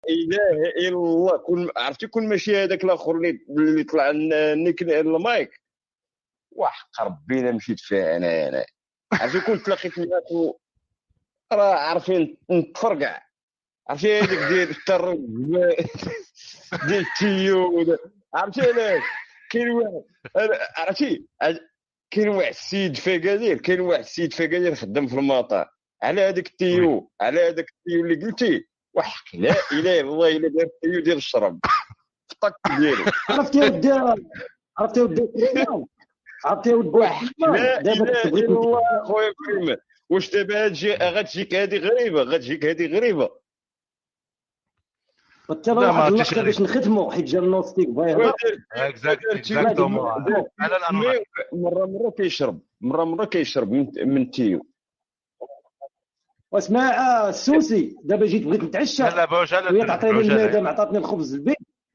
اله الا الله. عرفتي كون ماشي هذاك الاخر اللي طلع نيك المايك، وحق ربي الا مشيت فيها انا عرفتي كون تلاقيت معاك راه عارفين نتفرقع. عرفتي هذيك ديال الترب ديال التيو عرفتي علاش كاين واحد عرفتي كاين واحد السيد في أكادير، كاين واحد السيد في أكادير خدام في المطار على هذاك التيو، على هذاك التيو اللي قلتي. وحق لا اله الا الله الا دار التيو ديال الشرب في الطاك ديالو. عرفتي ودي عرفتي ودي لا اله الا الله خويا كريم. واش دابا غتجيك هذه غريبه، غتجيك هذه غريبه. حتى راه واحد اللقطه باش نختموا حيت جا النوستيك باغي اكزاكتومون. مره كيشرب، مره كيشرب من التيو. واسمع السوسي، دابا جيت بغيت نتعشى لا باش وهي تعطيني الميدان، عطاتني الخبز البيت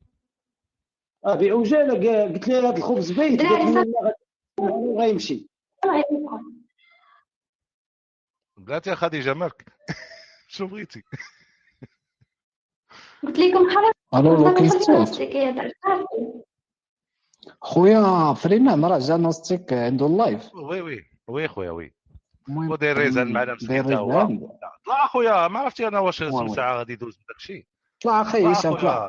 بعجاله. قلت لها هذا الخبز بيت، قالت لي غيمشي. قالت يا خديجه مالك شنو بغيتي؟ قلت لكم خلاص. الو خويا فرينا مرة جا نوستيك عنده اللايف. وي خويا وي ودير ريزان معنا مسكين تا هو. طلع خويا ما عرفتي انا واش ساعه غادي يدوز بداكشي. طلع اخي هشام طلع.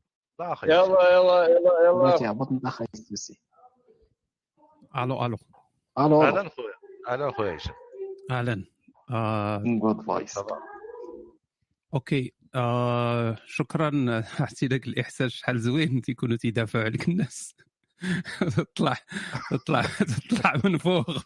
يلا تعبط انت اخي السوسي. الو اهلا خويا هشام. اهلا. جود فايس. اوكي شكرا. عرفتي داك الاحساس شحال زوين تيكونوا تيدافعوا عليك الناس. تطلع من فوق.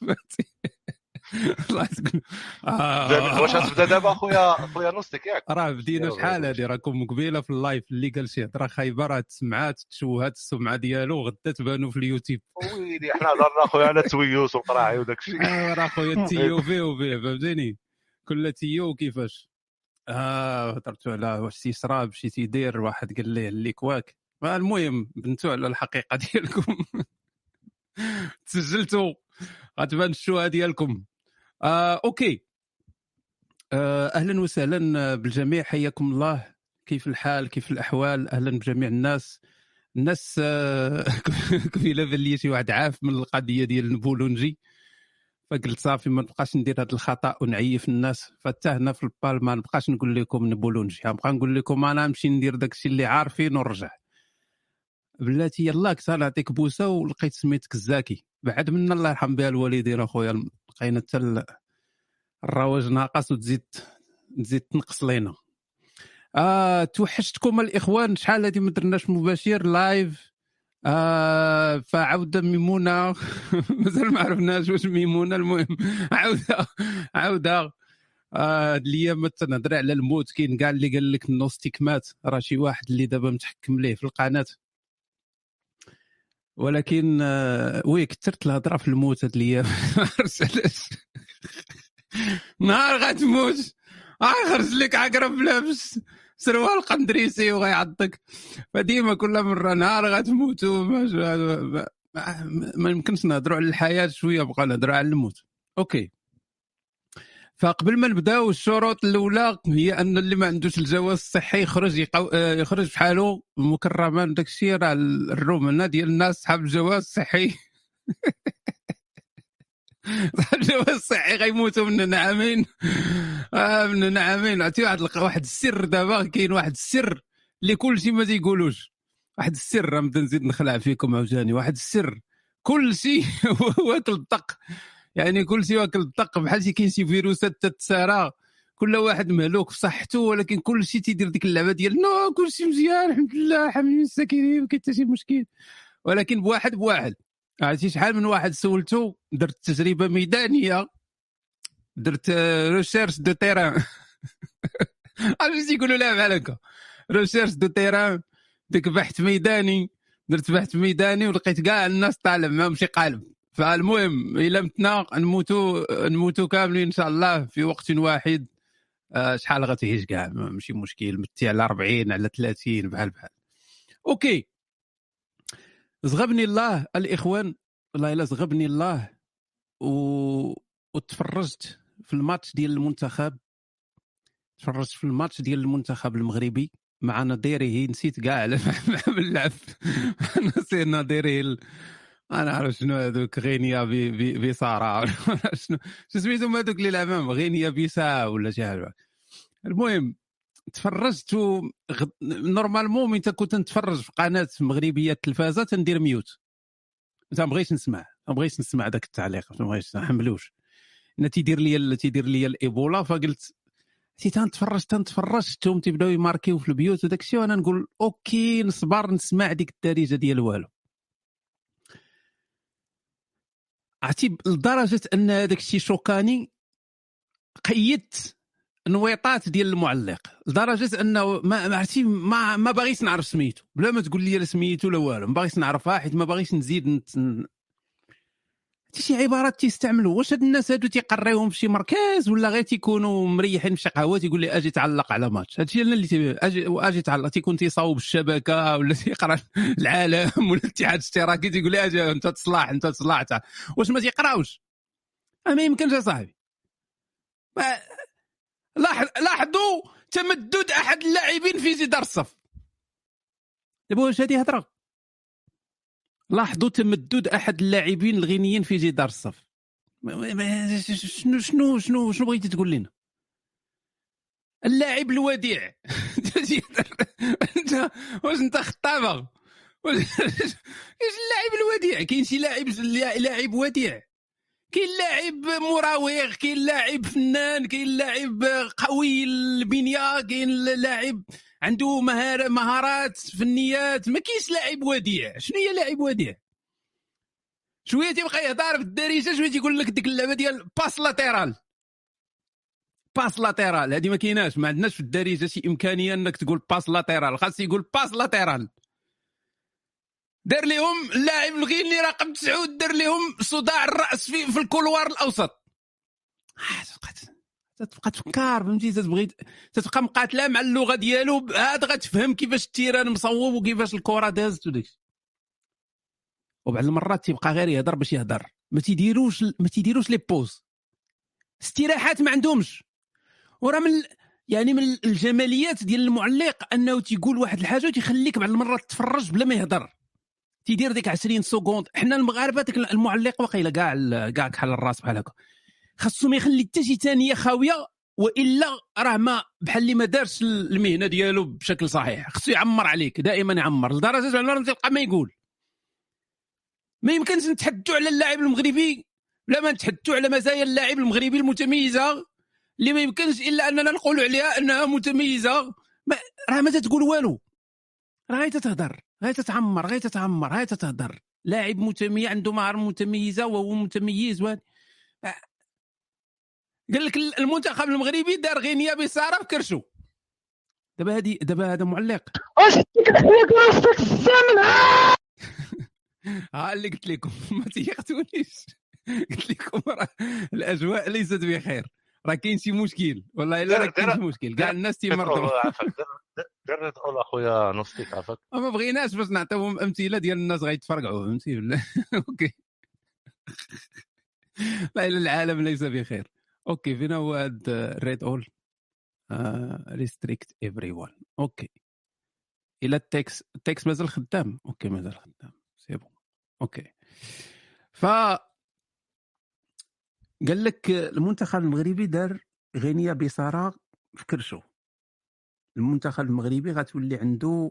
واش غتبدا دابا خويا نوستيك ياك؟ راه بدينا شحال هادي، راكم قبيله في اللايف اللي قال شي هضره خايبه راه تسمعات تشوهات السمعه ديالو غدا تبانوا في اليوتيوب. ويلي حنا هضرنا خويا على التويوس والقراعي وداك الشيء. راه خويا التيو فيه فهمتيني، كل تيو كيفاش. هضرتوا على واش سيسراب شي تيدير، واحد قال ليه اللي كواك. المهم بنتو على الحقيقه ديالكم. تسجلتوا غتبان الشوهه ديالكم. اوكي. اهلا وسهلا بالجميع، حياكم الله. كيف الحال، كيف الاحوال؟ اهلا بجميع الناس كفيله باللي شي واحد عاف من القضيه ديال البولونجي، فقلت صافي ما نبقاش ندير هذا الخطا ونعيف الناس. فتا هنا في البال ما نبقاش نقول لكم نبولونجي، نبقى نقول لكم انا نمشي ندير داكشي اللي عارفين ونرجع. بلاتي يلاك صار نعطيك بوسه ولقيت سميتك الزاكي بعد من الله يرحم بها الوالدين اخويا. لقينا حتى الرواج ناقص وتزيد تنقص لينا. توحشتكم الاخوان، شحال هادي ما درناش مباشر لايف. فعوده ميمونه. مازال ما عرفناش واش ميمونه. المهم عوده هاد الايام تنهضر على الموت. كاين كاع اللي قال لك النوستيك مات، راه شي واحد اللي دابا متحكم ليه في القناه. ولكن وي كثرت الهضره في الموت هاد الايام. علاش نهار غتموت غيخرج لك عقرب لابس سروال قندريسي وغيعضك. فديما كل مره نهار غتموتوا ما يمكنش نهضروا على الحياه شويه، بقى نهضروا على الموت. اوكي. فقبل ما نبداو الشروط الاولى هي ان اللي ما عندوش الجواز الصحي يخرج بحاله مكرما. داك الشيء راه الرومانه ديال الناس صحاب الجواز الصحي. الجواز الصحي غيموتوا من عامين. من عامين. عرفتي واحد السر دابا، كاين واحد السر اللي كل شيء ما تيقولوش. واحد السر راه نبدا نزيد نخلع فيكم عاوتاني. واحد السر كل شيء واكل الدق، يعني كل شيء واكل الدق. بحال شي كاين شي فيروسات تتسارى، كل واحد مهلوك في صحته، ولكن كل شيء تيدير ديك اللعبه ديال نو كل شيء مزيان الحمد لله حاملين الساكنين ما كاين حتى شي مشكل. ولكن بواحد عرفتي شحال من واحد سولته، درت تجربه ميدانيه، درت ريشيرش دو تيران. عرفتي يقولوا لها بحال هكا ريشيرش دو تيران، ديك بحث ميداني. درت بحث ميداني ولقيت كاع الناس طالع معهم شي قالب. فالمهم الا متنا نموتوا كاملين ان شاء الله في وقت واحد. شحال غتعيش كاع ماشي مشكل، متي على 40 على 30 بحال. اوكي. زغبني الله الاخوان، والله الا زغبني الله. وتفرجت في الماتش ديال المنتخب، تفرجت في الماتش ديال المنتخب المغربي مع نظيره، نسيت كاع مع اللعب نسيت نظيره انا عارف شنو هذوك غينيا بصارة شنو سميتهم هذوك اللي الامام غينيا بيسا ولا شي حاجه. المهم تفرجت نورمالمون ملي كنت نتفرج في قناه مغربيه التلفازه تندير ميوت، ما بغيتش نسمع داك التعليق، ما بغيتش نحملوش. انا تيدير لي الايبولا، فقلت تنتفرج تيبداو يماركيو في البيوت وداك الشيء، وانا نقول اوكي نصبر نسمع ديك الدارجه ديال والو. عرفتي لدرجه ان هذاك الشيء شوكاني، قيدت نويطات ديال المعلق لدرجه انه ما عرفتي ما باغيش نعرف سميتو، بلا ما تقول لي لا سميتو لا والو، ما باغيش نعرفها حيت ما باغيش نزيد شي عبارات تيستعملوا. واش هاد الناس هادو تيقريوهم في شي مركز ولا غير تيكونوا مريحين في شي قهوه تيقول لي اجي تعلق على ماتش؟ هادشي انا اللي اجي تعلق، تيكون تيصاوب الشبكه ولا تيقرا العالم ولا الاتحاد الاشتراكي تيقول لي اجي انت تصلاح واش ما تيقراوش؟ ما يمكنش يا صاحبي. لاحظوا تمدد احد اللاعبين في جدار الصف. دابا واش هذه هضره؟ لاحظوا تمدد احد اللاعبين الغينيين في جدار الصف. شنو بغيتي تقول لنا؟ اللاعب الوديع انت واش انت خطابه؟ ايش اللاعب الوديع؟ كاين شي لاعب وديع، كاين لاعب مراوغ، كاين لاعب فنان، كاين لاعب قوي البنيه، كاين لاعب عنده مهارات فنيات، ما كاينش لاعب وديع. شنو هي لاعب وديع؟ شويه تيبقى يهضر بالدارجه، شويه تيقول لك ديك اللعبه ديال باس لاتيرال هذه ما كايناش، ما عندناش في الدارجه شي امكانيه انك تقول باس لاتيرال، خاص يقول باس لاتيرال. دار لهم اللاعب الغيني رقم 9 دار لهم صداع الراس في الكولوار الاوسط. تبقى تفكر فهمتي، تبقى مقاتله مع اللغه ديالو، عاد غتفهم كيفاش التيران مصوب وكيفاش الكره دازت وداكشي. وبعض المرات تيبقى غير يهضر باش يهضر، ما تيديروش لي بوز، استراحات ما عندهمش. وراه من الجماليات ديال المعلق انه تيقول واحد الحاجه وتيخليك بعض المرات تتفرج بلا ما يهضر، تيدير ديك 20 سكوند. حنا المغاربه ديك المعلق واقيلا كاع كحل الراس بحال هكا، خاصو ما يخلي حتى شي ثانيه خاويه، والا راه ما بحال اللي ما دارش المهنه ديالو بشكل صحيح. خصو يعمر عليك دائما، يعمر لدرجه انه تلقى ما يقول. ما يمكنش نتحدثوا على اللاعب المغربي بلا ما نتحدثوا على مزايا اللاعب المغربي المتميزه اللي ما يمكنش الا اننا نقولوا عليها انها متميزه. راه ما تقول والو، راه غير تتهضر، غير تتهضر. لاعب متميز عنده مهاره متميزه وهو متميز قال لك المنتخب المغربي دار غينيا بصارة بكرشو. دابا هذا معلق. واش كنحياك راسك الزمن ها اللي قلت لكم ما تيقتونيش، قلت لكم الاجواء ليست بخير، راه كاين شي مشكل والله الا راه كاين شي مشكل، كاع الناس تيمرضوا. دير تقول اخويا نصيك عافاك، ما بغيناش باش نعطيوهم امثله ديال الناس غيتفرقعوا فهمتي ولا اوكي. لا العالم ليس بخير. اوكي فينا هو هاد ريد اول ريستريكت ايفري ون. اوكي الى التكس مازال خدام. اوكي مازال خدام سي بون. اوكي قال لك المنتخب المغربي دار غينيا بصارة في كرشو. المنتخب المغربي غتولي عنده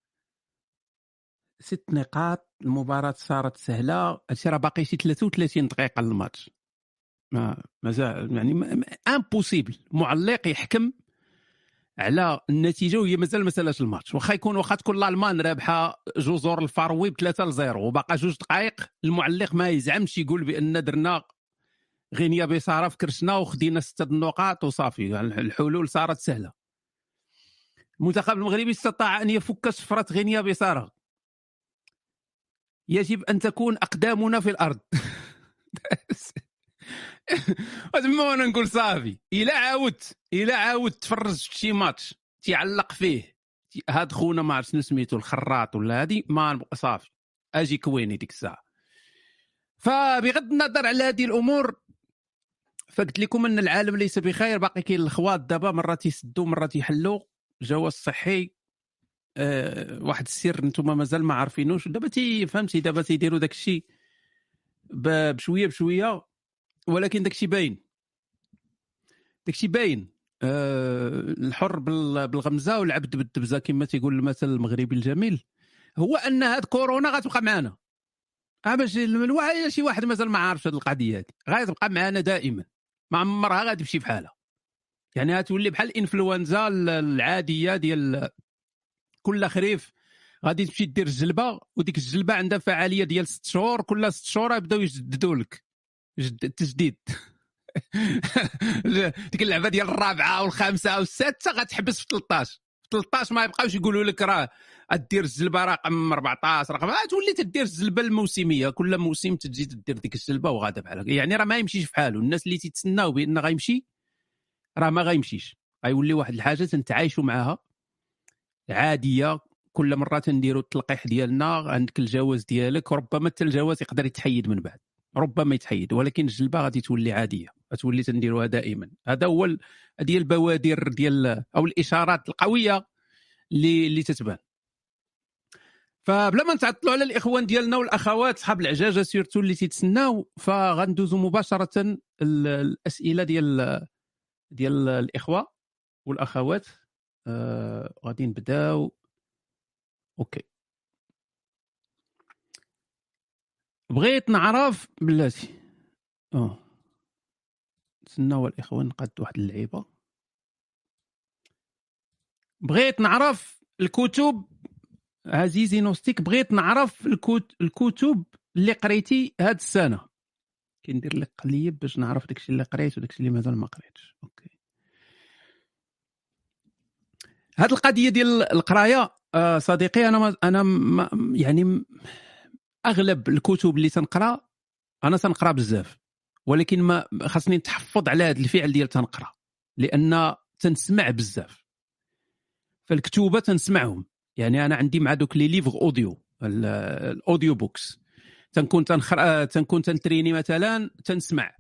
6 نقاط، المباراة صارت سهلة، هادشي راه باقي شي 33 دقيقة للماتش، مازال يعني امبوسيبل معلق يحكم على النتيجه وهي مازال ما سالاش الماتش. واخا تكون الالمان رابحه جزر الفاروي ب3-0 وباقا 2 دقائق، المعلق ما يزعمش يقول بان درنا غينيا بصارة في كرشنا وخدينا 6 النقاط وصافي، يعني الحلول صارت سهله. المنتخب المغربي استطاع ان يفك شفره غينيا بصارة. يجب ان تكون اقدامنا في الارض. ما انا نقول صافي، الى عاودت تفرج في شي ماتش تيعلق فيه هاد خونا ما عرفت شنو سميتو الخراط ولا هادي، ما صافي اجي كويني ديك الساعه. فبغض النظر على هذه الامور، فقلت لكم ان العالم ليس بخير، باقي كاين الخواط دابا، مرات يسدوا مرات يحلوا. جواز صحي واحد السر نتوما مازال ما عارفينوش دابا فهمتي دابا تيديروا داك الشيء بشويه بشويه ولكن داك الشيء باين الحر بالغمزه والعبد بالدبزه كما تيقول المثل المغربي الجميل هو ان هاد كورونا غتبقى معنا باش شي واحد مازال ما عارفش هاد القضيه هادي غتبقى معنا دائما ما عمرها غتمشي بحالها يعني غتولي بحال الانفلونزا العاديه ديال كل خريف غادي تمشي دير الجلبه وديك الجلبه عندها فعاليه ديال 6 شهور كل 6 شهور يبداو يجددوا لك التجديد ديك اللعبه ديال الرابعه والخامسه والسادسه غتحبس في 13 ما يبقاوش يقولوا لك راه دير الجلبه رقم 14 رقم تولي تدير الجلبه الموسميه كل موسم تجي تدير ديك الجلبه وغادا بحال هكا يعني راه ما يمشيش في حاله الناس اللي تيتسناو بان غيمشي راه ما غيمشيش غيولي واحد الحاجه تنتعايشوا معها عاديه كل مره تنديروا التلقيح ديالنا عندك الجواز ديالك ربما حتى الجواز يقدر يتحيد من بعد ربما يتحيد ولكن الجلبه غادي تولي عاديه غتولي تنديروها دائما هذا هو ديال البوادر ديال او الاشارات القويه اللي تتبان فبلا ما نتعطلوا على الاخوان ديالنا والاخوات صحاب العجاجه سيرتو اللي تيتسناو فغندوزوا مباشره الاسئله ديال الاخوه والاخوات غادي نبداو اوكي بغيت نعرف بلاتي تسناو الاخوان نقاد واحد اللعيبه بغيت نعرف الكتب عزيزي نوستيك بغيت نعرف الكتب اللي قريتي هاد السنه كندير لك قليب باش نعرف داكشي اللي قريت وداكشي اللي مازال ما قريتش اوكي هاد القضيه ديال القرايه صديقي انا يعني اغلب الكتب اللي تنقرا انا تنقرا بزاف ولكن ما خاصني نتحفظ على هذا الفعل ديال تنقرا لان تنسمع بزاف فالكتوبه تنسمعهم يعني انا عندي مع دوك لي ليفغ اوديو الاوديو بوكس تنكون تنتريني مثلا تنسمع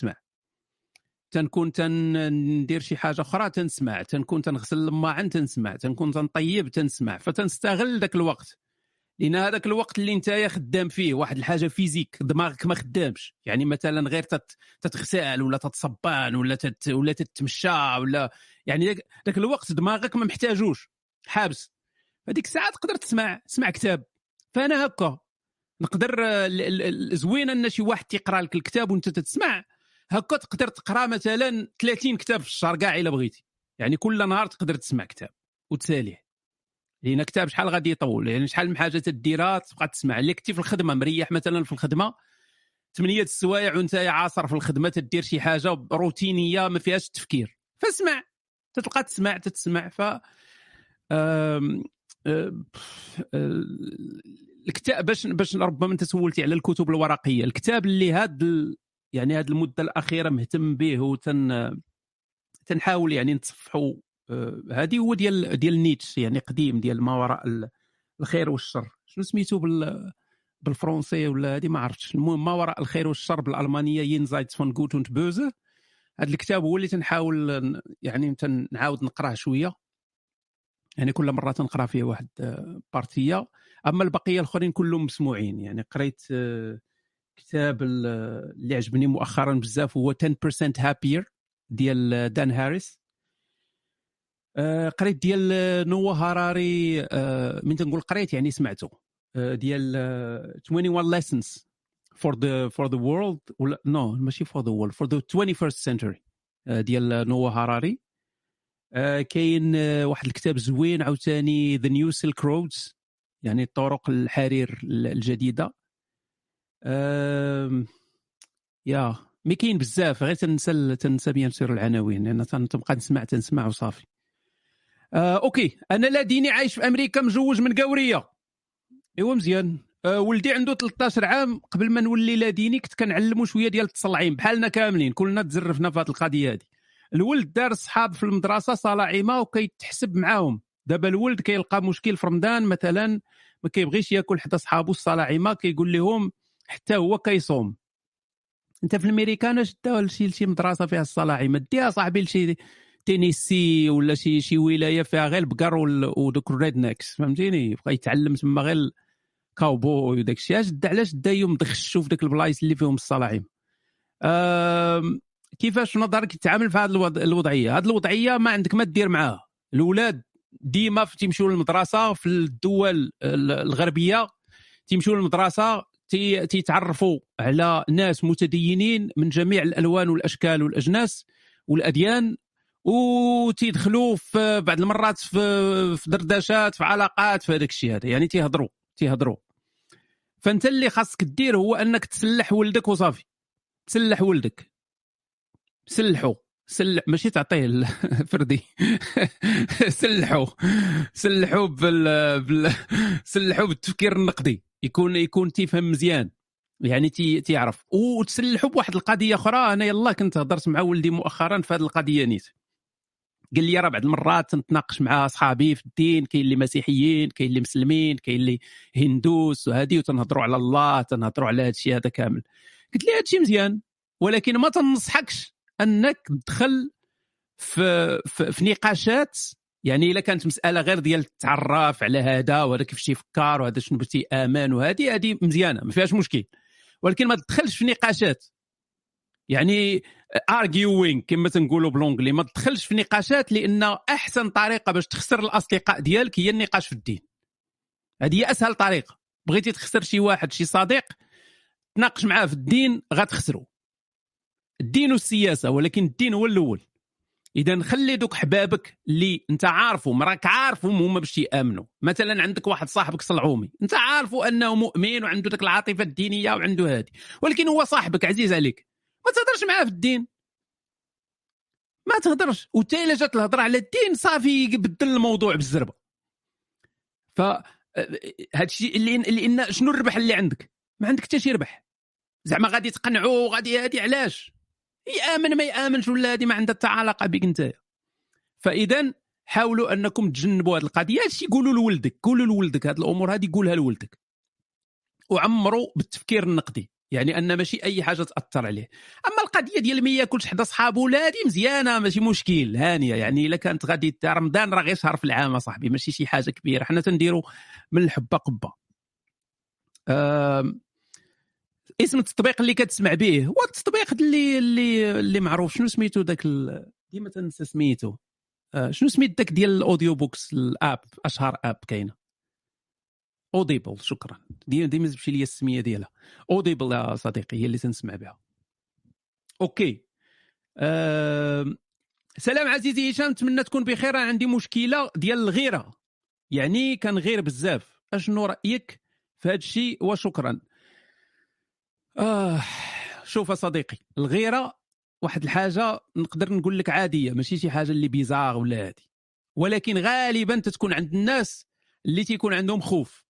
تنكون تندير شي حاجه اخرى تنسمع تنكون تنغسل الماعن تنسمع تنكون تنطيب تنسمع فتنستغل داك الوقت لان هذاك الوقت اللي نتايا خدام فيه واحد الحاجه فيزيك دماغك ما خدامش يعني مثلا غير تتغسل ولا تتصبان ولا تتمشى ولا يعني داك الوقت دماغك ما محتاجوش حابس هذيك الساعه تقدر تسمع كتاب فانا هكا نقدر زوينه ان شي واحد تيقرا لك الكتاب وانت تسمع هكا تقدر تقرا مثلا 30 كتاب في الشهر كاع الا بغيتي يعني كل نهار تقدر تسمع كتاب وتساليه لان كتاب شحال غادي يطول يعني شحال من حاجه تديرها تبقى تسمع اللي كنتي في الخدمه مريح مثلا في الخدمه 8 السوايع وانت عاصر في الخدمه تدير شي حاجه روتينيه ما فيهاش تفكير فاسمع تتلقى تسمع ف الكتاب باش ربما انت سولتي على الكتب الورقيه الكتاب اللي يعني هاد المده الاخيره مهتم به تنحاول يعني نتصفحوا هذه هو ديال نيتشه يعني قديم ديال ما وراء الخير والشر شنو سميتو بالفرنسي ولا هذه ما عرفتش المهم ما وراء الخير والشر بالالمانيه ينزايت فون غوت اند بوزه هذا الكتاب هو اللي تنحاول يعني نعاود نقراه شويه يعني كل مره تنقرا فيه واحد بارتيه اما البقيه الاخرين كلهم مسموعين يعني قريت كتاب اللي عجبني مؤخرا بزاف هو 10% happier ديال دان هاريس قريت ديال نوا هاراري من تنقول قريت يعني سمعته ديال 21 lessons for the world ولا ماشي for the world for the 21st century ديال نوا هاراري كاين واحد الكتاب زوين عاوتاني The New Silk Roads يعني طرق الحرير الجديدة يا مي كاين بزاف غير تنسى بيان سير العناوين لأن تنبقى تنسمع وصافي أوكي أنا لا ديني عايش في أمريكا مزوج من قورية إيوا مزيان ولدي عنده 13 عام قبل ما نولي لا ديني كنت كنعلمو شوية ديال التصلعيم بحالنا كاملين كلنا تزرفنا في هذه القضية هذه الولد دار صحاب في المدرسه صلاعيمه وكيتحسب معاهم دابا الولد كيلقى مشكل في رمضان مثلا ما كيبغيش ياكل حتى صحابو الصلاعيمه كيقول لهم حتى هو كيصوم انت في الامريكان اش داو لشي مدرسه فيها الصلاعيمه ديها صاحبي لشي تينيسي ولا شي ولايه فيها غير البقر ودوك الريد ناكس، فهمتيني؟ بقى يتعلم تما غير كاوبوي وداك الشيء. علاش دايو مدخشوا في داك البلايص اللي فيهم الصلاحيم. كيفاش نظرك يتعامل في هذه الوضعيه؟ هذه الوضعيه ما عندك ما دير معاها. الاولاد ديما تيمشيو للمدرسه في الدول الغربيه، تيمشيو للمدرسه تيتعرفوا على ناس متدينين من جميع الالوان والاشكال والاجناس والاديان، وتيدخلوا في بعض المرات في دردشات، في علاقات، في هذاك الشيء هذا. يعني تيهضروا. فانت اللي خاصك دير هو انك تسلح ولدك وصافي. تسلح ولدك، سلحوا ماشي تعطيه فردي سلحوا سلحوا بالتفكير النقدي، يكون تيفهم مزيان، يعني تيعرف. وتسلحوا بواحد القضيه اخرى. انا يلا كنت هضرت مع ولدي مؤخرا في هذه القضيه نيت، قال لي راه بعض المرات تنتناقش مع اصحابي في الدين، كاين اللي مسيحيين، كاين اللي مسلمين، كاين اللي هندوس وهذه، وتنهضروا على الله، تنهضروا على هذا الشيء هذا كامل. قلت لي هذا الشيء مزيان، ولكن ما تنصحكش انك تدخل في نقاشات. يعني الا كانت مساله غير ديال التعرف على هذا وهذا كيفاش يفكر وهذا شنو بغيتي امان وهذه مزيانه ما فيهاش مشكل، ولكن ما تدخلش في نقاشات. يعني arguing كما تنقولوا بالونجلي، ما تدخلش في نقاشات، لان احسن طريقه باش تخسر الاصدقاء ديالك هي النقاش في الدين. هذه هي اسهل طريقه. بغيتي تخسر شي واحد، شي صديق، تناقش معاه في الدين غتخسروا. الدين والسياسه، ولكن الدين هو الاول. اذا خلي دوك حبابك اللي انت عارفهم، راك عارفهم هما باش يامنوا. مثلا عندك واحد صاحبك صلعومي، انت عارفه انه مؤمن وعنده ديك العاطفه الدينيه وعنده هذه، ولكن هو صاحبك عزيز عليك، ما تهضرش معاه في الدين، ما تهضرش. وتا الا جات الهضره على الدين صافي يبدل الموضوع بالزربه. ف هادشي لان شنو الربح اللي عندك؟ ما عندك حتى شي ربح. زعما غادي تقنعوا غادي هادي، علاش يامن ما يامنش ولا هذه ما عندها حتى علاقه بك انت. فاذا حاولوا انكم تجنبوا هذه القضيه. هادشي قولوا لولدك هذه الامور هذه قولها لولدك، وعمروا بالتفكير النقدي، يعني ان ماشي اي حاجه تاثر عليه. اما القضيه ديال ما ياكلش حدا صحابو لا، هذه مزيانه ماشي مشكل، هانيه. يعني الا كانت غادي رمضان راه غير شهر في العام صاحبي، ماشي شي حاجه كبيره، حنا تنديروا من الحبه قبه. اسم التطبيق اللي كتسمع به هو التطبيق اللي معروف. شنو سميتو داك ديما تنسى سميتو. شنو سميت داك ديال الاوديو بوكس؟ الاب اشهر اب كاينه اوديبل. شكرا، ديما تمشي لي السميه ديالها اوديبل يا صديقي، هي اللي تنسمع بها. اوكي. سلام عزيزي هشام، نتمنى تكون بخير. انا عندي مشكله ديال الغيره، يعني كنغير بزاف. اشنو رايك في هذا الشيء؟ وشكرا. شوف يا صديقي، الغيره واحد الحاجه نقدر نقول لك عاديه، ماشي شي حاجه اللي بيزار ولا هادي، ولكن غالبا تتكون عند الناس اللي تيكون عندهم خوف.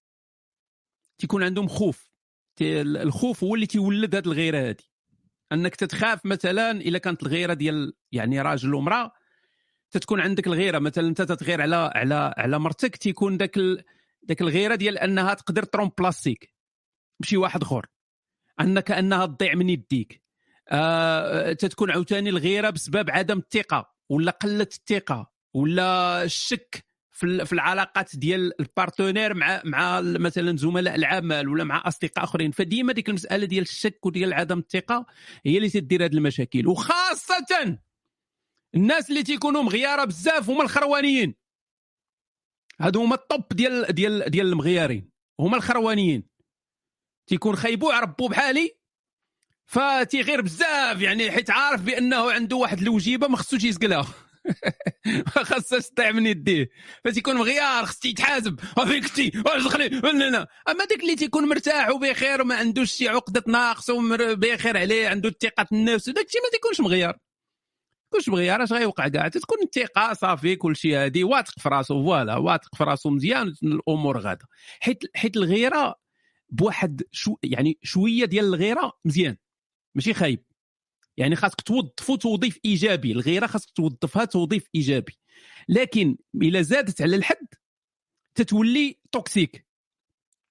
الخوف هو اللي تيولد هذه الغيره هذه. انك تتخاف مثلا الا كانت الغيره ديال يعني راجل ومراه، تتكون عندك الغيره مثلا انت تتغير على مرتك، تيكون داك الغيره ديال انها تقدر ترومبلاسيك بشي واحد اخر، انها تضيع من يديك. تتكون عاوتاني الغيره بسبب عدم الثقه ولا قله الثقه ولا الشك في العلاقات ديال البارتنير مع مثلا زملاء العمل ولا مع اصدقاء اخرين. فديما ديك المساله ديال الشك وديال عدم الثقه هي اللي تدير هذه المشاكل. وخاصه الناس اللي تيكونوا مغياره بزاف هما الخروانيين. هادو هما الطب ديال المغيارين، هما الخروانيين. تيكون خايبو عربو بحالي، فتيغير بزاف، يعني حيت عارف بانه عنده واحد الوجيبه ما خصوش يسقلها ما خصهاش تضيع من يديه، فتيكون مغيار خصو يتحاسب. فين كنتي؟ واش دخلي؟ لا. اما داك اللي تيكون مرتاح وبخير وما عندوش شي عقده ناقص وبخير عليه، عنده الثقه النفس، داك الشيء ما تيكونش مغيار. كلش مغيار اش غيوقع كاع؟ تكون الثقه صافي كلشي هادي، واثق في راسو، فوالا واثق في راسو مزيان، الامور غاده. حيت الغيره بواحد يعني شويه ديال الغيره مزيان، ماشي خايب. يعني خاصك توظفو توظيف ايجابي. الغيره خاصك توظفها توظيف ايجابي، لكن الا زادت على الحد تتولي توكسيك،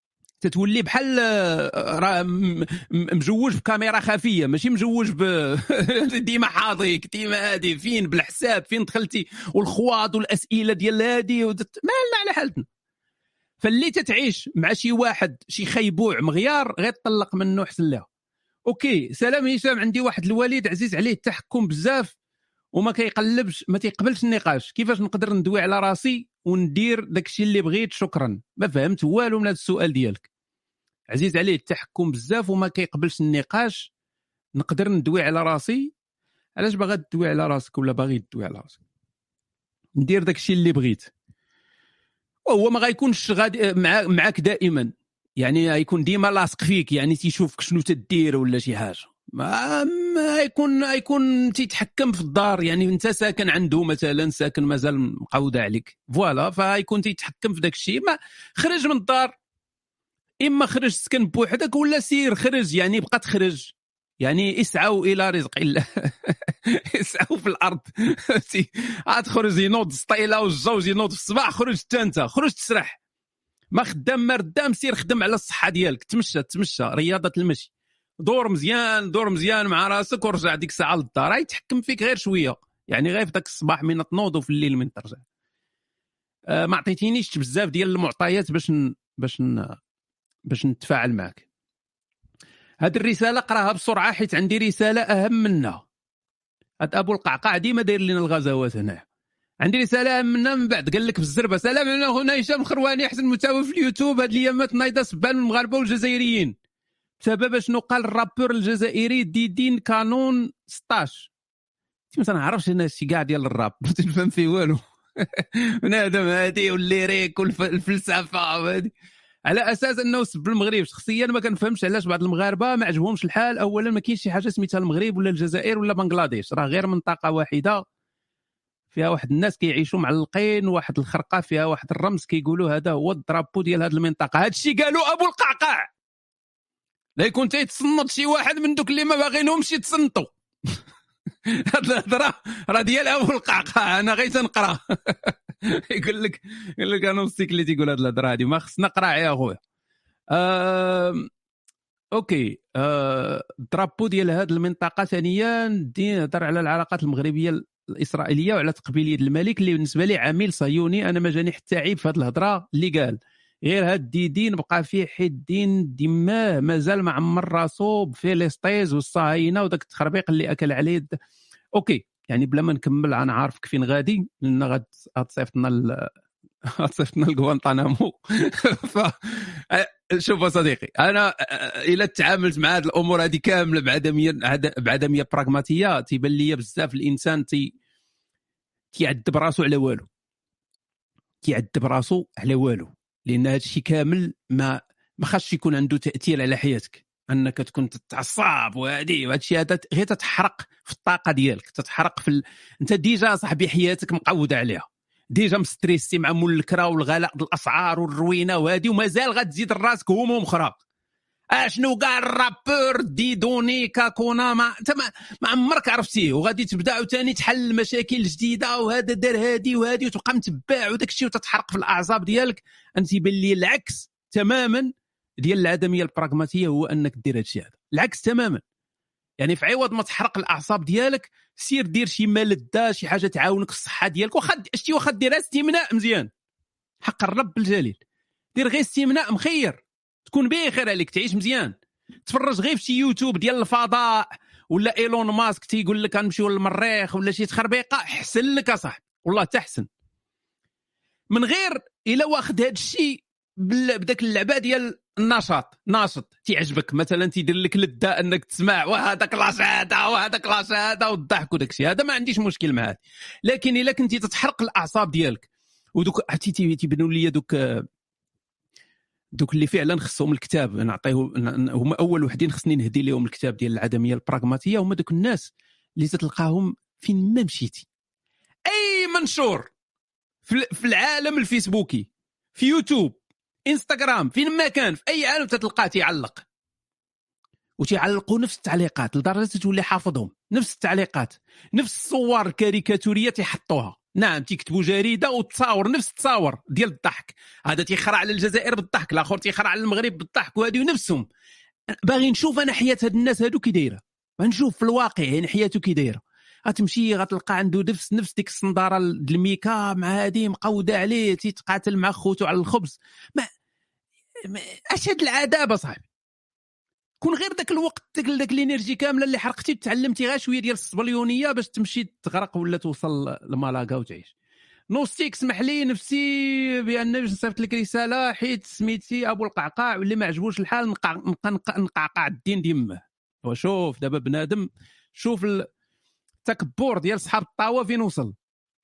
تتولي بحال راه مجوج بكاميرا خفيه، ماشي مجوج ديما حاضيك ديما هادي فين بالحساب فين دخلتي والخواض والاسئله ديال هادي مالنا على حالتنا. فاللي تتعيش مع شي واحد شي خيبوع مغيار غير طلق منه حسن له. اوكي سلام هشام، عندي واحد الوالد عزيز عليه التحكم بزاف وما كيقلبش ما تيقبلش النقاش، كيفاش نقدر ندوي على راسي وندير داكشي اللي بغيت؟ شكرا. ما فهمت والو من هذا السؤال ديالك. عزيز عليه التحكم بزاف وما كيقبلش النقاش، نقدر ندوي على راسي؟ علاش باغي تدوي على راسك ولا باغي تدوي على راسك؟ ندير داكشي اللي بغيت وهو ما غيكونش غادي معاك دائما، يعني غيكون ديما لاصق فيك، يعني تيشوفك شنو تدير ولا شي حاجه، ما يكون تيتحكم في الدار، يعني انت ساكن عنده مثلا، ساكن مازال مقوده عليك فوالا، فيكون تيتحكم في داك الشيء. ما خرج من الدار، اما خرج سكن بوحدك ولا سير خرج، يعني بقى تخرج، يعني اسعوا الى رزق الله اسعوا في الارض تخرج ينوض سطيله والزوج ينوض في الصباح، خرج انت خرج تسرح، ما خدام ما ردام، سير خدم على الصحه ديالك، تمشى رياضه المشي، دور مزيان مع راسك ورجع ديك الساعه للدار، يتحكم فيك غير شويه، يعني غير في داك الصباح من تنوض وفي الليل من ترجع. ما عطيتينيش بزاف ديال المعطيات باش نتفاعل معك. هذه الرساله قراها بسرعه حيت عندي رساله اهم منها. هاد ابو القعقاع ديما داير لنا الغزوات هنا، عندي رساله اهم منها. من بعد قال لك بالزربه: سلام علينا هنا هشام الخرواني، احسن متابع في اليوتيوب هاد الايامات، نايضه سبان المغاربه والجزائريين بسبب شنو قال الرابور الجزائري ديدين كانون 16. ما تنعرفش انا شي كاع ديال الراب، ما تنفهم فيه والو بنادم هادي والليريك والفلسفه وهادي، على اساس انه سب المغرب. شخصيا ما كنفهمش علاش بعض المغاربه ما عجبهمش الحال. اولا ما كاينش شي حاجه سميتها المغرب ولا الجزائر ولا بنغلاديش، راه غير منطقه واحده فيها واحد الناس كيعيشوا معلقين، واحد الخرقه فيها واحد الرمز كيقولوا هذا هو الدرابو ديال هذه المنطقه. هذا الشيء قالوا ابو القعقاع، لا يكون تيتصنت شي واحد من دوك اللي ما باغينهمش يتصنتوا هاد الهضره راه ديال ابو القعقاع، انا غير تنقرا يقول لك انا مستيك اللي تيقول هاد الهضره هادي، ما خصنا نقرا يا اخويا. اوكي. الدرابو ديال هاد المنطقه ثانيا نهضر على العلاقات المغربيه الاسرائيليه وعلى تقبيليه الملك، اللي بالنسبه لي عميل صهيوني. انا ما جاني حتى عيب في هاد الهضره اللي قال، غير هاد الدين بقى فيه حيد دين دماه، مازال معمر راسو بفلسطيز والصهاينه وداك التخربيق اللي اكل عليه. اوكي يعني بلا ما نكمل، انا عارفك فين غادي، لان غتصيفطنا الغوانتانامو شوف صديقي، انا الى تعاملت مع هذه الامور هذه كامله بعدميه براغماتيه، تيبان لي بزاف الانسان تيعذب راسو على والو، لان هذا الشيء كامل ما خاصش يكون عنده تاثير على حياتك، انك تكون تتعصب وهذه وهذا الشيء هذا غير تتحرق في الطاقه ديالك، تتحرق انت ديجا صاحبي حياتك مقوده عليها، ديجا مستريسي مع مول الكرا والغلاء الاسعار والروينه وهذه، ومازال غتزيد راسك هموم اخرى. اشنو قال الرابور ديدوني كاكونا ما عمرك عرفتيه، وغادي تبدا عاوتاني تحل مشاكل جديده، وهذا دار هادي وهادي، وتبقى متبع وداك الشيء وتتحرق في الاعصاب ديالك. انت يبان لي العكس تماما ديال العدميه البراغماتيه، هو انك دير هذا الشيء هذا العكس تماما. يعني في عوض ما تحرق الاعصاب ديالك، سير دير شي ملذه، شي حاجه تعاونك في الصحه ديالك، واخا دير استمناء مزيان حق الرب الجليل، دير غير استمناء مخير، تكون بخير عليك، تعيش مزيان. تفرج غير في شي يوتيوب ديال الفضاء ولا ايلون ماسك تيقول لك غنمشيو للمريخ ولا شي تخربيقه، احسن لك اصاحبي والله تحسن، من غير الا واخد هذا الشيء بداك اللعبه ديال النشاط، ناشط تيعجبك مثلا، تيدير لك لذه انك تسمع وهذاك لاشاده والضحك وداك الشيء هذا، ما عنديش مشكل معاه. لكن الا كنتي تتحرق الاعصاب ديالك ودوك تيبانوا لي دوك اللي فعلا خصهم الكتاب نعطيه، هما اول وحدين خصني نهدي لهم الكتاب ديال العدميه البراغماتيه، هما دوك الناس اللي تتلقاهم فين ما مشيتي، اي منشور في العالم الفيسبوكي، في يوتيوب، انستغرام، فين ما كان في اي عالم تتلقاه تيعلق، وتيعلقوا نفس التعليقات لدرجه تولي حافظهم، نفس التعليقات، نفس الصور الكاريكاتوريه تيحطوها، نعم تيكتبوا جريده وتصاور نفس التصاور ديال الضحك، هذا تيخرع على الجزائر بالضحك، الاخر تيخرع على المغرب بالضحك، وهذو نفسهم. باغي نشوف انا حياه هاد الناس هادو كي دايره، غنشوف في الواقع يعني حياته كي دايره. غتمشي غتلقى عنده نفس ديك الصنداره الميكا مع هادي مقوده عليه، تيتقاتل مع خوتو على الخبز. ما اش هاد العذاب اصاحبي؟ كون غير داك الوقت داك الانرجي كامله اللي حرقتي تعلمتي غير شويه ديال الصبليونيه باش تمشي تغرق ولا توصل لمالاغا وتعيش. نوستيك اسمح لي نفسي بان باش نصيفط لك رساله حيت سميتي ابو القعقاع واللي ما عجبوش الحال نقعقع الدين ديمه. وشوف دابا بنادم، شوف التكبر ديال صحاب الطاوه فين وصل.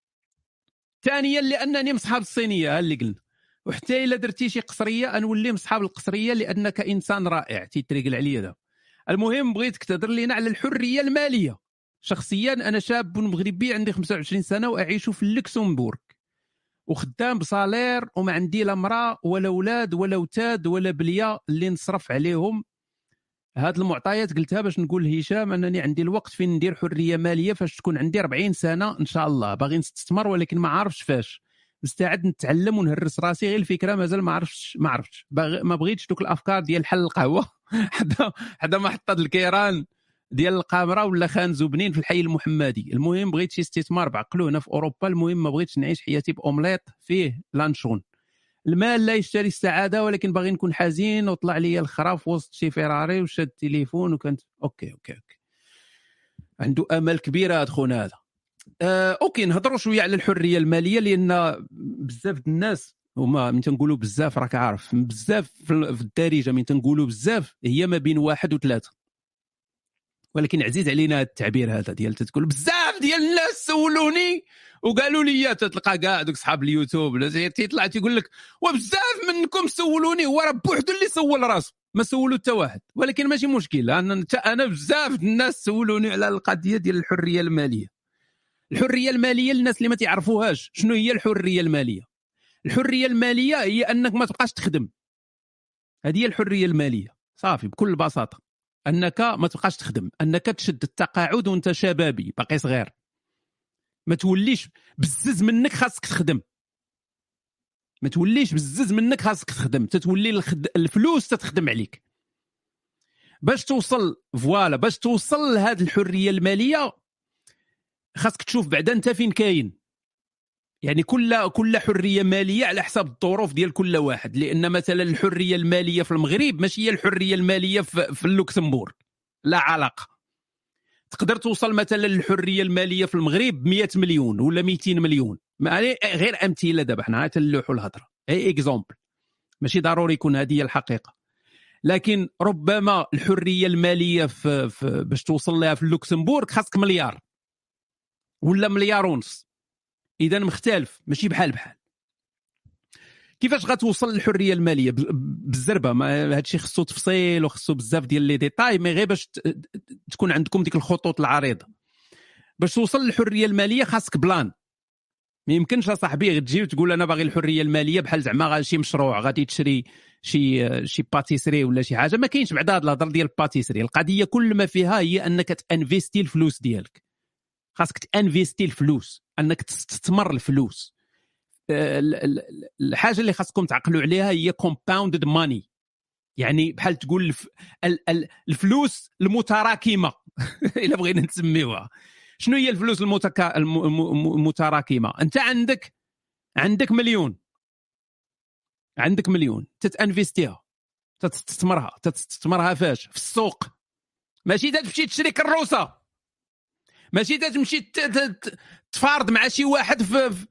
ثانيا لانني مصحاب الصينيه اللي قلنا، وحتى الا درتي شي قصريه انولي مصحاب القصريه لانك انسان رائع. تيتريقل عليا دابا. المهم بغيتك تهضر لينا على الحريه الماليه. شخصيا انا شاب مغربي عندي 25 سنه واعيش في اللوكسمبورغ وخدام بصالير وما عندي لا مراه ولا اولاد ولا وتاد ولا بليه اللي نصرف عليهم. هاد المعطيات قلتها باش نقول لهشام انني عندي الوقت فين ندير حريه ماليه فاش تكون عندي 40 سنه ان شاء الله. باغي نستثمر ولكن ما عارفش فاش. مستعد نتعلم ونهرس راسي، غير الفكره مازال ما عرفتش. ما بغيتش دوك الافكار ديال حل القهوه حدا محطه الكيران ديال القامره ولا خان زبنين في الحي المحمدي. المهم بغيت شي استثمار بعقلو هنا في اوروبا. المهم ما بغيتش نعيش حياتي باومليط فيه لانشون. المال لا يشتري السعاده، ولكن باغي نكون حزين وطلع لي الخراف وسط شي فيراري وشاد التليفون وكانت اوكي عنده امل كبير هذا خونا هذا. اوكي نهضروا شويه على الحريه الماليه، لان بزاف الناس هما من تنقولوا بزاف راك عارف بزاف في الدارجه من تنقولوا بزاف هي ما بين 1 و3. ولكن عزيز علينا التعبير هذا ديال تقول بزاف ديال الناس سولوني وقالوا لي. تلقى كاع دوك صحاب اليوتيوب تيطلع تيقول لك وبزاف منكم سولوني، هو راه بوحدو اللي سول راسه ما سولوا حتى واحد. ولكن ماشي مشكل، انا بزاف الناس سولوني على القضيه ديال الحريه الماليه. الحريه الماليه للناس اللي ما تعرفوهاش شنو هي الحريه الماليه. الحريه الماليه هي انك ما تبقاش تخدم. هذه هي الحريه الماليه صافي بكل بساطه، انك ما تبقاش تخدم، انك تشد التقاعد وانت شبابي باقي صغير، ما توليش بزز منك خاصك تخدم، ما توليش بزز منك خاصك تخدم، تتولي الفلوس تتخدم عليك باش توصل. فوالا باش توصل لهذه الحريه الماليه خاصك تشوف بعدا انت فين كاين. يعني كل حريه ماليه على حسب الظروف ديال كل واحد، لان مثلا الحريه الماليه في المغرب ماشي هي الحريه الماليه في اللوكسمبورغ، لا علاقه. تقدر توصل مثلا للحريه الماليه في المغرب 100 مليون ولا 200 مليون، غير امثله دابا حنا تنلوحوا الهضره اي اكزامبل، ماشي ضروري يكون هذه هي الحقيقه. لكن ربما الحريه الماليه باش توصل لها في اللوكسمبورغ خاصك مليار ولا مليار ونص، اذا مختلف ماشي بحال. كيفاش غتوصل للحريه الماليه؟ بالزربه. هذا الشيء خصو تفصيل وخصو بزاف ديال لي ديتاي، مي غير باش تكون عندكم ديك الخطوط العريضه. باش توصل للحريه الماليه خاصك بلان. ما يمكنش صاحبي غير تجي وتقول انا باغي الحريه الماليه بحال زعما شي مشروع غادي تشري شي باتيسري ولا شي حاجه. ما كاينش بعدا هاد الهضره ديال الباتيسري. القضيه كل ما فيها هي انك تانفيستي الفلوس ديالك. خاصك تانفيستي الفلوس، انك تستثمر الفلوس. الحاجه اللي خاصكم تعقلوا عليها هي compounded money، يعني بحال تقول الفلوس المتراكمه الا بغينا نسميوها. شنو هي الفلوس المتراكمه؟ انت عندك مليون تتانفيستيها، تستثمرها فاش؟ في السوق. ماشي تمشي تشري كروسه، ماشي تمشي تفارض مع شي واحد في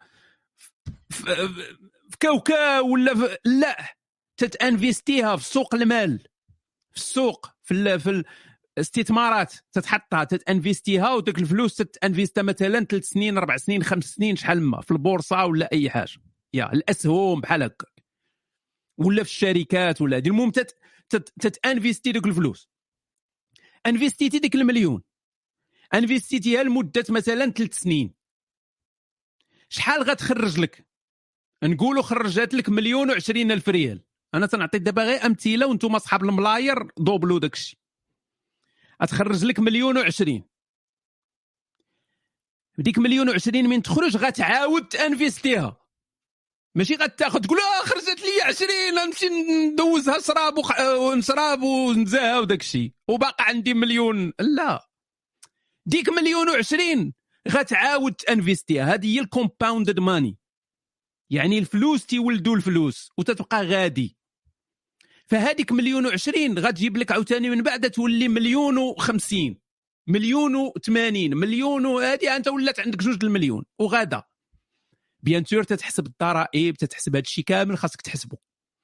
كوكا ولا لا، تتانفيستيها في سوق المال، في السوق، في الاستثمارات تتحطها، تتانفيستيها، وداك الفلوس تتانفيستا مثلا 3 سنين 4 سنين 5 سنين شحال ما في البورصه ولا اي حاجه، يا الاسهم بحال هكا ولا في الشركات ولا هذه. المهم تتانفيستي داك الفلوس. انفيستيتي ديك المليون، انفيستيتيها لمده مثلا 3 سنين، شحال غتخرج لك؟ نقولوا خرجت لك 1,020,000 ريال. انا تنعطي دابا غير امثله وانتم اصحاب الملاير دوبلو داكشي. غتخرج لك 1,020,000. ديك 1,020,000 من تخرج غتعاود تانفيستيها، ماشي غتاخذ تقول خرجت لي 20 نمشي ندوزها شراب ونشرب ونزاها وداك الشيء وباقي عندي 1,000,000. لا، ديك 1,020,000 غتعاود تانفيستيها. هذه هي الكومباوندد ماني، يعني الفلوس تيولدوا الفلوس وتتبقى غادي. فهذيك 1,020,000 غتجيب لك عاوتاني من بعد تولي 1,050,000 1,080,000 مليون، وهذه انت ولات عندك 2 المليون. وغادا بيان سور تتحسب الضرائب، تتحسب هذا الشيء كامل خاصك تحسبه.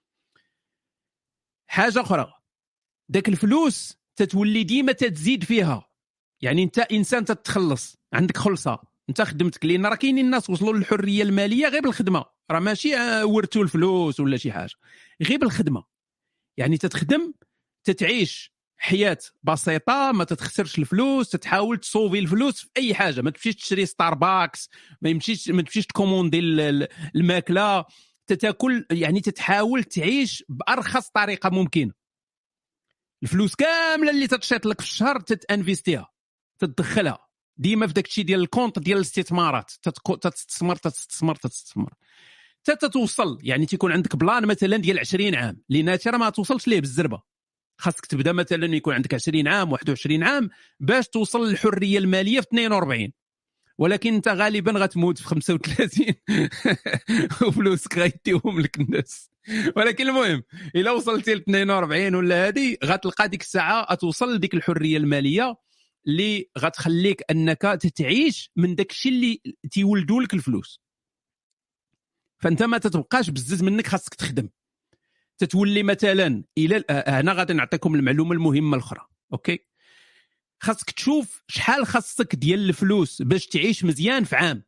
حاجه اخرى، داك الفلوس تتولي ديما تتزيد فيها، يعني انت انسان تتخلص عندك خلصه، انت خدمتك، لان راه كاينين الناس وصلوا للحريه الماليه غير بالخدمه، راه ماشي ورثوا الفلوس ولا شي حاجه، غير بالخدمه. يعني تتخدم تتعيش حياه بسيطه، ما تتخسرش الفلوس، تتحاول تصوفي الفلوس في اي حاجه، ما تمشيش تشري ستاربكس، ما تمشيش تكوموندي الماكله، تتاكل، يعني تتحاول تعيش بارخص طريقه ممكنه. الفلوس كامله اللي تتشيط لك في الشهر تتانفيستيها، تدخلها ديما في داك الشيء ديال الكونط ديال الاستثمارات، تستثمر تتوصل. يعني تيكون عندك بلان مثلا ديال 20 عام، لان راه ما توصلش ليه بالزربه، خاصك تبدا مثلا يكون عندك 20 عام 21 عام باش توصل للحريه الماليه في 42، ولكن انت غالبا غتموت في 35 وفلوسك غيديهم لك الناس. ولكن المهم الا وصلتي ل 42 ولا هذه غتلقى ديك الساعه توصل لديك الحريه الماليه اللي غتخليك انك تتعيش من داك الشيء اللي تيولدوا لك الفلوس. فانت ما تتبقاش بزز منك، خاصك تخدم. تتولي مثلا الى هنا غادي نعطيكم المعلومه المهمه الاخرى. اوكي، خاصك تشوف شحال خاصك ديال الفلوس باش تعيش مزيان في عام.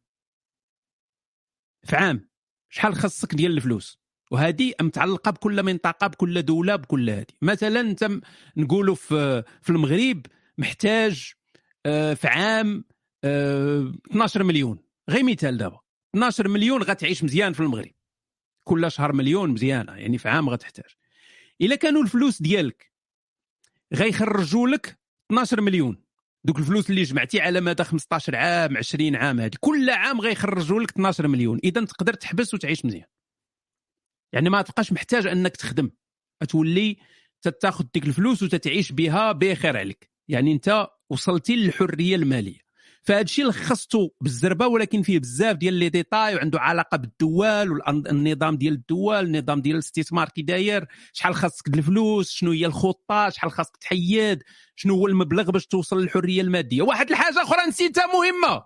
شحال خاصك ديال الفلوس، وهذه متعلقه بكل منطقه، بكل دوله، بكل هذه. مثلا انت نقولوا في المغرب محتاج في عام 12 مليون، غير مثال دابا 12 مليون غتعيش مزيان في المغرب، كل شهر مليون مزيانه، يعني في عام غتحتاج. الا كانوا الفلوس ديالك غيخرجوا لك 12 مليون، دوك الفلوس اللي جمعتي على مدى 15 عام 20 عام، هذه كل عام غيخرجوا لك 12 مليون، اذا تقدر تحبس وتعيش مزيان. يعني ما تبقاش محتاج انك تخدم، تولي تاخذ ديك الفلوس وتتعيش بها بخير عليك، يعني انت وصلتي للحريه الماليه. فهذا الشيء لخصته بالزربه، ولكن فيه بزاف ديال لي ديتاي وعنده علاقه بالدول والنظام ديال الدول، النظام ديال الاستثمار كي داير، شحال خاصك د الفلوس، شنو هي الخطه، شحال خاصك تحيد، شنو هو المبلغ باش توصل للحريه الماديه. واحد الحاجه اخرى نسيتها مهمه،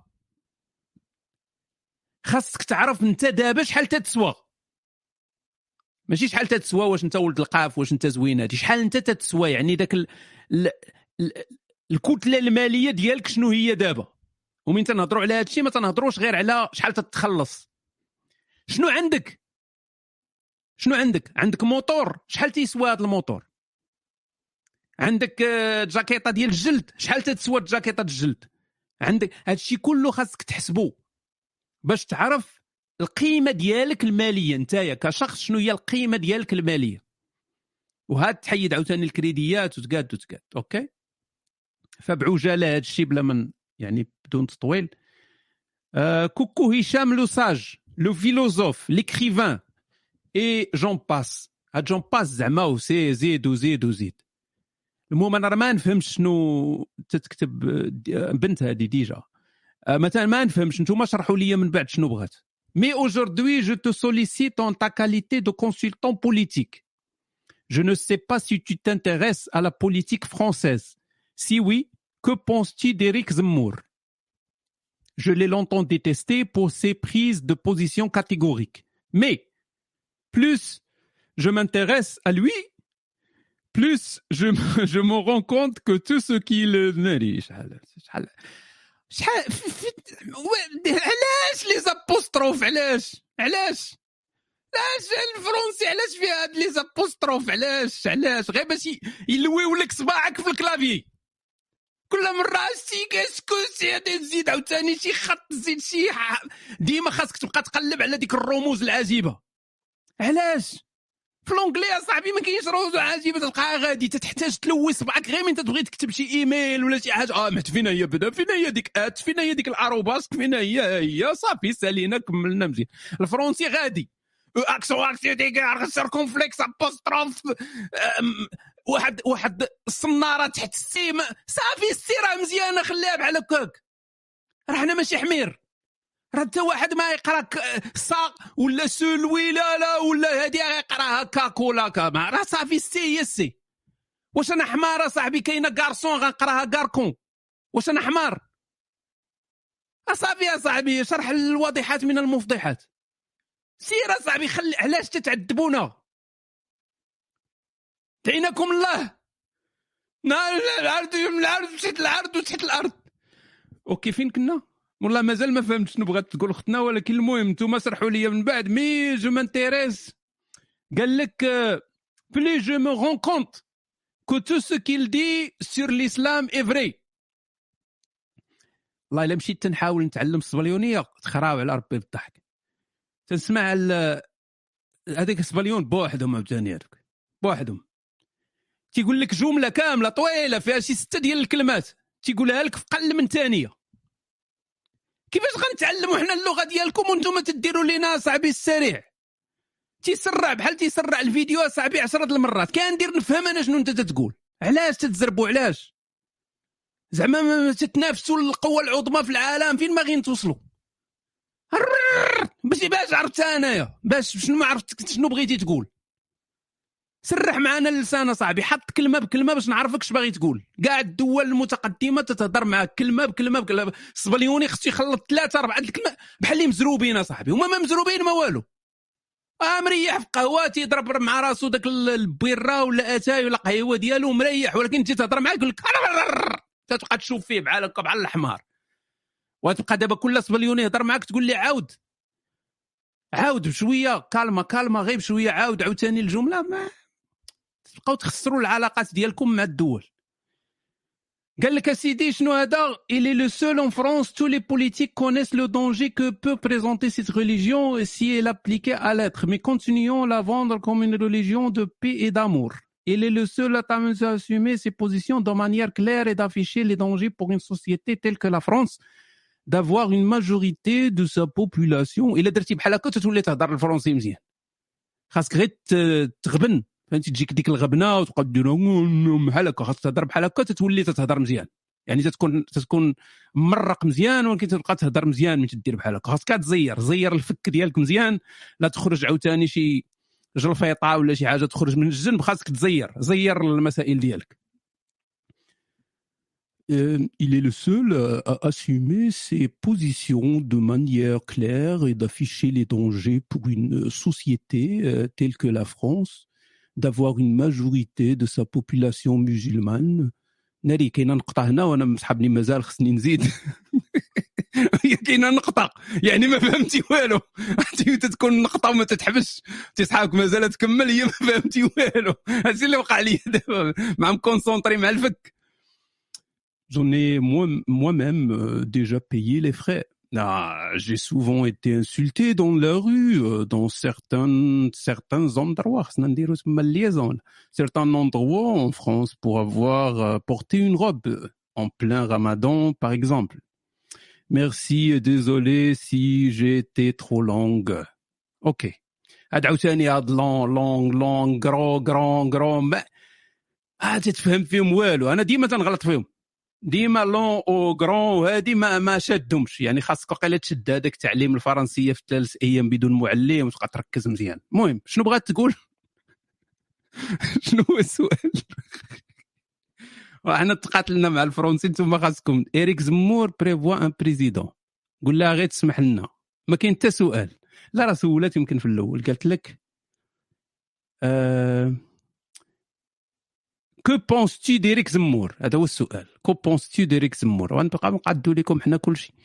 خاصك تعرف انت دابا شحال تتسوى، ماشي شحال تتسوى واش انت ولد القاف واش انت زوين، هادي شحال انت تتسوى، يعني داك الكتله الماليه ديالك شنو هي دابا. ومن تنهضروا على هذا الشيء ما تنهضروش غير على شحال تتخلص، شنو عندك موتور، شحال تيسوى هذا الموتور، عندك جاكيطه ديال الجلد، شحال تتسوى جاكيطه الجلد، عندك هذا الشيء كله خاصك تحسبه باش تعرف القيمه ديالك الماليه نتايا كشخص، شنو هي القيمه ديالك الماليه. وهاد تحيد عاوتاني الكريديات وتقاد. اوكي، فبعجاله هذا الشيء بلا من يعني بدون تطويل. كوكو هشام لو ساج، لو فيلوزوف، ليكريفان اي جون باس. هاد جون باس زعما وسي زيد. المهم انا ما نفهمش شنو تتكتب بنت هذه ديجا، مثلا ما نفهمش، نتوما شرحوا لي من بعد شنو بغات. Mais aujourd'hui, je te sollicite en ta qualité de consultant politique. Je ne sais pas si tu t'intéresses à la politique française. Si oui, que penses-tu d'Éric Zemmour? Je l'ai longtemps détesté pour ses prises de position catégoriques. Mais plus je m'intéresse à lui, plus je me rends compte que tout ce qu'il... علاش لي زابوستروف، علاش الفرنسي علاش فيها هاد لي زابوستروف، علاش غير باش يلويو لك صباعك في الكلافي كل مره شي كاسكوسي هادي تزيد عاوتاني شي خط، تزيد شي ديما خاصك تبقى تقلب على ديك الرموز العجيبه. علاش في لونجلي اصاحبي ما كاينش روز عاجبه تلقاها غادي تحتاج تلوي صبعك غير من تبغي تكتب شي ايميل ولا شي حاجه. محت فينا هي بدا فينا هي ديك فينا هي ديك الاروباس فينا هي صافي سالينا كملنا مزيان. الفرونسي غادي اكسيو ديغار سيركونفليكس ابوستروف واحد الصناره تحت السيم صافي السيره مزيانه خليها بحال هكاك. راه حنا ماشي حمير، راه حتى واحد ما يقراك سا ولا سولوي لا ولا هادي يقراها كاكولا كما راه صافي سي هي سي. واش انا حمار صاحبي؟ كاينه كارسون غنقراها كاركون. واش انا حمار؟ صافي يا صاحبي شرح الواضحات من المفضحات. سير صاحبي خلي علاش تتعذبونا؟ تعينكم الله. العرض مشيت العرض وتحت الارض. اوكي فين كنا؟ والله مازال ما فهمتش شنو بغات تقول اختنا، ولكن المهم نتوما سرحوا لي من بعد. مي جو مانتيريس قال لك بلي جو مو رون كونت كو تو سو كيل دي سور الاسلام اي فري. والله الا مشيت تنحاول نتعلم الصبليونيه تخراو على ربي بالضحك. تنسمع هذيك الصبليون بوحدهم عاوتاني هذوك بوحدهم تيقول لك جمله كامله طويله فيها شي 6 ديال الكلمات تيقولها لك في قل من ثانيه. كيفاش غنتعلموا حنا اللغه ديالكم وانتم تديروا لينا صاحبي السريع؟ تيسرع بحال تيسرع الفيديو صاحبي 10 المرات. كندير نفهم انا شنو انت تتقول. علاش تتزربوا؟ علاش زعما ما تتنافسوا القوه العظمى في العالم؟ فين ما غين توصلوا؟ باش عرفت انايا باش شنو ما عرفت شنو بغيتي تقول. سرح معنا اللسان صاحبي، حط كلمه بكلمه باش نعرفك اش باغي تقول. كاع الدول المتقدمه تتهضر معاك كلمه بكلمه. الصبليوني خصو يخلط 3 4 الكلمه بحال اللي مزروبين صاحبي. هما ما مزروبين ما والو. مريح في قهوه تيضرب مع راسو داك البيره ولا اتاي ولا قهوه ديالو مريح، ولكن انت تهضر معاه يقول لك تتبقى تشوف فيه بحال هكا بحال الحمار. وتبقى دابا كل صبليوني يهضر معاك تقول لي عاود بشويه كالما غير بشويه عاوتاني الجمله. ما تبقاو تخسروا العلاقات ديالكم مع الدول. قال لك سيدي شنو هذا؟ il est le seul en France tous les politiques connaissent le danger que peut présenter cette religion si elle est appliquée à l'être, mais continuons la vendre comme une religion de paix et d'amour. Il est le seul à assumer ses positions de manière claire et d'afficher les dangers pour une société telle que la France d'avoir une majorité de sa population. إلا درتي بحال هكا تولي تهضر الفرنسي مزيان. خاصك غير تغبن فهمتي، تجيك ديك الغبنه وتبقى دير بحال هكا. خاصك تهضر بحال هكا تتولي تهضر مزيان، يعني تتكون مرق مزيان ولكن تبقى تهضر مزيان من تدير بحال هكا. خاصك تزير الفك ديالك مزيان، لا تخرج عاوتاني شي جلفيطه ولا شي حاجه تخرج من الجنب. خاصك زير المسائل ديالك. Il est le seul à assumer ses positions de manière claire et d'afficher les dangers pour une société telle que la France, d'avoir une majorité de sa population musulmane. ناري كاينه نقطه هنا وانا مسحبني مازال خصني نزيد. كاينه نقطه يعني ما فهمتي والو. انت تكون نقطه وما تتحبش تصحابك مازال تكمل هي ما فهمتي والو. هادشي اللي وقع لي دابا مع مكونسونطري مع الفك. J'en ai moi-même déjà payé les frais. J'ai souvent été insulté dans la rue, dans certains endroits, certains endroits en France pour avoir porté une robe en plein Ramadan, par exemple. Merci et désolé si j'ai été trop longue. Ok. عاوتاني هاد long grand تتفهم فيهم والو. انا ديما تنغلط فيهم ديما لون او غران وهادي ما شادهمش. يعني خاصك وقيله تشد هذاك تعليم الفرنسيه في 3 ايام بدون معلم وتبقى تركز مزيان. المهم شنو بغات تقول؟ شنو هو السؤال؟ وحنا تقاتلنا مع الفرنسي. نتوما خاصكم إريك زمور بريفوا ان بريزيدون. قول لها غير تسمح لنا ما كاين حتى سؤال. لا راه سولات يمكن في الاول قالت لك كو بونستي ديريك زمور. هذا هو السؤال. كو بونستي ديريك زمور. ونبقى نقادوا لكم حنا كل شيء.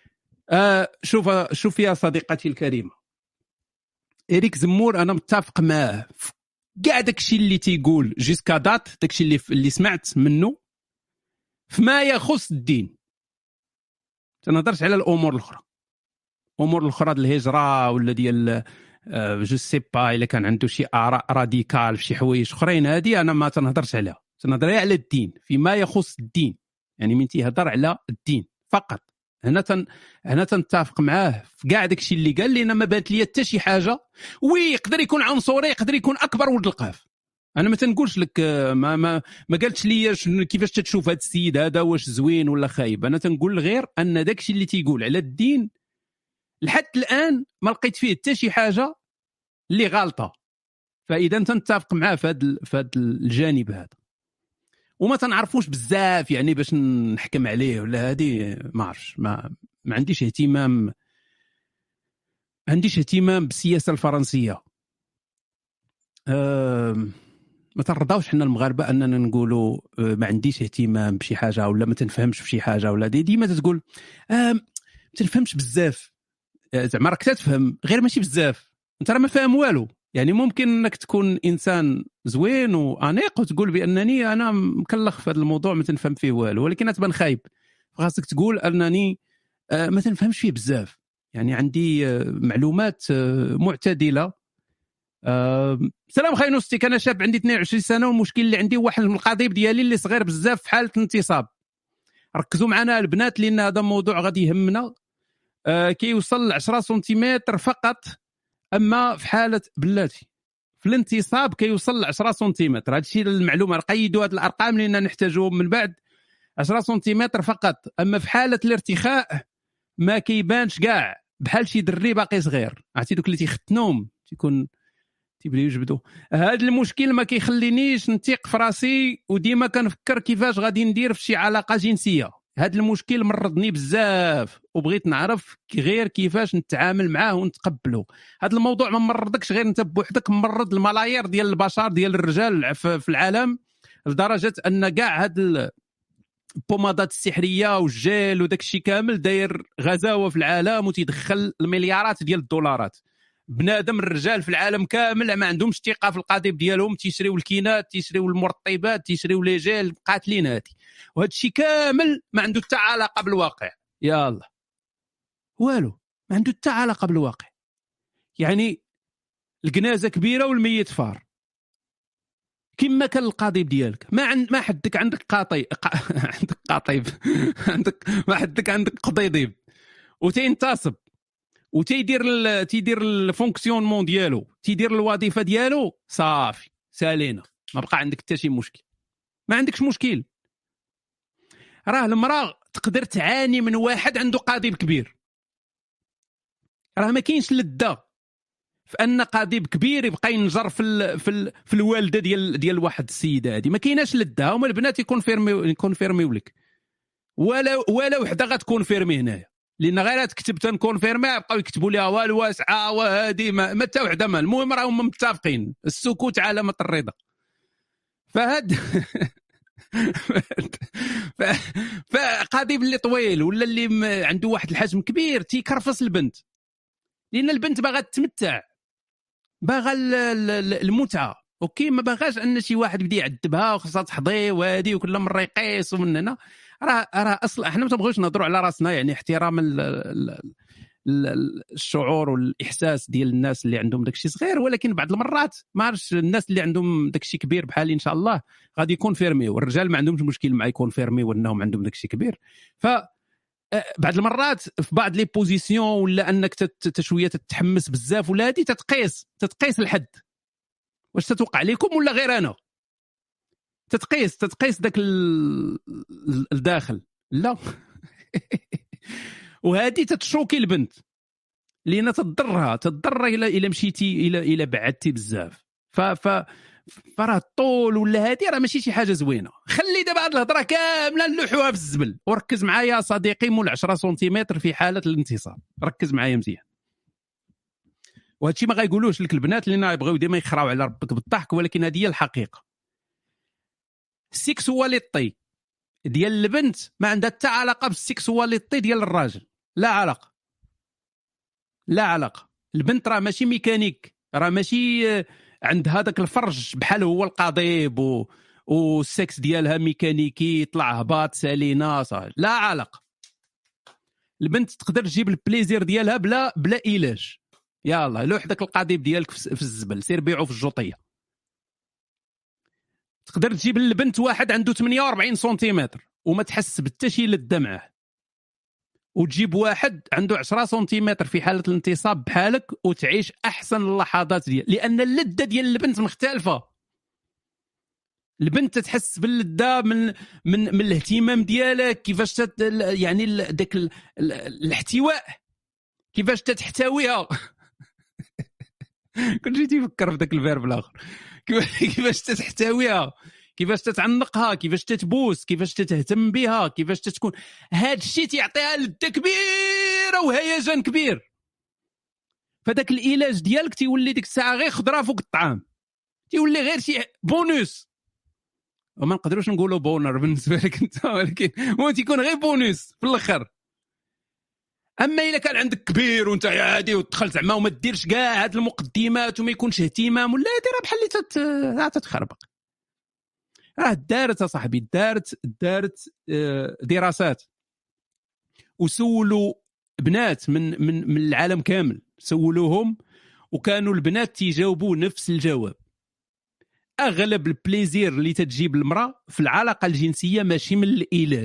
شوف يا صديقتي الكريمه، إريك زمور انا متفق معاه في كاع داكشي اللي تيقول جيسكا دات، داكشي اللي سمعت منه فيما يخص الدين. تنهضرش على الامور الاخرى، امور الاخرى ديال الهجره ولا ديال جو سي با الا كان عنده شي اراء راديكال في شي حوايج اخرين، هذه انا ما تنهضرش عليها، تنهضر على الدين فيما يخص الدين. يعني من تيهضر على الدين فقط، هنا تنتفق معاه في كاع داكشي اللي قال، لنا ما بانت لي حتى شي حاجه. ويقدر يكون عنصري، يقدر يكون اكبر ولد القاف. انا ما تنقولش لك ما قالتش لي كيفاش تتشوف هذا السيد هذا واش زوين ولا خايب. انا تنقول غير ان داكشي اللي تيقول على الدين لحد الان ما لقيت فيه حتى شي حاجه اللي غلطه. فاذا تنتفق معاه في هذا الجانب هذا، وما تنعرفوش بزاف يعني باش نحكم عليه ولا هذه ما عرفش. ما عنديش اهتمام، بالسياسه الفرنسيه. ما ترضاوش حنا المغاربه اننا نقولوا ما عنديش اهتمام بشي حاجه ولا ما تنفهمش في شي حاجه، ولا ديما تقول ما تنفهمش بزاف. زعما راك تفهم غير ماشي بزاف، انت راه ما فاهم والو. يعني ممكن انك تكون انسان زوين وانيق وتقول بانني انا مكلخ في هذا الموضوع ما تنفهم فيه والو، ولكن تبان خايب. خاصك تقول انني ما تنفهمش فيه بزاف، يعني عندي معلومات معتدله. سلام خاينوستيك، انا شاب عندي 22 سنه، والمشكل اللي عندي واحد من القضيب ديالي اللي صغير بزاف في حاله الانتصاب. ركزوا معنا البنات لان هذا موضوع غادي يهمنا. كيوصل ل 10 سنتيمتر فقط، اما في حاله بلاتي في الانتصاب كيوصل ل 10 سنتيمتر. هذا الشيء المعلومه، قيدوا هذه الارقام لان نحتاجهم من بعد. 10 سنتيمتر فقط، اما في حاله الارتخاء ما كيبانش كاع، بحال شي دري باقي صغير. عرفتي دوك اللي تيختنوهم تيكون تيبداو يجبدوا. هذا المشكل ما كيخلينيش نثيق في راسي، وديما كنفكر كيفاش غادي ندير في شي علاقه جنسيه. هذا المشكل مرضني بزاف، وبغيت نعرف غير كيفاش نتعامل معاه ونتقبله. هذا الموضوع ما مرضكش غير انت بوحدك، مرض الملايير ديال البشر ديال الرجال في العالم، لدرجه ان كاع هاد البومادات السحريه والجيل وداك الشيء كامل داير غزاوه في العالم وتيدخل المليارات ديال الدولارات. بنادم الرجال في العالم كامل ما عندهمش ثقه في القضيب ديالهم، تيشريو الكينات، تيشريو المرطبات، تيشريو لي جيل قاتلين هادي، وهذا الشيء كامل ما عنده حتى علاقه بالواقع. يا الله والو، ما عنده حتى علاقه بالواقع. يعني الجنازه كبيره والميت فار، كما كان القضيب ديالك ما حدك عندك عندك قاطيب عندك ما حدك عندك قضيضيب وتينتصب وتيدير الفونكسيونمون ديالو، تيدير الوظيفه ديالو، صافي سالينا، ما بقى عندك حتى شي مشكل، ما عندكش مشكل. راه المراه تقدر تعاني من واحد عنده قضيب كبير، راه ما كاينش لذة في ان قضيب كبير يبقى ينجر في الوالده ديال واحد السيده. هذه ما كايناش لذة. هما البنات يكونفيرميو لك، ولا وحده غتكون فيرمي هنايا، لان غير تكتب تنكونفيرمي بقاو يكتبوا لها والواسعه وهذه ما حتى وحده ما. المهم راهم متفقين، السكوت علامه الرضا. فهاد فقضيب اللي طويل ولا اللي عنده واحد الحجم كبير تيكرفص البنت، لان البنت باغا تتمتع، باغا المتعه، اوكي، ما باغاش ان شي واحد يبدا يعذبها وخاصها تحضي وهذه وكل مره يقيس ومن هنا. راه اصلا احنا ما تبغيوش نهضروا على راسنا، يعني احترام الشعور والاحساس ديال الناس اللي عندهم داكشي صغير، ولكن بعض المرات ما عرفتش الناس اللي عندهم داكشي كبير بحالي ان شاء الله غادي يكون فيرمي، والرجال ما عندهمش مشكل مع يكون فيرمي وانهم عندهم داكشي كبير. ف بعض المرات في بعض لي بوزيسيون ولا انك تشويه تتحمس بزاف ولا هذه تتقيس الحد، واش تتوقع لكم ولا غير انا؟ تتقيس داك الداخل لا وهذه تتشوكي البنت، لان تضرها الى مشيتي الى بعدتي بزاف. فراه الطول ولا هذه راه ماشي شي حاجه زوينه. خلي دابا هاد الهضره كامله نلوحوها في الزبل، وركز معايا صديقي مول 10 سنتيمتر في حاله الانتصاب. ركز معايا مزيان، وهذا الشيء ما غايقولوش لك البنات لان يبغيو ديما يخراو على ربك بالضحك، ولكن هذه هي الحقيقه. السيكسواليتي ديال البنت ما عندها حتى علاقه بالسيكسواليتي ديال الراجل، لا علاقه. البنت راه ماشي ميكانيك، راه ماشي عندها داك الفرج بحال هو القضيب والسكس ديالها ميكانيكي يطلع هباط سالينا صاحبي، لا علاقه. البنت تقدر تجيب البليزير ديالها بلا علاج، يلا لوح داك القضيب ديالك في الزبل، سير بيعو في الجوطيه. تقدر تجيب البنت واحد عنده 48 سنتيمتر وما تحس بتا شي لذه معاه، وتجيب واحد عنده 10 سنتيمتر في حاله الانتصاب بحالك وتعيش احسن اللحظات ديال، لان اللذه ديال البنت مختلفه. البنت تحس باللذه من الاهتمام ديالك، كيفاش يعني داك الاحتواء، كيفاش تحتويها. كنت جيت يفكر في داك الفيرب الاخر، كيفاش تحتويها، كيفاش تتعنقها، كيفاش تتبوس، كيفاش تهتم بها، كيفاش تكون. هاد الشيء تيعطيها لذه كبيره وهيجان كبير. فداك العلاج ديالك تيولي ديك الساعه غير خضره فوق الطعام، تيولي غير شي بونوس. وما نقدروش نقولوا بونر بالنسبه لك انت، ولكن هو تيكون غير بونوس في الاخر. اما الا كان عندك كبير وانت عادي ودخلت زعما وما ديرش كاع هاد المقدمات وما يكونش اهتمام ولا ديرها بحال اللي تتخربق. دارت صاحبي، دارت دراسات وسولوا بنات من العالم كامل، سولوهم وكانوا البنات تيجاوبوا نفس الجواب. اغلب البليزير اللي تتجيب المراه في العلاقه الجنسيه ماشي من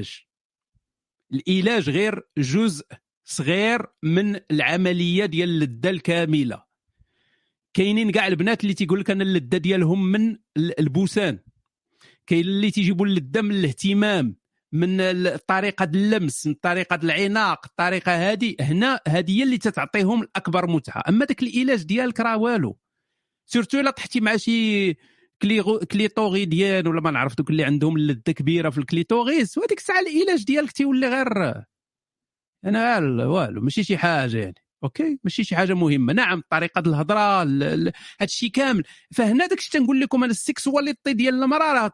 العلاج غير جزء صغير من العمليه ديال اللذه الكامله. كاينين كاع البنات اللي تيقول لك انا اللذه ديالهم من البوسان، كاين اللي تيجيبوا اللذه من الاهتمام، من طريقه اللمس، من طريقه العناق، الطريقه هذه هنا هذه هي اللي تتعطيهم الاكبر متعه. اما داك العلاج ديالك راه والو، سورتو الا طحتي مع شي كليتوغيديان ولا ما نعرف دوك اللي عندهم اللذه كبيره في الكليتوريس، وهذيك الساعه العلاج ديالك تيولي غير انا والو، ماشي شي حاجه يعني. اوكي، ماشي شي حاجه مهمه. نعم طريقه الهضره هادشي كامل. فهنا داكشي تنقول لكم انا السيكسواليتي ديال المراه راه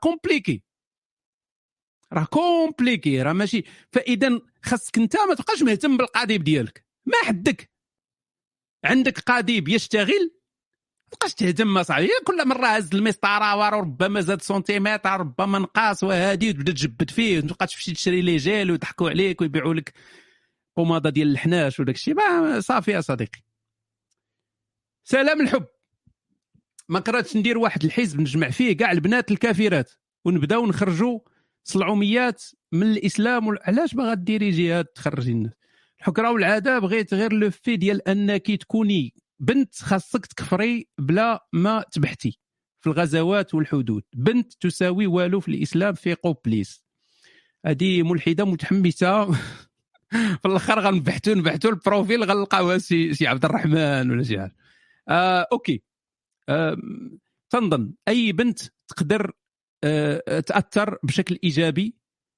كومبليكي، راه ماشي. فاذا خاصك انت ما تبقاش مهتم بالقضيب ديالك، ما حدك عندك قضيب يشتغل بقاش تهتم صاحبي. كل مره هز المسطره وربما زاد سنتيمتر ربما نقاص وهادي وتبدا تجبد فيه وتبقى تمشي تشري لي جيل ويضحكوا عليك ويبيعوا لك بوماده ديال الحناش وداك الشيء. صافي يا صديقي، سلام الحب. ما قراتش ندير واحد الحزب نجمع فيه كاع البنات الكافرات ونبداو نخرجوا صلعوميات من الاسلام. علاش باغا ديري جهاد تخرجي الناس؟ الحكره والعاده بغيت غير لو في ديال انك تكوني بنت خاصك تكفري بلا ما تبحتي في الغزوات والحدود. بنت تساوي والو في الاسلام في قوبليس. هذه ملحده متحمسه. في الاخر غنبحثوا البروفيل غنلقاوها شي عبد الرحمن ولا شي حاجه. اوكي. تنظن اي بنت تقدر تاثر بشكل ايجابي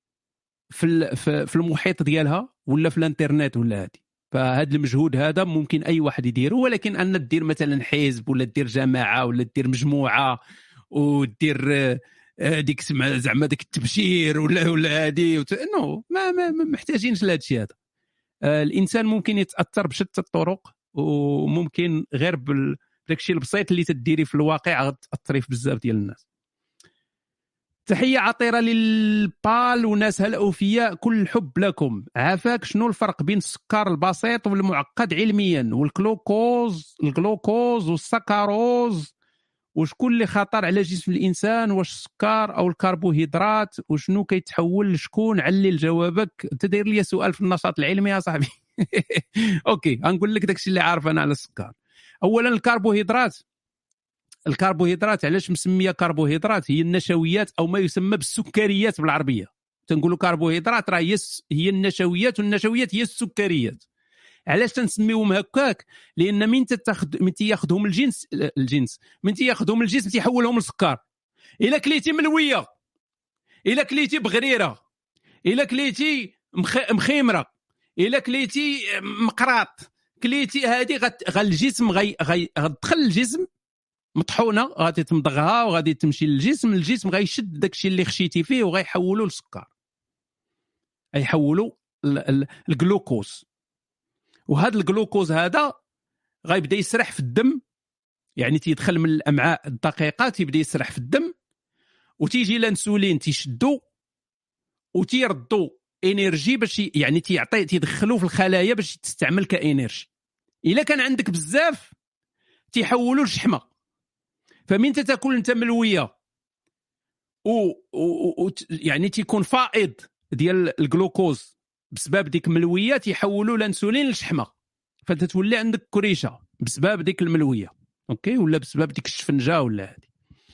في المحيط ديالها ولا في الانترنت ولا هذه. فهذا المجهود هذا ممكن اي واحد يديره، ولكن ان دير مثلا حزب ولا دير جماعه ولا دير مجموعه ودير ديك زعما ديك التبشير ولا هذه نو، ما محتاجينش لهذا الشيء هذا. الانسان ممكن يتاثر بشتى الطرق، وممكن غير بداك الشيء البسيط اللي تديري في الواقع غتاثري في بزاف ديال الناس. تحيه عطيره للبال وناس الاوفياء، كل الحب لكم. عافاك، شنو الفرق بين السكر البسيط والمعقد علميا والجلوكوز والسكروز؟ وشكون اللي خطر على جسم الانسان؟ واش السكر او الكربوهيدرات؟ وشنو كيتحول لشكون؟ علل جوابك. تدير لي سؤال في النشاط العلمي يا صاحبي. اوكي، غنقول لك داكشي اللي عارف انا على السكر. اولا الكربوهيدرات علاش مسميه كربوهيدرات؟ هي النشويات او ما يسمى بالسكريات بالعربيه. تنقولوا كربوهيدرات راه هي النشويات، والنشويات هي السكريات. علاش تنسميوهم هكاك؟ لان من تياخذهم الجنس من تياخذهم الجسم تيحولهم لسكر. الا كليتي ملويه، الا كليتي بغريره، الا كليتي مخيمره، الا كليتي مقراط، كليتي هذه الجسم غتدخل الجسم مطحونه، غادي تمضغها وغادي تمشي للجسم. الجسم غيشد داكشي اللي خشيتي فيه وغيحولوا لسكر، غيحولوا الجلوكوز. وهذا الجلوكوز هذا غيبدا يسرح في الدم، يعني تيدخل من الامعاء الدقيقه تيبدا يسرح في الدم، وتيجي الانسولين تيشدو وتيردوا انرجي باش يعني تيدخلوا في الخلايا باش تستعمل كانرجي. الا كان عندك بزاف تيحولوا لشحمه. فمن تاكل انت ملويه يعني تيكون فائض ديال الجلوكوز بسبب ديك الملويه، تيحولوا الانسولين لشحمه، فتتولي عندك كريشه بسبب ديك الملويه، اوكي، ولا بسبب ديك الشفنجه ولا هذه.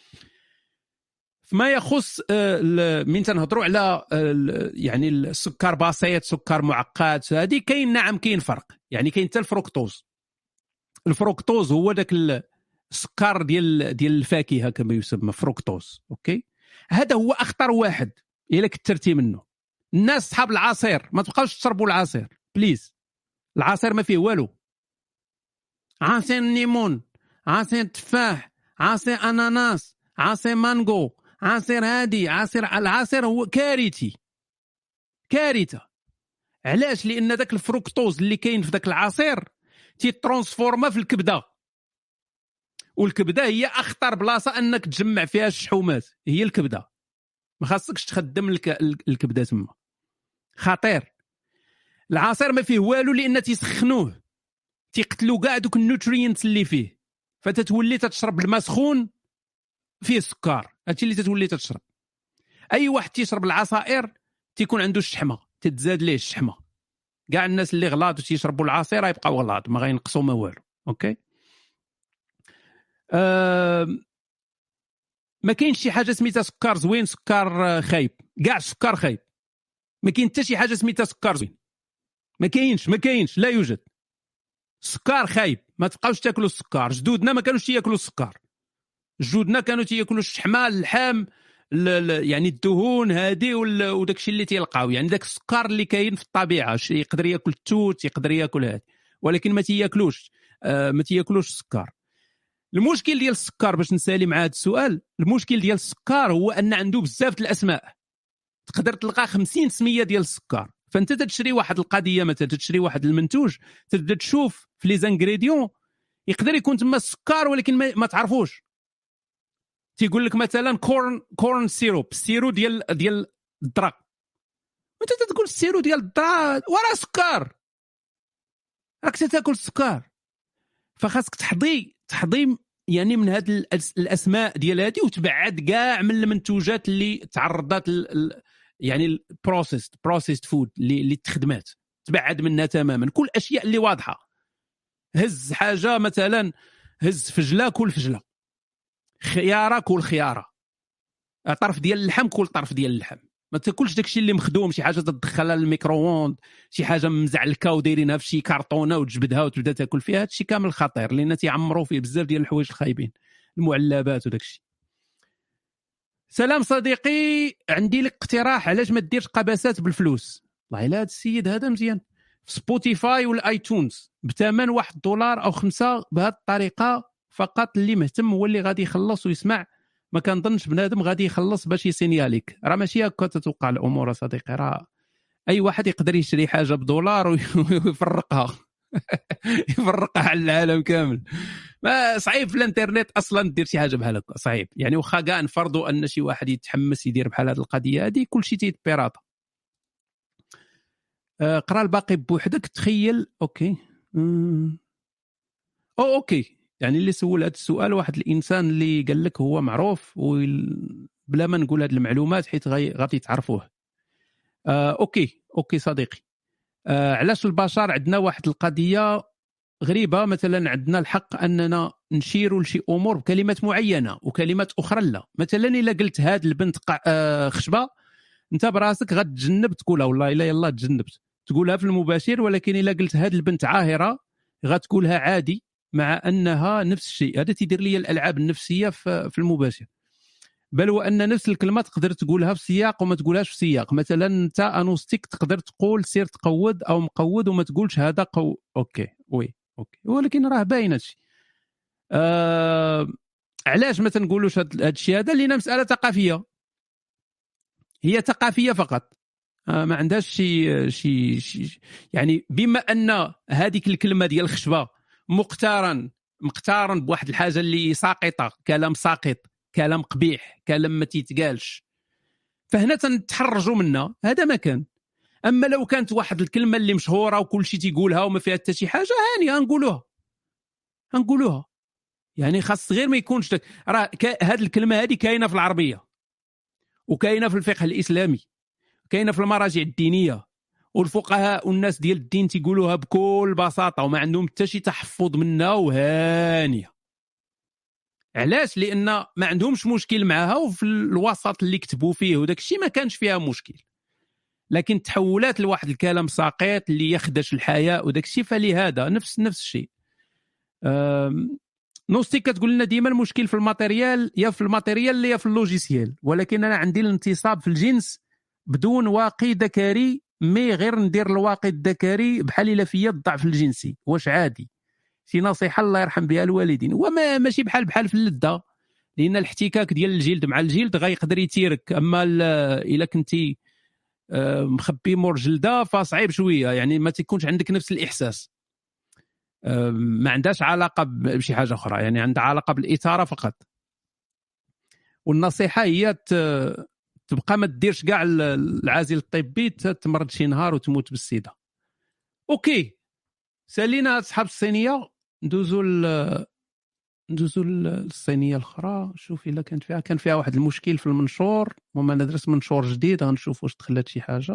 فيما يخص من تنهضروا على يعني السكر بسيط، سكر معقد، هذه كاين، نعم كاين فرق. يعني كاين حتى الفركتوز هو داك السكر ديال الفاكهه كما يسمى فركتوز، اوكي. هذا هو اخطر واحد الا كثرتي منه. الناس صحاب العصير ما تبقاوش تشربوا العصير بليز. العصير ما فيه والو، عصير الليمون، عصير تفاح، عصير اناناس، عصير مانجو، عصير هادي، العصير هو كارثه. علاش؟ لان داك الفركتوز اللي كاين في داك العصير تيترانسفورما في الكبده، والكبده هي اخطر بلاصه انك تجمع فيها الشحومات، هي الكبده. ما خاصكش تخدم الكبده تما، خطير. العصير ما فيه والو لان تيسخنوه، تيقتلوا كاع دوك النوترينتس اللي فيه، فتتولي تشرب الماء سخون فيه سكر، هادشي اللي تتولي تشرب. اي واحد تيشرب العصائر تيكون عنده الشحمه، تتزاد ليه الشحمه. كاع الناس اللي غلاط تيشربوا العصير يبقاو غلاط، ما غينقصوا ما والو، اوكي. ما كاينش شي حاجه سميتها سكر زوين سكر خايب، كاع السكر خايب. ما كاين حتى شي حاجه سميتها سكر زوين، ما كاينش، لا يوجد. السكر خايب، ما تبقاوش تاكلوا السكر. جدودنا ما كانوش ياكلوا السكر، جدودنا كانوا تياكلوا الشحمه، اللحم، يعني الدهون هذه وداك الشيء اللي تيلقاو، يعني داك السكر اللي كاين في الطبيعه. يقدر ياكل التوت، يقدر ياكل هذا، ولكن ما تياكلوش السكر. المشكل ديال السكر، باش نسالي مع هذا السؤال، المشكل ديال السكر هو ان عنده بزاف الاسماء. تقدر تلقى 50 سميه ديال السكر. فانت تشري واحد القضيه، مثلا تشري واحد المنتوج، تبدا تشوف في لي زانغريديون، يقدر يكون تما السكر ولكن ما تعرفوش. تيقول لك مثلا كورن سيروب، السيرو ديال الذره، انت تقول السيرو ديال الذره وراه سكر، راك تاكل السكر. فخاصك تحضي يعني من هاد الاسماء ديال هذه، وتبعد كاع من المنتوجات اللي تعرضات يعني البروسيسد فود اللي تخدمات، تبعد منها تماما. كل الاشياء اللي واضحه، هز حاجه مثلا، هز فجله كل فجله، خياره كل خياره، طرف ديال اللحم كل طرف ديال اللحم. ما تاكلش داكشي اللي مخدوم، شي حاجه تدخلها للميكرووند، شي حاجه مزعلكه ودايرينها في شي كرتونه وتجبدها وتبدا تاكل فيها. هادشي كامل خطير، لان تيعمروا فيه بزاف ديال الحوايج الخايبين، المعلبات وداكشي. سلام صديقي، عندي لك اقتراح، علاش ما ديرش قباسات بالفلوس؟ والله الا هذا السيد هذا مزيان. في سبوتيفاي والايتونز بثمن $1 أو 5. بهذه الطريقه فقط اللي مهتم هو اللي غادي يخلص ويسمع. ما كنظنش بنادم غادي يخلص باش يسينياليك. راه ماشي هكا تتوقع الامور صديقي. راه اي واحد يقدر يشري حاجه $1 ويفرقها يفرقها على العالم كامل. ما صعيب في الانترنت اصلا دير شي حاجه بحال هكا، صعيب. يعني واخا كاع نفرضوا ان شي واحد يتحمس يدير بحال هذه القضيه هذه، كلشي تيتبيراطا. قرا الباقي بوحدك، تخيل. اوكي اوكي. يعني اللي سول هذا السؤال واحد الانسان اللي قال لك هو معروف، بلا ما نقول هذه المعلومات حيت غادي تعرفوه. اوكي صديقي. علاش البشر عندنا واحد القضيه غريبه؟ مثلا عندنا الحق اننا نشيروا لشي امور بكلمات معينه وكلمات اخرى لا. مثلا الا قلت هاد البنت خشبه، انت براسك غتجنب تقولها، والله الا يلا تجنبت تقولها في المباشر. ولكن الا قلت هاد البنت عاهره، غتقولها عادي، مع انها نفس الشيء. هذا تيدير لي الالعاب النفسيه في المباشر. بل وان نفس الكلمه تقدر تقولها في سياق وما تقولهاش في سياق. مثلا انت انوستيك تقدر تقول سير تقود او مقود وما تقولش هذا اوكي وي اوكي. ولكن راه باين هادشي. علاش ما تنقولوش هذا الشيء هذا؟ لان مساله ثقافيه، هي ثقافيه فقط. ما عندهاش شي يعني. بما ان هذيك الكلمه ديال الخشبه مقتارن بواحد الحاجه اللي ساقطه، كلام ساقط، كلام قبيح، كلام ما تيتقالش، فهنا تنتحرجوا منها. هذا ما كان. اما لو كانت واحد الكلمه اللي مشهوره وكل شيء تيقولها وما فيها حتى شي حاجه، هاني هنقولوها. يعني خاص غير ما يكونش راه هذه الكلمه هذه كاينه في العربيه وكاينه في الفقه الاسلامي، كاينه في المراجع الدينيه، والفقهاء والناس ديال الدين تيقولوها بكل بساطه وما عندهم حتى شي تحفظ منها وهانيه. علاش؟ لان ما عندهمش مشكل معها، وفي الوسط اللي كتبوا فيه وداك الشيء ما كانش فيها مشكل، لكن تحولات لواحد الكلام ساقط اللي يخدش الحياء وداك الشيء، فلهذا نفس الشيء. نوستيك كتقول لنا ديما المشكل في الماتيريال، يا في الماتيريال يا في اللوجيسيال، ولكن انا عندي الانتصاب في الجنس بدون واقي ذكري، مي غير ندير الواقي الذكري بحال الا فيا الضعف الجنسي، واش عادي؟ شي نصيحه الله يرحم بها الوالدين. وما ماشي بحال في اللذه، لان الاحتكاك ديال الجلد مع الجلد غيقدر يتيرك، اما الا كنتي مخبي مور جلده فصعيب شويه، يعني ما تكونش عندك نفس الاحساس. ما عندهاش علاقه بشي حاجه اخرى، يعني عندها علاقه بالاثاره فقط. والنصيحه هي تبقى ما تديرش كاع العازل الطبي، تمرض شي نهار وتموت بالسيده. اوكي، سالينا اصحاب الصينيه، ندوزو للصينيه الاخرى. شوف الا كان فيها واحد المشكل في المنشور، وما ندرس منشور جديد غنشوف واش دخلت شي حاجه.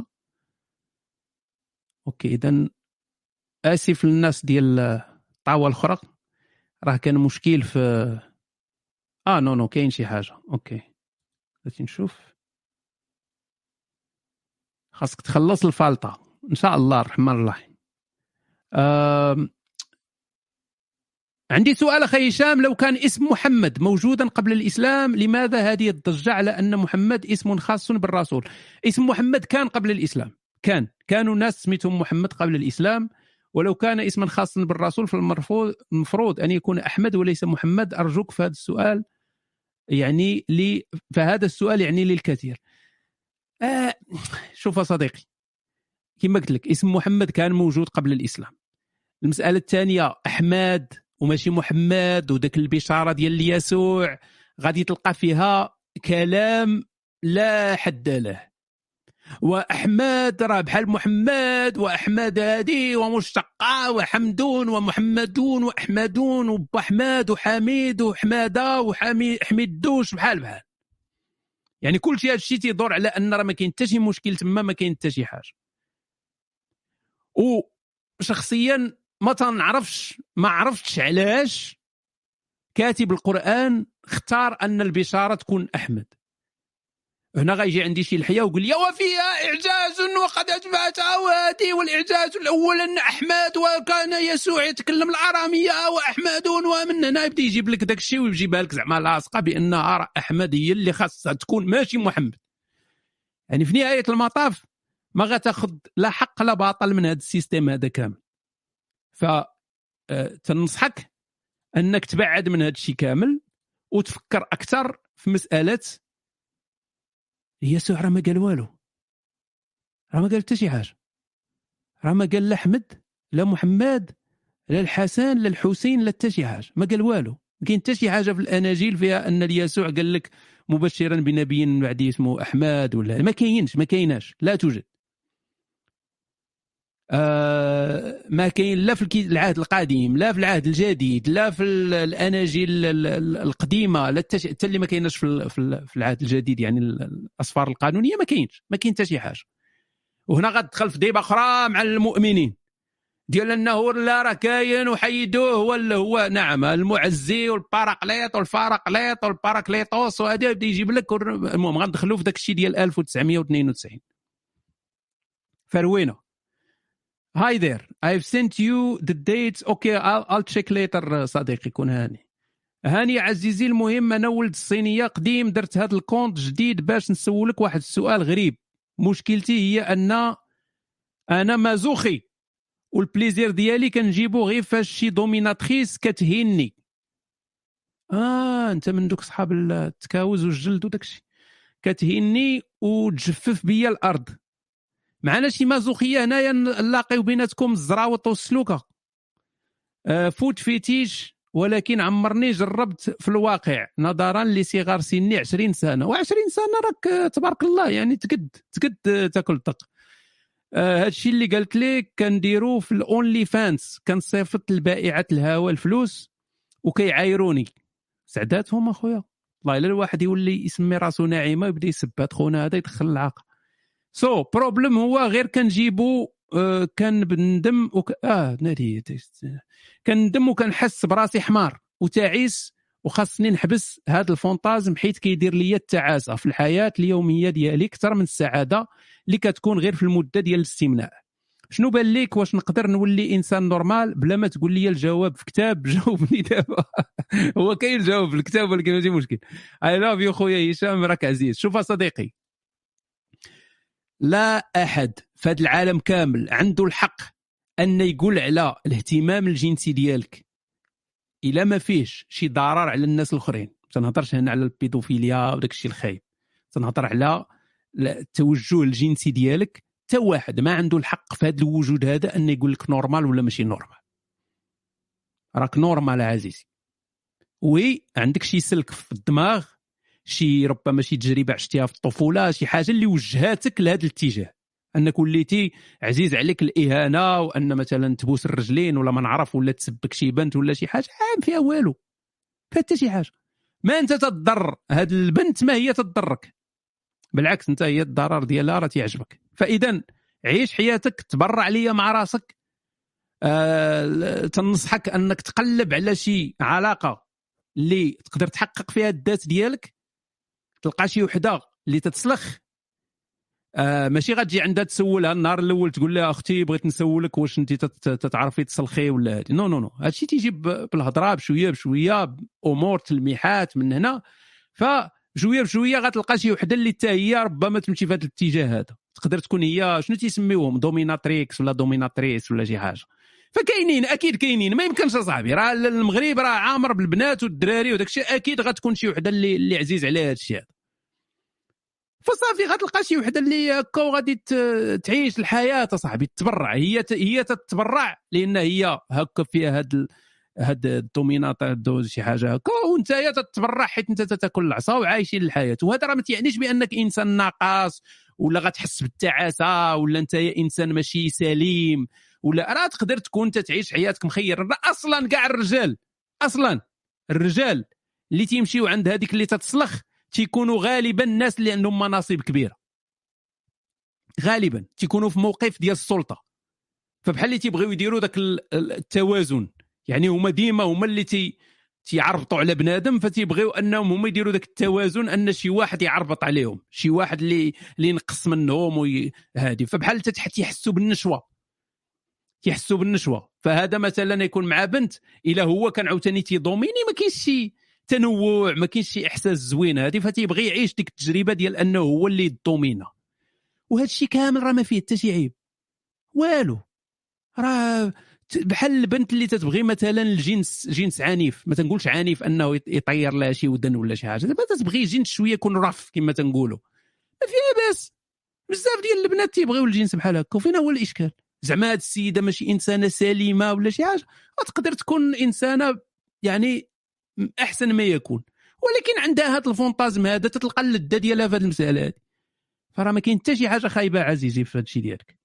اوكي، اذا اسف للناس ديال الطاوه الاخرى، راه كان مشكل في نو كاين شي حاجه. اوكي غادي نشوف، خاصك تخلص الفالطه ان شاء الله الرحمن الرحيم. عندي سؤال اخي هشام، لو كان اسم محمد موجودا قبل الاسلام لماذا هذه الضجه على ان محمد اسم خاص بالرسول؟ اسم محمد كان قبل الاسلام، كانوا ناس سميتهم محمد قبل الاسلام، ولو كان اسما خاصا بالرسول فالمفروض ان يكون احمد وليس محمد. ارجوك في هذا السؤال، يعني فهذا السؤال يعني للكثير. شوف يا صديقي، كما قلت لك اسم محمد كان موجود قبل الاسلام. المساله الثانيه احمد وماشي محمد، وداك البشاره ديال يسوع غادي تلقى فيها كلام لا حد له، واحمد راه بحال محمد، واحمد هادي ومشتقه، وحمدون ومحمدون واحمدون وبحماد وحميد وحماده وحميدوش بحال، يعني كل شيء هادشي تيدور على ان راه ما كاين حتى شي مشكل تما، ما كاين حتى شي حاجه. وشخصيا ما عرفتش علاش كاتب القرآن اختار ان البشاره تكون احمد. هنا غيجي عندي شي الحياه ويقول لي وفيها اعجاز وقد اجمعت وهذه، والاعجاز الاول ان احمد وكان يسوع يتكلم الاراميه واحمدون، ومن هنا يبدا يجيب لك داك الشيء ويجيبها لك زعما لاصقه بانها احمد هي اللي خاصها تكون ماشي محمد. يعني في نهايه المطاف ما غتاخذ لا حق لا باطل من هذا السيستم هذا كامل. فتنصحك انك تبعد من هذا الشيء كامل وتفكر اكثر في مساله يسوع. راه ما قال والو، راه ما قال حتى شي حاجه، راه ما قال لا احمد لا محمد لا الحسن لا الحسين لا حتى شي حاجه، ما قال والو. ما كاين حتى شي حاجه في الاناجيل فيها ان يسوع قال لك مبشرا بنبي من بعد اسمه احمد، ولا ما كايناش، لا توجد. ما كاين لا في العهد القديم لا في العهد الجديد لا في الاناجيل القديمه، لا حتى اللي ما كايناش في العهد الجديد، يعني الاسفار القانونيه ما كاين حتى شي حاجه. وهنا غتدخل في ديبه اخرى مع المؤمنين ديال انه لا راه كاين وحيدوه هو نعم المعزي والباراقليط والفارقليط والباراكليطوس، وهذا يبدا يجيب لك. المهم غندخلوا في داك الشيء ديال 1992. فروينه Hi there, I've sent you the dates. Okay, I'll check later. صديقي كون هاني عزيزي. المهم انا ولد الصينيه قديم، درت هذا الكونت جديد باش نسولك واحد السؤال غريب. مشكلتي هي ان انا مازوخي، والبليزير ديالي كنجيبو غير فاش شي دوميناتريس كتهيني. انت من دوك صحاب التكاوز والجلد وداكشي، كتهيني وتجفف بيا الارض. معنا شي مازوخيه هنايا نلاقيو بيناتكم الزراوط والسلوكه. فوت فيتيش، ولكن عمرني جربت في الواقع نظرا لصغر سني 20 سنه. و20 سنه راك تبارك الله يعني تقد تاكل طق. هادشي اللي قلت لك كنديرو في الاونلي فانس، كنصيفط لبائعه الهوا الفلوس وكيعايروني سعداتهم اخويا والله الا الواحد يولي يسمي راسو ناعمه ويبدا يسبات خونا هذا يدخل العاق بروبليم هو غير كنجيبو كان بندم نادي كندم وكنحس براسي حمار وتعيس وخاصني نحبس هذا الفونتازم حيت كيدير ليا التعاسه في الحياه اليوميه ديالي اكثر من السعاده اللي كتكون غير في المده ديال الاستمناء. شنو بان ليك واش نقدر نولي انسان نورمال بلا ما تقول لي الجواب في كتاب؟ جاوبني دابا. هو كاين الجواب في الكتاب ولكن ماشي مشكل. اي لاف يو خويا هشام راك عزيز. شوف صديقي لا احد في هذا العالم كامل عنده الحق ان يقول على الاهتمام الجنسي ديالك الا ما فيش شي ضرر على الناس الاخرين. تنهضرش هنا على البيدوفيليا وداك الشيء الخايب، تنهضر على التوجه الجنسي ديالك. حتى واحد ما عنده الحق في هذا الوجود هذا ان يقول لك نورمال ولا ماشي نورمال. راك نورمال عزيزي، وي عندك شي سلك في الدماغ، شي ربما شي تجربه عشتيها في الطفوله، شي حاجه اللي وجهاتك لهذا الاتجاه، انك وليتي عزيز عليك الاهانه، وان مثلا تبوس الرجلين ولا ما نعرف ولا تسبك شي بنت ولا شي حاجه عام فيها والو، حتى شي حاجه. ما انت تضر هاد البنت، ما هي تضرك، بالعكس انت هي الضرر ديالها راه تيعجبك. فاذا عيش حياتك، تبرع ليا مع راسك. تنصحك انك تقلب على شي علاقه اللي تقدر تحقق فيها الذات ديالك، تلقى شي وحده اللي تتسلخ. ماشي غتجي عندها تسولها النهار الاول تقول لها اختي بغيت نسولك واش انت تتعرفي تسلخي ولا هادي. نو هادشي تيجي بالهضره بشويه بشويه، امور تلميحات من هنا. فشويه بشويه غتلقى شي وحده اللي حتى هي ربما تمشي في هذا الاتجاه هذا. تقدر تكون هي شنو تيسميوهم، دوميناتريكس ولا دوميناتريس ولا شي حاجه. فكاينين اكيد كاينين، ما يمكنش صاحبي، راه المغرب راه عامر بالبنات والدراري وداك الشيء، اكيد غتكون شي وحده اللي عزيز عليها هذا الشيء هذا. فصافي غتلقى شي وحده اللي هكا وغادي تعيش الحياه صاحبي، تتبرع. هي تتبرع لان هي هكا فيها هاد الدومينات شي حاجه هكا، وانت هي تتبرع حيت انت تاكل العصا وعايشين الحياه. وهذا راه ما تعنيش بانك انسان ناقص ولا غتحس بالتعاسه ولا انت انسان ماشي سليم، ولا راه تقدر تكون تعيش حياتك مخير. اصلا كاع الرجال اللي تيمشيو عند هذيك اللي تتصلخ تيكونوا غالبا الناس اللي عندهم مناصب كبيره، غالبا تيكونوا في موقف ديال السلطه. فبحال اللي تيبغيو يديروا داك التوازن، يعني هما ديما هما اللي تيعربطوا على بنادم، فتيبغيو انهم هما يديروا داك التوازن، ان شي واحد يعربط عليهم، شي واحد اللي ينقص منهم هادي. فبحال تحت يحسوا بالنشوه. فهذا مثلا يكون مع بنت، الا هو كان عاوتاني تيضوميني، ما كاينش شي تنوع، ما كاينش شي احساس زوين هذه، فتيبغي يعيش ديك التجربه ديال انه هو اللي يضومينا. وهذا الشيء كامل راه ما فيه حتى شي عيب والو. راه بحال البنت اللي تتبغي مثلا جنس عنيف، ما تنقولش عنيف انه يطير لها شي ودن ولا شي حاجه، دابا تتبغي جنس شويه يكون رف كما تنقولوا، ما فيها باس. بزاف ديال البنات تيبغيو الجنس بحال هكا، وفين هو الاشكال؟ زعما هاد السيده ماشي انسانه سليمه ولا شي حاجه، تقدر تكون انسانه يعني احسن ما يكون، ولكن عندها هذا الفونتازم هذا، تتلقى اللذه ديالها في هذه المساله هذه. فراه ما كاين حتى شي حاجه خايبه عزيزي في هذا الشيء ديالك.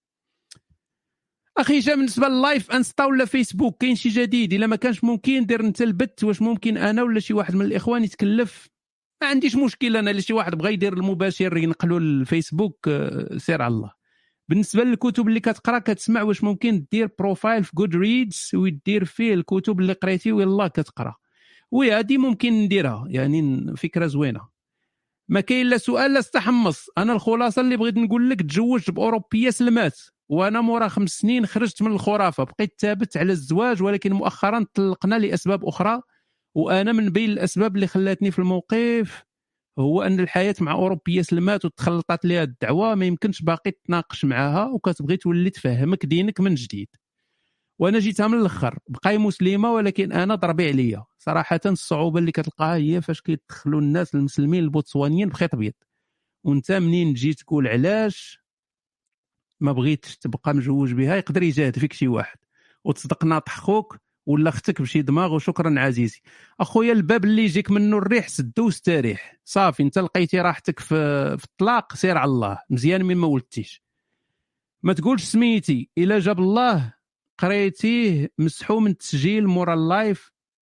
اخي جا بالنسبه لللايف انستا ولا فيسبوك، كاين شي جديد؟ الا ما كانش ممكن دير انت البث، واش ممكن انا ولا شي واحد من الاخوان يتكلف؟ ما عنديش مشكل انا، الا شي واحد بغى يدير المباشر ينقلوا للفيسبوك سير على الله. بالنسبه للكتب اللي كتقرا كتسمع، واش ممكن دير بروفايل في جود ريدز ويدير فيه الكتب اللي قريتي ويلا كتقرا؟ وي هذه ممكن نديرها، يعني فكره زوينه. ما كاين لا سؤال لا استحمص. انا الخلاصه اللي بغيت نقول لك، تزوجت باوروبيه سلمات، وانا مورا 5 سنين خرجت من الخرافه، بقيت ثابت على الزواج، ولكن مؤخرا طلقنا لاسباب اخرى. وانا من بين الاسباب اللي خلاتني في الموقف هو ان الحياه مع اوروبيه سلمات وتخلطت ليها الدعوه، ما يمكنش باقي تناقش معها وكتبغي تولي تفهمك دينك من جديد. وانا جيتها من الاخر، بقاي مسلمه ولكن انا ضربي عليا صراحه. الصعوبه اللي كتلقاها هي فاش كيدخلوا الناس المسلمين البوتسوانيين بخيط ابيض، وانت منين تجي تقول علاش ما بغيتش تبقى مجوج بها، يقدر يجاهد فيك شي واحد وتصدق ناطح خوك ولا اختك بشي دماغ. وشكرا عزيزي اخويا، الباب اللي يجيك منه الريح سدو واستريح. صافي انت لقيتي راحتك في الطلاق، سير على الله مزيان مما ولدتيش. ما تقولش سميتي، الا جاب الله قريتيه مسحو من التسجيل مورا اللايف،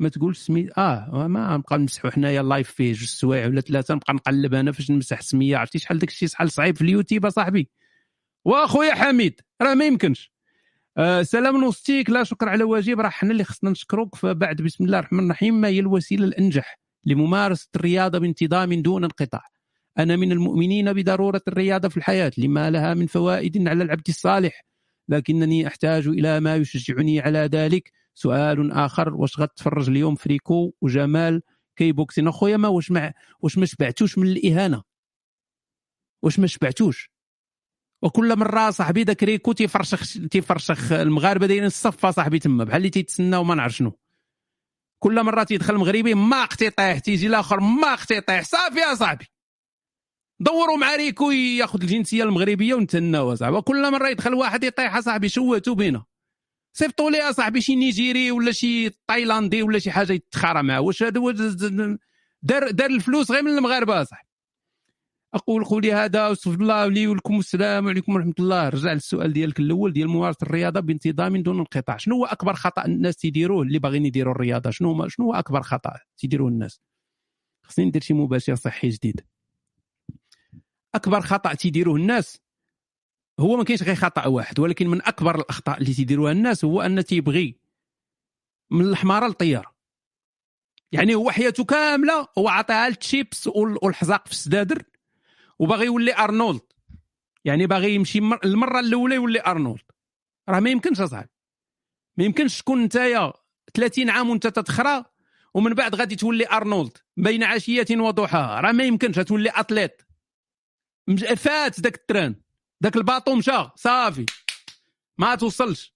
ما تقولش سميت ما نبقى نمسحوا حنايا اللايف فيه 2 سوايع ولا 3 نبقى نقلب انا فاش نمسح سميه. عرفتي شحال داك الشيء شحال صعيب في اليوتيوب صاحبي واخويا حميد راه ما يمكنش. سلام نوستيك لا شكر على واجب راه حنا اللي خصنا نشكروك. فبعد بسم الله الرحمن الرحيم ما هي الوسيله الانجح لممارسه الرياضه بانتظام دون انقطاع؟ انا من المؤمنين بضروره الرياضه في الحياه لما لها من فوائد على العبد الصالح، لكنني احتاج الى ما يشجعني على ذلك. سؤال اخر، واش غتفرج اليوم فريكو وجمال كي بوكسين؟ اخويا ما واش ما شبعتوش من الاهانه؟ واش ما شبعتوش؟ وكل مره صاحبي داك ريكو تيفرشخ المغاربه دايرين الصفه صاحبي تما بحال اللي تيتسناو ما نعرف شنو. كل مره تيدخل المغربي ما اختي طيح، تيجي الاخر ما اختي طيح. صافي يا صاحبي دوروا مع ريكو ياخذ الجنسيه المغربيه ونتناو صاحبي. كل مره يدخل واحد يطيح صاحبي شوتو بينا. صيفطوا لي صاحبي شي نيجيري ولا شي تايلاندي ولا شي حاجه يتخارى معاه. واش هذا دار الفلوس غير من المغاربه صاحبي. اقول قولي هذا واستغفر الله لي ولكم والسلام عليكم ورحمه الله. رجع للسؤال ديالك الاول ديال ممارسه الرياضه بانتظام دون انقطاع. شنو هو اكبر خطا الناس تيديروه اللي باغيين يديروا الرياضه؟ شنو هو اكبر خطا تيديروه الناس؟ خصني ندير شي مباشر صحي جديد. اكبر خطا تيديروه الناس هو ما كاينش غير خطا واحد، ولكن من اكبر الاخطاء اللي تيديروها الناس هو ان تيبغي من الحماره للطياره. يعني هو حياته كامله هو عطاها التشيبس والحزاق في السدادر وباغي يولي ارنولد. يعني باغي يمشي المره الاولى يولي ارنولد. راه ما يمكنش اصاحبي، ما يمكنش تكون نتايا 30 عام وانت تتخرى ومن بعد غادي تولي ارنولد بين عشيه وضحاها. راه ما يمكنش تولي اتليت. فات داك التران، داك الباطو مشى صافي ما توصلش.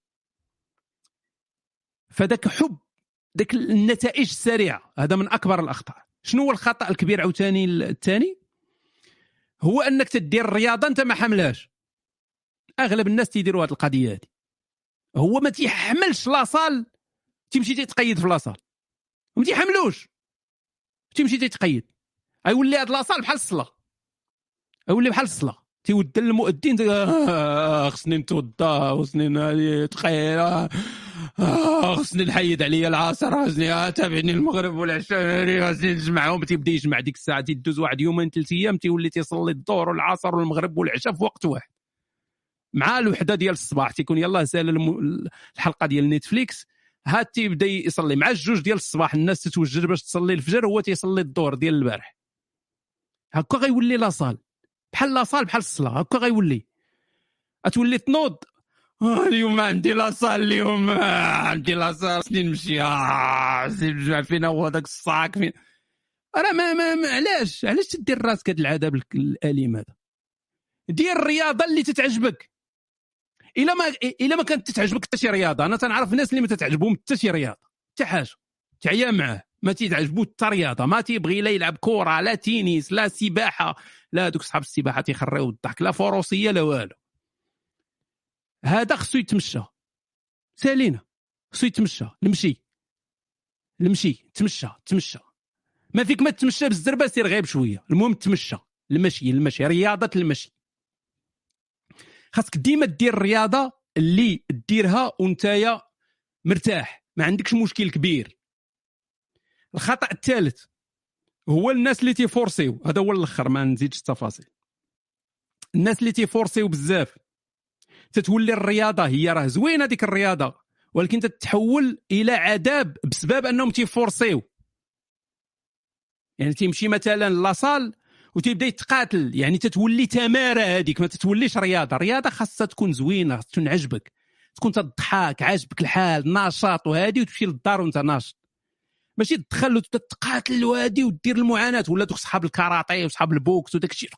فداك حب داك النتائج السريعه هذا من اكبر الاخطاء. شنو هو الخطا الكبير عاوتاني الثاني؟ هو انك تدير الرياضه انت ما حملهاش. اغلب الناس تيديروا هذه القضيه هذه. هو ما تيحملش لاصال، تيمشي تيتقيد في لاصال وما تيحملوش، تيمشي تيتقيد. غيولي هذا لاصال بحال الصلاه، غيولي بحال الصلاه. تيود المؤذن خصني نتوضا وخصني نتقيد خصني نحيد عليا العصر خصني تابعني المغرب والعشاء خصني نجمعهم. تيبدا يجمع ديك الساعه تيدوز واحد يومين 3 ايام تيولي تيصلي الظهر والعصر والمغرب والعشاء في وقت واحد مع الوحده ديال الصباح. تيكون يلاه سال الحلقه ديال نتفليكس هاد تيبدا يصلي مع 2 ديال الصباح. الناس تتوجد باش تصلي الفجر هو تيصلي الظهر ديال البارح. هكا غيولي لاصال بحال لاصال بحال الصلاه. هكا غيولي تولي تنوض اليوم عندي لاصال، اليوم عندي لاصال خصني نمشي نجمع فينا هو داك الصاك فين. راه ما علاش تدير راسك هذا العذاب الاليم هذا؟ دير الرياضه اللي تتعجبك. الا ما كانت تتعجبك حتى شي رياضه. انا تنعرف ناس اللي ما تتعجبهم حتى شي رياضه حتى حاجه، تعيا معاه ما تيتعجبو حتى رياضه. ما تيبغي لا يلعب كره لا تينيس لا سباحه، لا دوك صحاب السباحه تيخريو الضحك، لا فروسيه لا والو. هذا خصو يتمشى سالينا، خصو يتمشى المشي تمشى. ما فيك ما تمشى بالزربه سير غير بشويه. المهم تمشى المشي رياضه المشي. خاصك ديما دير الرياضه اللي ديرها وانتايا مرتاح ما عندكش مشكل كبير. الخطا الثالث هو الناس اللي تيفورسيو. هذا هو الاخر ما نزيدش التفاصيل. الناس اللي تيفورسيو بزاف تتولي الرياضه هي راه زوينه ديك الرياضه ولكن تتحول الى عذاب بسبب انهم تيفورسيو. يعني تيمشي مثلا لاصال وتيبدا يتقاتل، يعني تتولي تماره هذيك ما تتوليش رياضه. الرياضه خاصها تكون زوينه، خاصها تكون عجبك، تكون تضحك عاجبك الحال نشاط وهادي وتمشي للدار وانت ناشط. ماشي تدخل وتتقاتل وهادي ودير المعاناه. ولا دوك صحاب الكاراتيه وصحاب البوكس وداك الشيء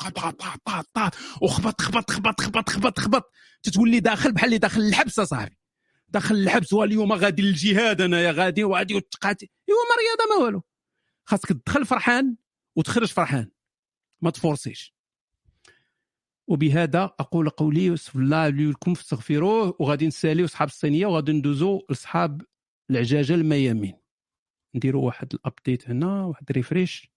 وخبط تتولي داخل بحال اللي داخل الحبس صاحبي، داخل الحبس. واليوم غادي للجهاد انايا غادي وغادي وتقاتل. ايوا ما رياضه ما والو. خاصك تدخل فرحان وتخرج فرحان، ما تفورسيش. وبهذا اقول قولي واستغفر الله لي ولكم فاستغفروه. وغادي نساليو صحاب الصينيه وغادي ندوزو لصحاب العجاجه الميامين. نديروا واحد الابديت هنا، واحد ريفريش.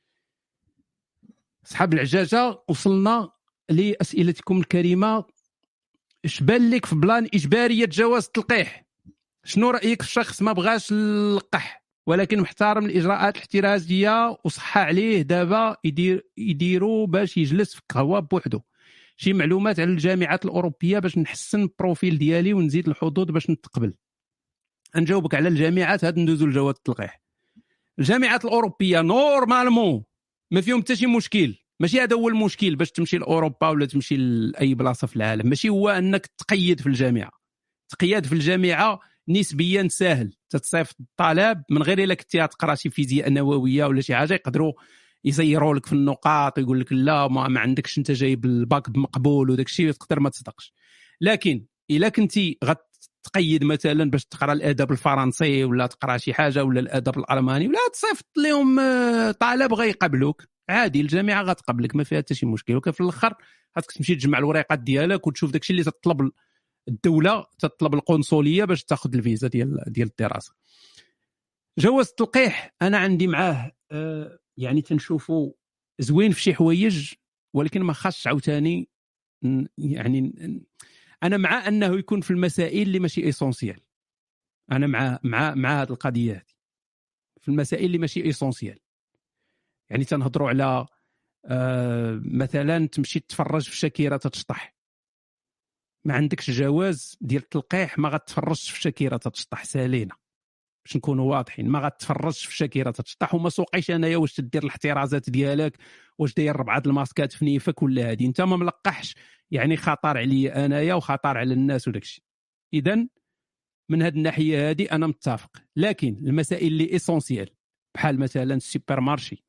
صحاب العجاجه وصلنا لاسئلتكم الكريمه. اش بان لك في بلان اجباريه جواز التلقيح؟ شنو رايك في شخص ما بغاش اللقح؟ ولكن محترم الاجراءات الاحترازيه وصحى عليه دابا يديروا باش يجلس في قهوه بوحدو شي معلومات على الجامعات الاوروبيه باش نحسن البروفيل ديالي ونزيد الحظوظ باش نتقبل. نجاوبك على الجامعات، هاد ندوزو لجواد التلقيح. الجامعات الاوروبيه نورمالمون ما فيهم حتى شي مشكل، ماشي هذا هو المشكل باش تمشي لاوروبا ولا تمشي لاي بلاصه في العالم، ماشي هو انك تقيد في الجامعه. تقيد في الجامعه نسبيا سهل، تتصيفط الطلب من غير الا كنتي تقرا شي فيزياء نوويه ولا شي حاجه يقدروا يزيروا لك في النقاط ويقول لك لا ما عندكش انت جايب الباك بمقبول وداك الشيء تقدر ما تصدقش. لكن الا كنتي غتقيد مثلا باش تقرا الادب الفرنسي ولا تقرا شي حاجه ولا الادب الالماني ولا تصيفط لهم طلب غيقبلوك عادي، الجامعه غتقبلك ما فيها حتى شي مشكل. وكيف في الاخر خاصك تمشي تجمع الوريقات ديالك وتشوف داكشي اللي تطلب الدوله، تطلب القنصليه باش تاخذ الفيزا ديال الدراسه. جواز التلقيح انا عندي معاه يعني تنشوفوا زوين في شي حوايج، ولكن ما خاصش عاوتاني يعني انا مع انه يكون في المسائل اللي ماشي ايسونسيال. انا مع هذه القضيه هذه في المسائل اللي ماشي ايسونسيال. يعني تنهضروا على مثلا تمشي تتفرج في شاكيره تتشطح، ما عندكش جواز ديال التلقيح ما غتفرجش في شاكيره تتشطح سالينا باش نكونوا واضحين. ما غتفرجش في شاكيره تتشطح وما سوقيش انايا واش تدير الاحترازات ديالك، واش داير 4 الماسكات في نيفك ولا هادي، انت ما ملقحش يعني خطر عليا انايا وخطر على الناس وداكشي. اذا من هذه الناحيه هذه انا متفق. لكن المسائل اللي ايسونسيال بحال مثلا السوبر مارشي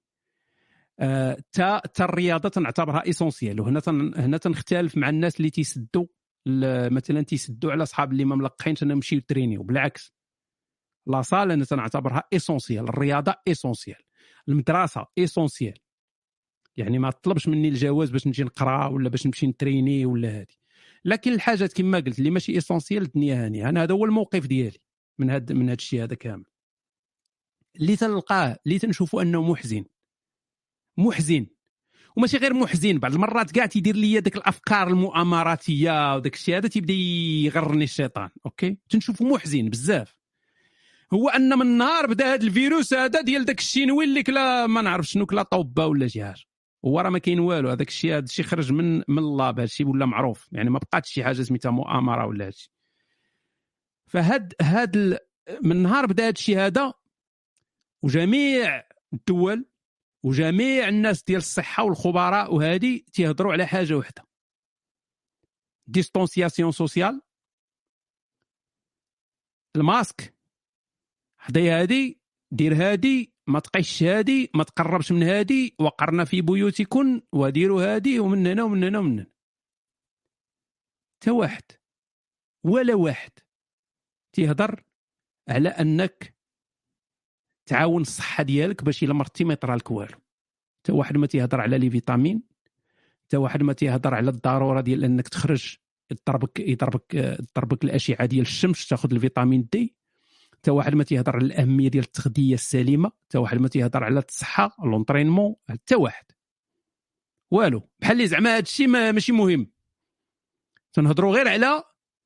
تا الرياضه تنعتبرها ايسونسيال. وهنا تنختلف مع الناس اللي تيسدوا مثلا تيسدوا على اصحاب اللي ما ملقحينش انهم يمشيو ترينيو. بالعكس لا صال انا تنعتبرها ايسونسيال، الرياضه ايسونسيال، المدرسه ايسونسيال. يعني ما طلبش مني الجواز باش نجي نقرا ولا باش نمشي نتريني ولا هذه. لكن الحاجات كما قلت اللي ماشي ايسونسيال الدنيا هانيه. انا هذا هو الموقف ديالي من هذا الشيء هذا كامل اللي تلقاه اللي تنشوفوا انه محزن وماشي غير محزن. بعض المرات كاع تيدير لي داك الافكار المؤامراتيه وداك الشيء هذا تيبدا يغرني الشيطان. اوكي تنشوفوا محزن بزاف. هو ان من نهار بدا هذا الفيروس هذا ديال داك الشينوي اللي كلا ما نعرف شنو كلا طوبه ولا شي حاجه، هو راه ما كاين والو. هذاك الشيء هذا الشيء خرج من الله، هذا الشيء ولا معروف يعني ما بقاتش شي حاجه سميتها مؤامره ولا هادشي. فهاد من نهار بدا هذا الشيء هذا وجميع الدول وجميع الناس ديال الصحه والخبراء وهادي تيهضروا على حاجه واحده: ديستونسياسيون سوسيال، الماسك حدايا هادي، دير هادي، ما تقيش هادي، ما تقربش من هادي، وقرنا في بيوتكن وديروا هادي ومن هنا ومن هنا ومن هنا. تا واحد ولا واحد تيهضر على انك تعاون الصحه ديالك باش الا مرتي ما يطرى لك والو. تا واحد ما تيهضر على لي فيتامين، تا واحد ما تيهضر على الضروره ديال انك تخرج يضربك الاشعه ديال الشمس تاخذ الفيتامين دي، تا واحد ما تيهضر على الاهميه ديال التغذيه السليمه، تا واحد ما تيهضر على الصحه لونطرينمون، تا واحد والو. بحال اللي زعما هذا الشيء ماشي مهم. تنهضروا غير على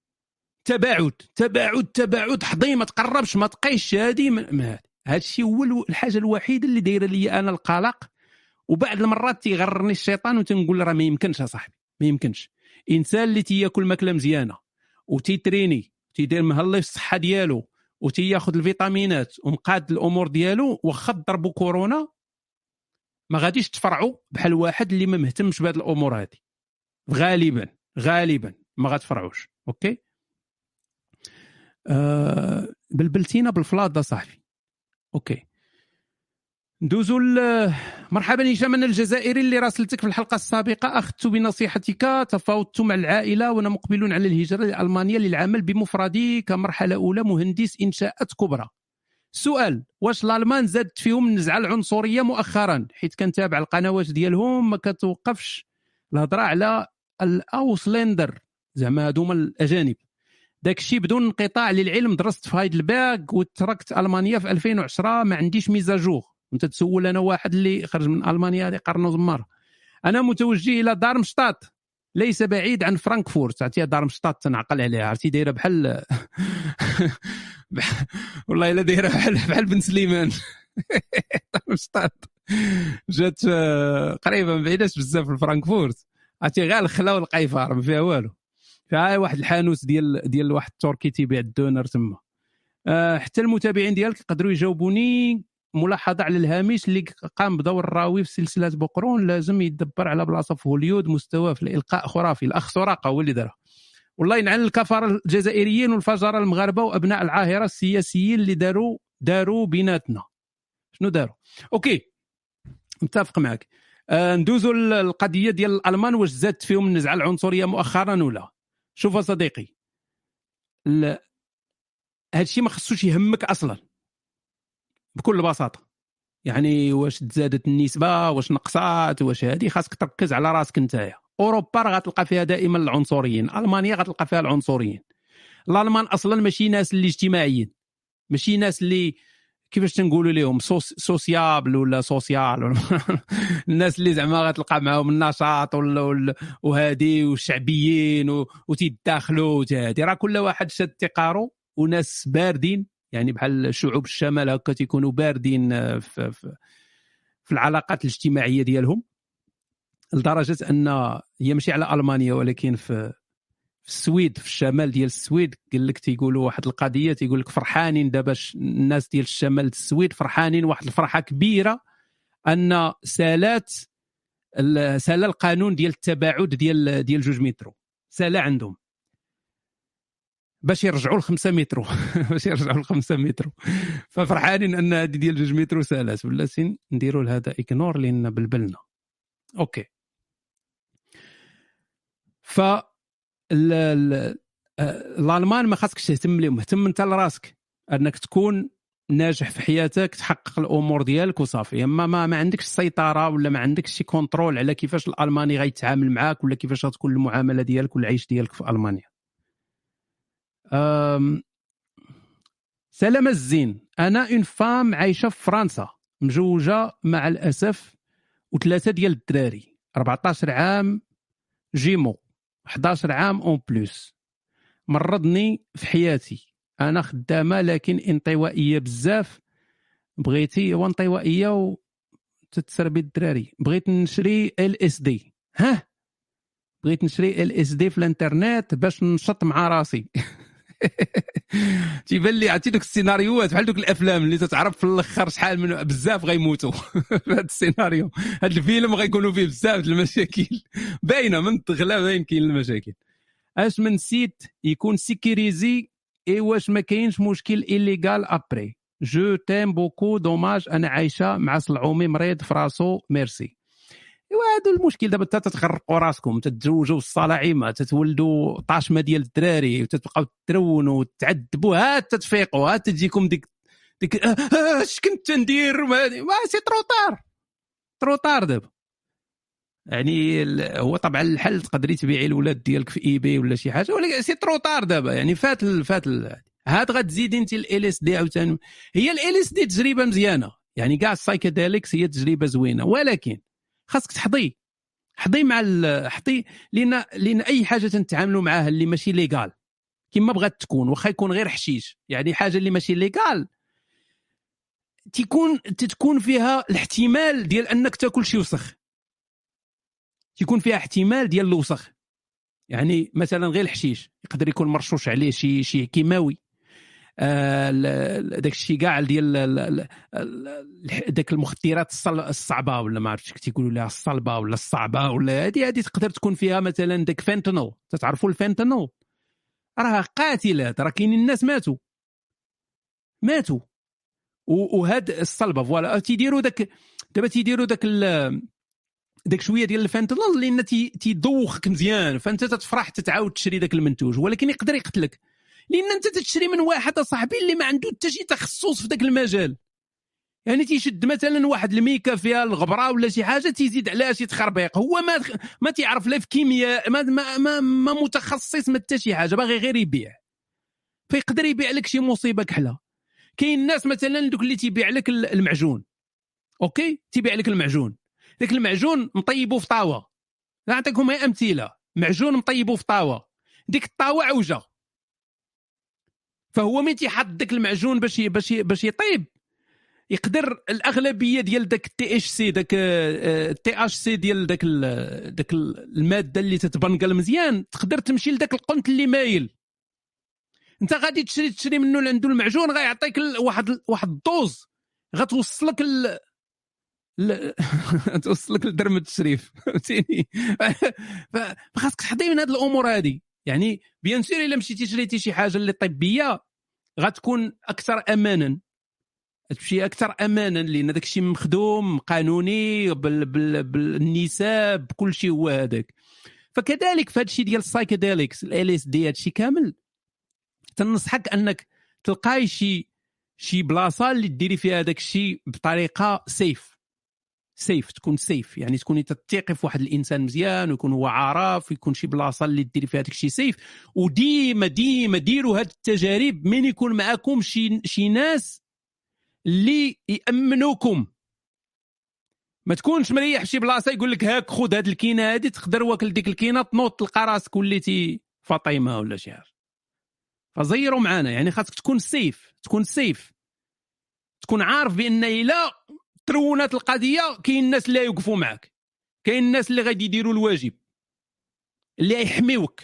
تباعد حضي، ما تقربش، ما تقيش هادي هذا الشيء هو الحاجه الوحيده اللي دايره لي انا القلق. وبعد المرات تيغرني الشيطان وتنقول راه ما يمكنش يا صاحبي، ما يمكنش انسان اللي تياكل ماكله مزيانه وتيتريني تيدير مهلي الصحه ديالو وتياخذ الفيتامينات ومقاد الامور ديالو، واخا ضربوا كورونا ما غاديش تفرعوا بحال واحد اللي ما مهتمش بهذه الامور هذه. غالبا ما غتفرعوش. اوكي بلبلتينا بالفلاط صاحبي. اوكي ندوزو مرحبا هشام الجزائري اللي راسلتك في الحلقه السابقه. اخذت بنصيحتك، تفاوضت مع العائله وانا مقبل على الهجره لالمانيا للعمل بمفردي كمرحله اولى مهندس انشاءات كبرى. سؤال: واش الالمان زادت فيهم النزعه العنصريه مؤخرا؟ حيت كنتابع القنوات ديالهم ما كتوقفش الهضره على الاوسلندر، زعما هذوما الاجانب. داك الشيء بدون انقطاع للعلم درست في هايدلبرغ وتركت المانيا في 2010. ما عنديش ميزاجور. انت تسول انا واحد اللي خرج من المانيا هذه قرن زمار. انا متوجه الى دارمشتات، ليس بعيد عن فرانكفورت. عرفتي دارمشتات تنعقل عليها، عرفتي دايره بحال والله الا دايره بحال بن سليمان. جات قريبه ما بعيداش بزاف في فرانكفورت، عرفتي غير الخلا والقيفار ما فيها والو، فيها واحد الحانوت ديال واحد التركي تيبيع الدونر تما. حتى المتابعين ديالك يقدروا يجاوبوني ملاحظه على الهامش اللي قام بدور الراوي في سلسله بقرون لازم يدبر على بلاصه في هوليود، مستواه في الالقاء خرافي. الاخ سراقه هو اللي دارها. والله ينعل الكفار الجزائريين والفجر المغاربه وابناء العاهره السياسيين اللي داروا بيناتنا. شنو داروا؟ اوكي متفق معك. ندوزوا القضيه ديال الالمان، واش زادت فيهم النزعه العنصريه مؤخرا ولا؟ شوف يا صديقي، هادشي ما خصوش يهمك اصلا بكل بساطه. يعني واش تزادت النسبه، واش نقصات، واش هذه خاصك تركز على راسك نتايا. اوروبا راه غتلقى فيها دائما العنصريين، المانيا غتلقى فيها العنصريين. الالمان اصلا ماشي ناس اللي اجتماعيين، ماشي ناس اللي كيفاش تنقولوا لهم سوسيابل ولا سوسيال الناس اللي زعما غتلقى معاهم النشاط وهادي وشعبيين وتيداخلوا هادي. راه كل واحد شاد تقارو، وناس باردين يعني بحال شعوب الشمال هكا تيكونوا باردين في العلاقات الاجتماعيه ديالهم، لدرجه ان هي ماشي على المانيا ولكن في السويد، في الشمال ديال السويد قال لك تيقولوا واحد القضيه، تيقول لك فرحانين دابا الناس ديال الشمال السويد فرحانين واحد الفرحه كبيره ان سال القانون ديال التباعد ديال 2 متر سال عندهم باش يرجعوا ل5 متر باش يرجعوا ل5 متر، ففرحانين ان هذه ديال 2 متر سالات. ولا سين نديروا لهذا اكنور لان بلبلنا. اوكي ف الالمان ما خاصكش تهتم لهم، اهتم انت لراسك انك تكون ناجح في حياتك، تحقق الامور ديالك وصافي. اما ما عندكش السيطره ولا ما عندكش شي كنترول على كيفاش الالماني غيتعامل معاك ولا كيفاش غتكون المعامله ديالك والعيش ديالك في المانيا. سلام الزين، انا اون فام عايشه في فرنسا، مجوجه مع الاسف و3 ديال الدراري، 14 عام جيمو، 11 عام اون بلوس. مرضني في حياتي، انا خدامه لكن انطوائيه بزاف. بغيتي وانطوائيه وتتسربي الدراري. بغيت نشري LSD. بغيت نشري LSD في الانترنت باش نشط مع راسي. تيبان لي عرفتي دوك السيناريوهات بحال دوك الافلام اللي تتعرف في الاخر شحال من بزاف غيموتوا في هذا السيناريو. هذا الفيلم غيكونوا فيه بزاف المشاكل باينه من الغلا، باين كاين المشاكل. اش من سيت يكون سيكيريزي اي واش ما كاينش مشكل إليغال ابري. جو تيم بوكو دوماج انا عايشه مع صلعومي مريض في راسو ميرسي. ايوا هذا المشكل دابا تتغرقوا راسكم، تتزوجوا الصلاعيمه، تتولدوا طاشمه ديال الدراري وتتبقاو ترونوا وتعذبوا، ها تتفيقوا، ها تجيكم ديك اش كنت تندير ما سي تروطار دابا. يعني هو طبعا الحل تقدري تبيعي الولاد ديالك في ايباي ولا شي حاجه، ولكن سي تروطار دابا. يعني فات هاد غتزيدي انت LSD عاوتاني. هي LSD تجربه مزيانه، يعني كاع السايكيديليكس هي تجربه زوينه، ولكن خاصك تحضي مع حضي لان اي حاجه تنتعاملوا معاها اللي ماشي ليغال كما بغات تكون، واخا يكون غير حشيش، يعني حاجه اللي ماشي ليغال تكون فيها الاحتمال ديال انك تاكل شي وسخ، تكون فيها احتمال ديال الوسخ. يعني مثلا غير الحشيش يقدر يكون مرشوش عليه شي كيماوي، داك الشيء كاع ديال داك المخدرات الصعبه ولا ما عرفتش تيقولوا لها الصلبه ولا الصعبه ولا هذه تقدر تكون فيها مثلا داك فينتانول. تتعرفوا الفينتانول راه قاتلات، راه كاينين الناس ماتوا وهاد الصلبه فوالا تيديروا داك دابا تيديروا داك شويه ديال الفينتانول لان تيدوخك مزيان، فانت تتفرح تتعاود تشري داك المنتوج، ولكن يقدر يقتلك لان انت تشري من واحد صاحبي اللي ما عنده حتى شي تخصص في داك المجال. يعني تيشد مثلا واحد الميكا فيها الغبره ولا شي حاجه تيزيد عليها شي تخربيق، هو ما تعرف لا في كيمياء، ما متخصص ما حتى شي حاجه، باغي غير يبيع، فيقدر يبيع لك شي مصيبه كحله. كاين الناس مثلا دوك اللي تيبيع لك المعجون، اوكي تيبيع لك المعجون، داك المعجون مطيبو في طاوه، نعطيكم هي امثله، معجون مطيبو في طاوه، ديك الطاوه عوجه، فهو من تيحط داك المعجون باش يطيب، يقدر الاغلبيه ديال داك تي اتش سي، داك تي اتش سي ديال داك الماده اللي تتبنقل مزيان، تقدر تمشي لداك القنت اللي مايل. انت غادي تشري منه اللي عنده المعجون، غيعطيك واحد الدوز غتوصلك توصلك لدرم التشريف، فهمتيني؟ فخاصك تحضي من هاد الامور هادي. يعني بيان سور الا مشيتي شريتي شي حاجه اللي طبيه غتكون اكثر امانا، تمشي اكثر امانا، لان داك الشيء مخدوم قانوني بالنساب بكل شيء هو هذاك. فكذلك في هذا الشيء ديال السايكيديليكس، ال اس دي، هذا الشيء كامل تنصحك انك تلقاي شي بلاصه اللي ديري فيها هذاك الشيء بطريقه سيف، تكون سيف، يعني تكوني تثقي في واحد الانسان مزيان ويكون هو عارف، ويكون شي بلاصه اللي ديري فيها هذاك الشيء سيف. وديما ديروا هذه التجارب من يكون معكم شي ناس اللي يامنوكم. ما تكونش مريح شي بلاصه يقول لك هاك خذ هاد الكينه هادي، تقدر واكل ديك الكينه تنوض تلقى راسك وليتي فاطمه ولا شي حاجه. فزيروا معانا، يعني خاصك تكون سيف، تكون عارف بان الا ترونات القضيه كاين الناس اللي يوقفوا معك، كاين الناس اللي غادي يديروا الواجب، اللي يحميوك،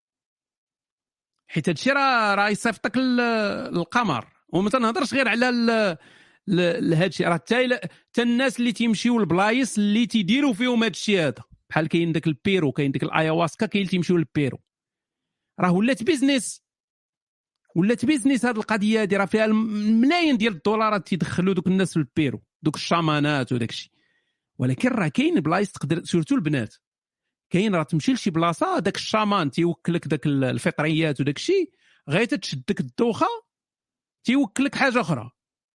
حيت هادشي راه يصيفطك للقمر. وما تنهضرش غير على هادشي، راه حتى الناس اللي تيمشيو للبلايص اللي تيديروا فيهم هادشي هذا، بحال كاين داك البيرو، كاين داك الاياواسكا، كاين اللي تيمشيو للبيرو، راه ولات بيزنس هاد القضيه هادي، راه فيها الملايين ديال الدولارات تيدخلوا دوك الناس في البيرو، دوك الشامانات وداك الشيء. ولكن راه كاين بلايص تقدر، سورتو البنات، كاين راه تمشي لشي بلاصه داك الشامان تيوكلك داك الفطريات وداك الشيء، غير تشدك الدوخه تيوكلك حاجه اخرى.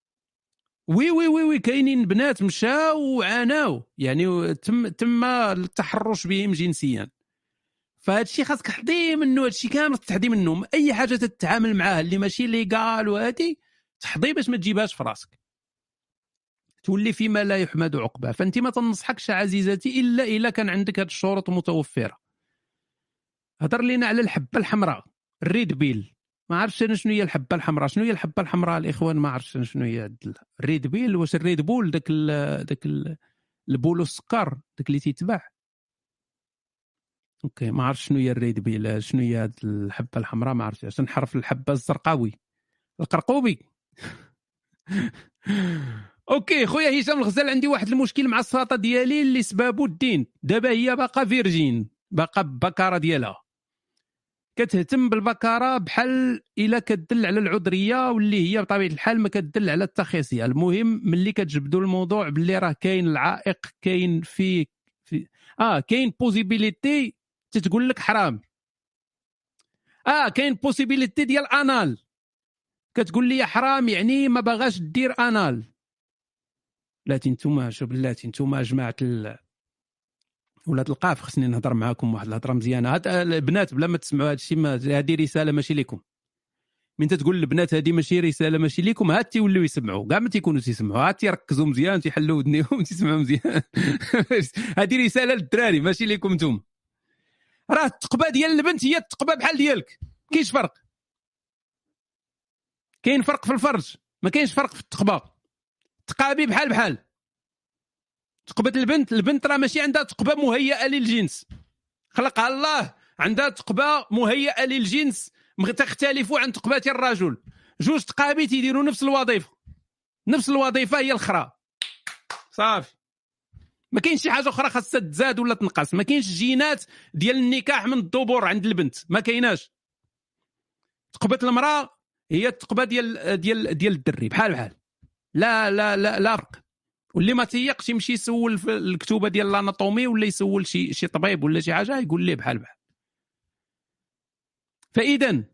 وي كاينين بنات مشاو وعاناو، يعني تم التحرش بهم جنسيا. فهاد الشيء خاصك تحضي منه، هاد الشيء كامل تحضي منه. اي حاجه تتعامل معاها اللي ماشي ليغال وهادي تحضي باش ما تجيبهاش في راسك، تولي فيما لا يحمد عقباه. فانت ما تنصحكش عزيزتي الا الا كان عندك هاد الشروط متوفره. هضر لينا على الحبه الحمراء، الريد بيل. ما عرفتش انا شنو هي الحبه الحمراء. شنو هي الحبه الحمراء الاخوان؟ ما عرفتش شنو هي الريد بيل. واش الريد بول داك البول والسكر داك اللي تيتباع؟ اوكي، ما عرفتش شنو هي الريد بيل، شنو هي هاد الحبه الحمراء، ما عرفتش. نحرف الحبه الزرقاوي، القرقوبي. اوكي خويا هشام الغزال، عندي واحد المشكل مع السلطه ديالي اللي سبابو الدين. دابا هي باقا فيرجين، باقا بكاره ديالها، كتهتم بالبكاره بحال الا كتدل على العذريه، واللي هي بطبيعه الحال ما كتدل على التخصيصيه. المهم ملي كتجبدوا الموضوع باللي راه كاين العائق، كاين في كاين بوزيبيليتي تتقول لك حرام، كاين بوسيبيليتي ديال انال، كتقول لي حرام يعني ما باغاش دير انال. بلاتي نتوما، شوف بلاتي نتوما جماعه ولاد القاف، خصني نهضر معاكم واحد الهضره مزيانه. هاد البنات بلا ما تسمعوا هذا الشيء، هذه رساله ماشي لكم. من تتقول البنات هذه ماشي رساله ماشي لكم، هاد تيوليو يسمعوا، كاع ما تيكونوا تيسمعوا، هاد تيركزوا مزيان، تيحلوا ودنيهم تيسمعوا مزيان. هذه رساله للدراري ماشي لكم نتوما. راه التقبه ديال البنت هي التقبه بحال ديالك، كاينش فرق. كاين فرق في الفرج، ما كاينش فرق في التقبه. تقابي بحال تقبه البنت راه ماشي عندها تقبه مهيئه للجنس، خلقها الله عندها تقبه مهيئه للجنس، تختلف عن تقبه الرجل. جوج تقابي تيديروا نفس الوظيفه هي الاخرى، صافي. ما كاينش شي حاجه اخرى خاصها تزاد ولا تنقص. ما كاينش جينات ديال النكاح من الدبر عند البنت، ما كايناش. تقبه المراه هي التقبه ديال الدري، بحال لا لا لا لا فرق. واللي ما تيقش يمشي يسول في الكتوبه ديال الاناتومي، ولا يسول شي طبيب ولا شي حاجه يقول ليه بحال. فاذا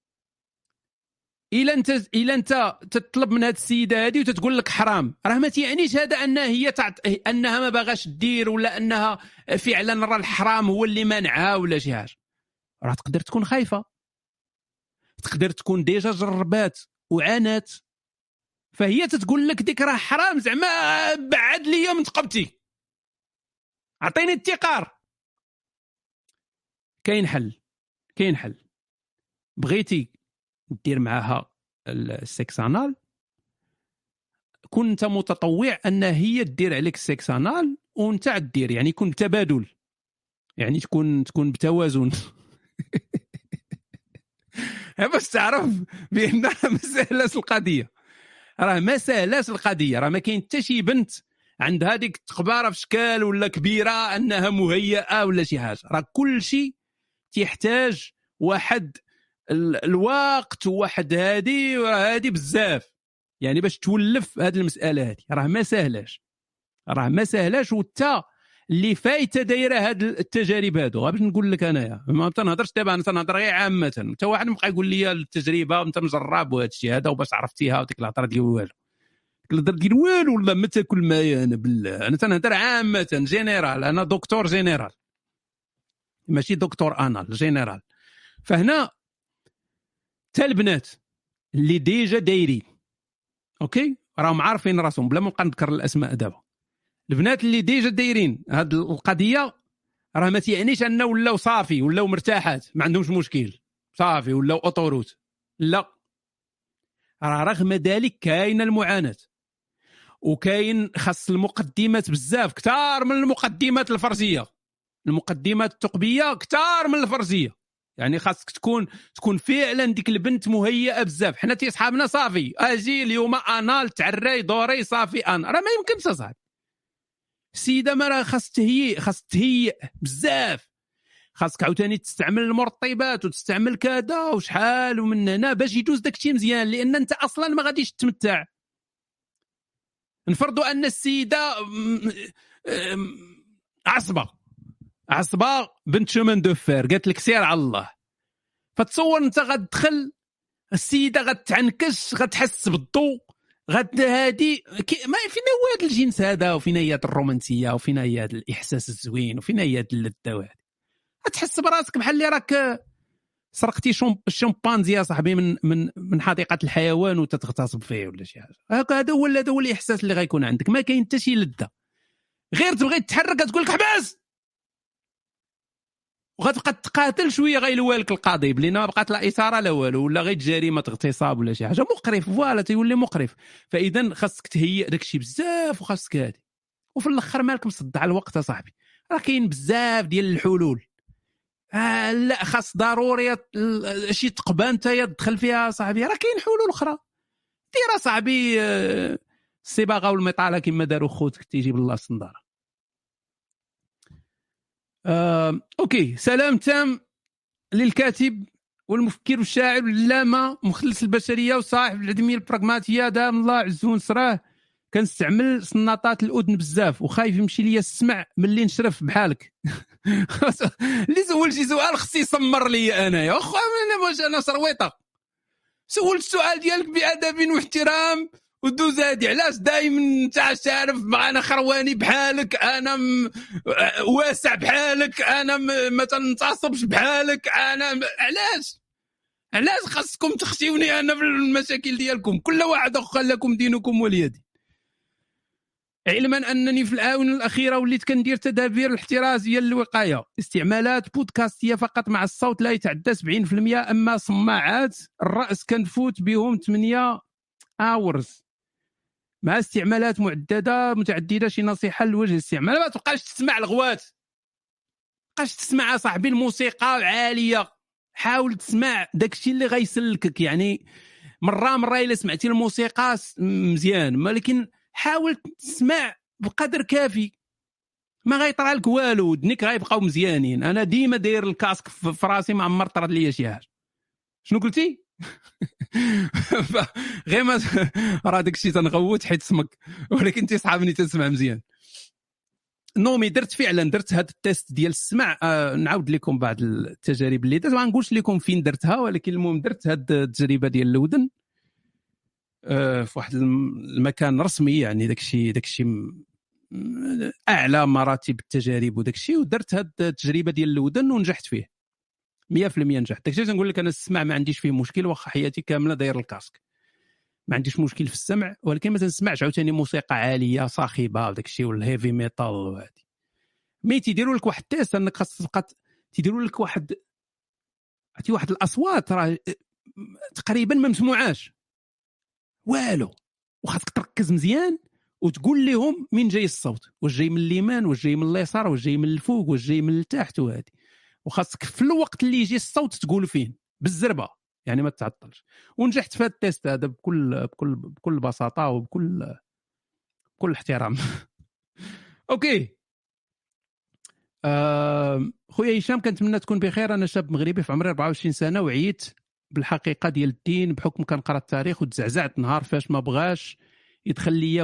الا انت تطلب من هذه السيده هذه وتتقول لك حرام، راه ما تيعنيش هذا انها ما باغاش دير، ولا انها فعلا راه الحرام هو اللي مانعها ولا شي حاجه. راه تقدر تكون خايفه، تقدر تكون ديجا جربات وعانات، فهي تتقول لك ديك راه حرام، زعما بعد ليا من تقبتي، عطيني التقار. كاين حل. بغيتي دير معها السكسانال، كنت متطوع ان هي دير عليك السكسانال وانت دير، يعني يكون تبادل، يعني تكون بتوازن. بس تعرف بان ما سهلاش القضيه، راه ما سهلاش القضيه، راه ما كاين حتى شي بنت عندها هذيك التقباره في شكال ولا كبيره انها مهيئه ولا شي حاجه، راه كل شيء تيحتاج واحد الوقت وواحد هادي بزاف، يعني باش تولف هذه المساله هذه راه ما سهلاش وتا اللي فايته دايره هاد التجارب هادو. باش نقول لك انايا ما تنهضرش دابا، انا تنهضر غير عامه، حتى واحد مابقى يقول لي التجربه انت مجرب وهذا الشيء هذا وباش عرفتيها وديك الهضره ديال والو، الهضره ديال والو ولا ما تاكل معايا انا بالله، انا تنهضر عامه جينيرال، انا دكتور جينيرال ماشي دكتور انال جينيرال. فهنا حتى البنات اللي ديجا دايرين اوكي راهم عارفين راسهم بلا ما نبقى نذكر الاسماء دابا، البنات اللي ديجا دايرين هاد القضيه راه ما تيعنيش انه ولاو صافي ولاو مرتاحات ما عندهمش مشكل صافي ولاو اوتوروت، لا، راه رغم ذلك كاين المعاناه وكاين خاص المقدمات بزاف كتار من المقدمات الفرجيه، المقدمات الثقبيه كتار من الفرجيه، يعني خاصك تكون فعلا ديك البنت مهيئه بزاف. حنا تي صحابنا صافي اجي اليوم انال تعري دوري صافي انا راه ما يمكنش اصاحبي، السيده ما راه خاص تهيئ بزاف، خاصك عاوتاني تستعمل المرطبات وتستعمل كذا وشحال ومن هنا باش يدوز داكشي مزيان، لان انت اصلا ما غاديش تتمتع. نفرضوا ان السيده عصبه بنت شومان دو فير قالت لك سير على الله، فتصور انت غتدخل السيده غتعنكش غتحس بالضوء هادي ما فينا هو هذا الجنس هذا وفينا هي الرومانسيه وفينا هي هذا الاحساس الزوين وفينا هي هذا اللذه وهذه، غتحس براسك بحال اللي راك سرقتي الشمبانزي يا صاحبي من حديقه الحيوان وتتغتصب فيه ولا شي حاجه هذا هو الاحساس اللي غيكون عندك، ما كاين حتى شي لذه، غير تبغي تتحرك تقول لك حبس وغتبقى تقاتل شويه غيلوالك القاضي بلي ما بقات لا اثاره لا والو ولا غير جريمه اغتصاب ولا شي حاجه مقرف، فوالا تيولي مقرف. فاذا خاصك تهيئ داكشي بزاف وخاصك هادي، وفي الاخر مالك مصدع الوقت اصاحبي، راه كاين بزاف ديال الحلول. لا خاص ضروري شي تقبه انت تدخل فيها صاحبي، راه كاين حلول اخرى دير صاحبي الصباغه والمطاله كما داروا خوتك تيجي بالله الصنداره. اوكي، سلام تام للكاتب والمفكر والشاعر والعلامه مخلص البشريه وصاحب العدميه البراغماتيه دام الله عزو ونصراه. كنستعمل صناطات الاذن بزاف وخايف يمشي ليا السمع ملي نشرف بحالك. اللي سول شي سؤال خصي يسمر لي انا يا اخو، انا سرويطه سولت السؤال ديالك بادب واحترام ودوز هادي، علاش دائما انت عارف انا خرواني بحالك، انا واسع بحالك، انا ما تنتصبش بحالك، انا علاش خاصكم تخشيوني انا في المشاكل ديالكم؟ كل واحد اخ لكم دينكم ولي دين. علما انني في الاونه الاخيره وليت كندير تدابير الاحترازيه للوقايه، استعمالات بودكاستيه فقط مع الصوت لا يتعدى 70%، اما سماعات الراس كنفوت بهم 8 اورز مع استعمالات متعدده. شي نصيحه لوجه الاستعمال؟ ما تبقاش تسمع الغوات، تبقاش تسمع صاحبي الموسيقى عاليه، حاول تسمع داكشي اللي غيسلكك، يعني مره الا سمعتي الموسيقى مزيان، ولكن حاول تسمع بقدر كافي، ما غيطرى لك والو، ودنيك غيبقاو مزيانين. انا ديما داير الكاسك في راسي ما عمر طرد ليا شي حاجه. شنو قلتي؟ غير ما راه داكشي تنغوت حيت سمك، ولكن تصحابني تسمع مزيان. نومي درت هذا التيست ديال السمع، نعاود لكم بعض التجارب اللي درت، ما نقولش لكم فين درتها، ولكن المهم درت هذه التجربه ديال الودن في واحد المكان رسمي، يعني داكشي اعلى مراتب التجارب وداكشي، ودرت هذه التجربه ديال الودن ونجحت فيه 100% نجحت. داكشي تنقول لك انا السمع ما عنديش فيه مشكل، واخا حياتي كامله داير الكاسك ما عنديش مشكل في السمع، ولكن ما تنسمعش عاوتاني موسيقى عاليه صاخبه وداكشي والهيفي ميتال وهادي. مي تيديروا لك واحد التيست انك خاص تبقى تيديروا لك واحد الاصوات، راه تقريبا ما مسموعاش والو. وخاصك تركز مزيان وتقول لهم من جاي الصوت، واش جاي من اليمين، واش جاي من اليسار، واش جاي من الفوق، واش جاي من التحت وهذه. وخاصك في الوقت اللي يجي الصوت تقول فين بالزربه، يعني ما تعطلش. ونجحت في هذا التيست هذا بكل بساطه وبكل احترام. اوكي خويا هشام، كنتمنى تكون بخير. انا شاب مغربي في عمري 24 سنه وعيت بالحقيقه ديال الدين بحكم كنقرا التاريخ وتزعزعت نهار فاش ما بغاش يدخل ليا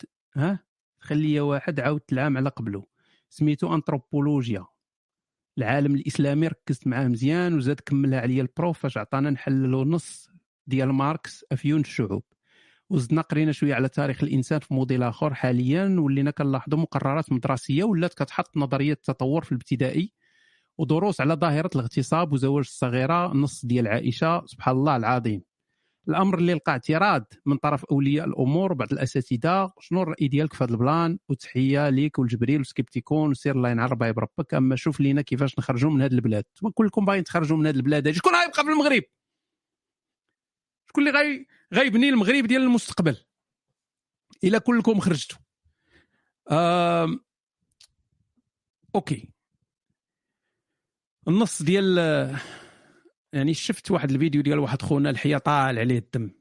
واحد عاودت العام على قبله سميتو انثروبولوجيا العالم الاسلامي. ركزت معاه مزيان وزاد كملها عليا البروف فاش عطانا نحللوا نص ديال ماركس افيون الشعوب، وزدنا قرينا شويه على تاريخ الانسان في موديل اخر. حاليا ولينا كنلاحظوا مقررات مدرسيه ولات كتحط نظريه التطور في الابتدائي ودروس على ظاهره الاغتصاب وزواج الصغيره، نص ديال عائشه. سبحان الله العظيم. الامر اللي لقى اعتراض من طرف اولياء الامور وبعض الاساتذه. شنو الراي ديالك في هذا البلان؟ وتحيه ليك والجبريل وسكيبتيكون وسير الله ينعر ربي بربك. اما شوف لينا كيفاش نخرجوا من هذه البلاد. كلكم باغيين تخرجوا من هذه البلاد هذه. شكون غيبقى في المغرب؟ شكون اللي غيبني المغرب ديال المستقبل الا كلكم خرجتوا؟ اوكي. النص ديال يعني شفت واحد الفيديو ديال واحد خونا الحياه طالع عليه الدم،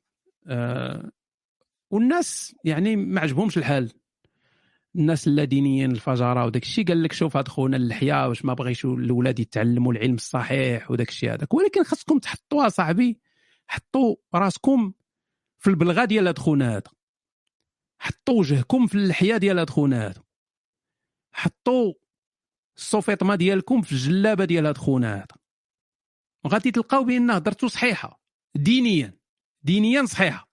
والناس يعني ما عجبهمش الحال. الناس اللادينيين الفجاره وداك الشيء قال لك شوف هاد خونا اللحيه واش ما بغيش الاولاد يتعلموا العلم الصحيح وداك الشيء هذاك. ولكن خاصكم تحطوها صاحبي، حطوا راسكم في البلغه ديال هاد خونا هذا، حطوا وجهكم في اللحيه ديال هاد خونا هذا، حطوا الصوفيطمه ديالكم في الجلابه ديال هاد خونا هذا، وغادي تلقاو بان هضرتو صحيحه دينيا صحيحه.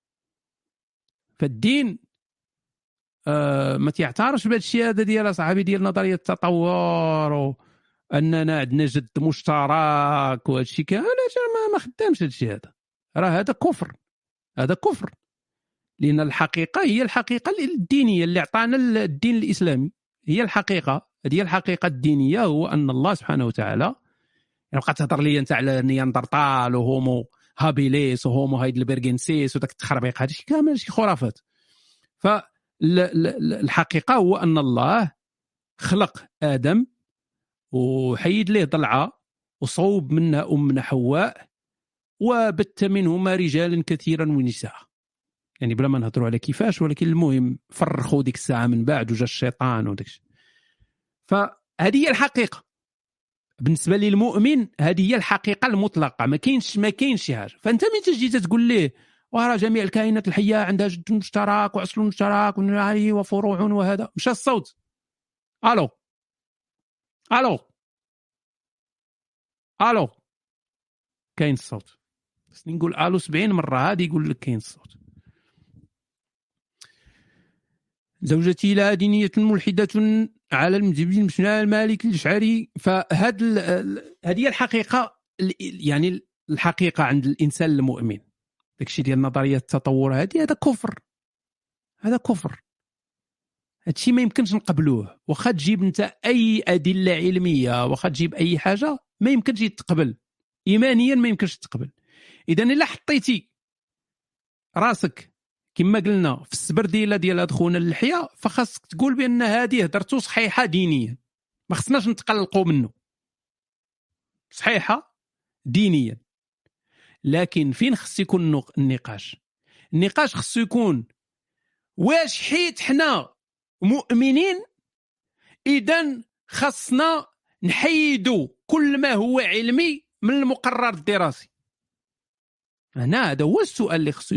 فالدين ما تيعترفش بهذا الشيء هذا ديال صاحبي ديال نظريه التطور واننا عندنا جد مشترك وهذا الشيء كامل. ما خدامش هذا الشيء هذا، راه هذا كفر. لان الحقيقه هي الحقيقه الدينيه اللي عطانا الدين الاسلامي، هي الحقيقه. هذه هي الحقيقه الدينيه، هو ان الله سبحانه وتعالى. يعني بقى تهضر لي انت على نياندرتال وهومو هابيليس وهومو هايدلبرغنسيس وداك التخربيق، هذا الشيء كامل شي خرافات. فالحقيقه هو ان الله خلق ادم وحيد له ضلعه وصوب منها امنا حواء وبت منهما رجالا كثيرا ونساء. يعني بلا ما نهضروا على كيفاش، ولكن المهم فرخوا ديك الساعه من بعد وجا الشيطان وداك الشيء. فهذه هي الحقيقه بالنسبه للمؤمن، هذه هي الحقيقه المطلقه. ما كاينش شي حاجه. فانت ملي تجي تقول ليه وراه جميع الكائنات الحيه عندها جد مشترك وعصل مشترك وفروع وهذا، مشى الصوت. الو كاين الصوت، بس نقول الو 70 مره هذه يقول لك كاين الصوت. زوجتي لا دينيه ملحده على المذهب المالكي الاشعري. فهذه هي الحقيقه، يعني الحقيقه عند الانسان المؤمن. داكشي ديال نظريه التطور هذا كفر. هادشي ما يمكنش نقبلوه. واخا تجيب انت اي ادله علميه، واخا تجيب اي حاجه، ما يمكنش يتقبل ايمانيا، ما يمكنش تقبل. اذا الا حطيتي راسك كما قلنا في السبرديله ديال هاد خونا اللحيه، فخاصك تقول بان هذه هضرتو صحيحه دينيا، ما خصناش نتقلقوا منه، صحيحه دينيا. لكن فين خص يكون النقاش خصو يكون واش حيت حنا مؤمنين اذا خصنا نحيدوا كل ما هو علمي من المقرر الدراسي. هنا هذا هو السؤال اللي خصو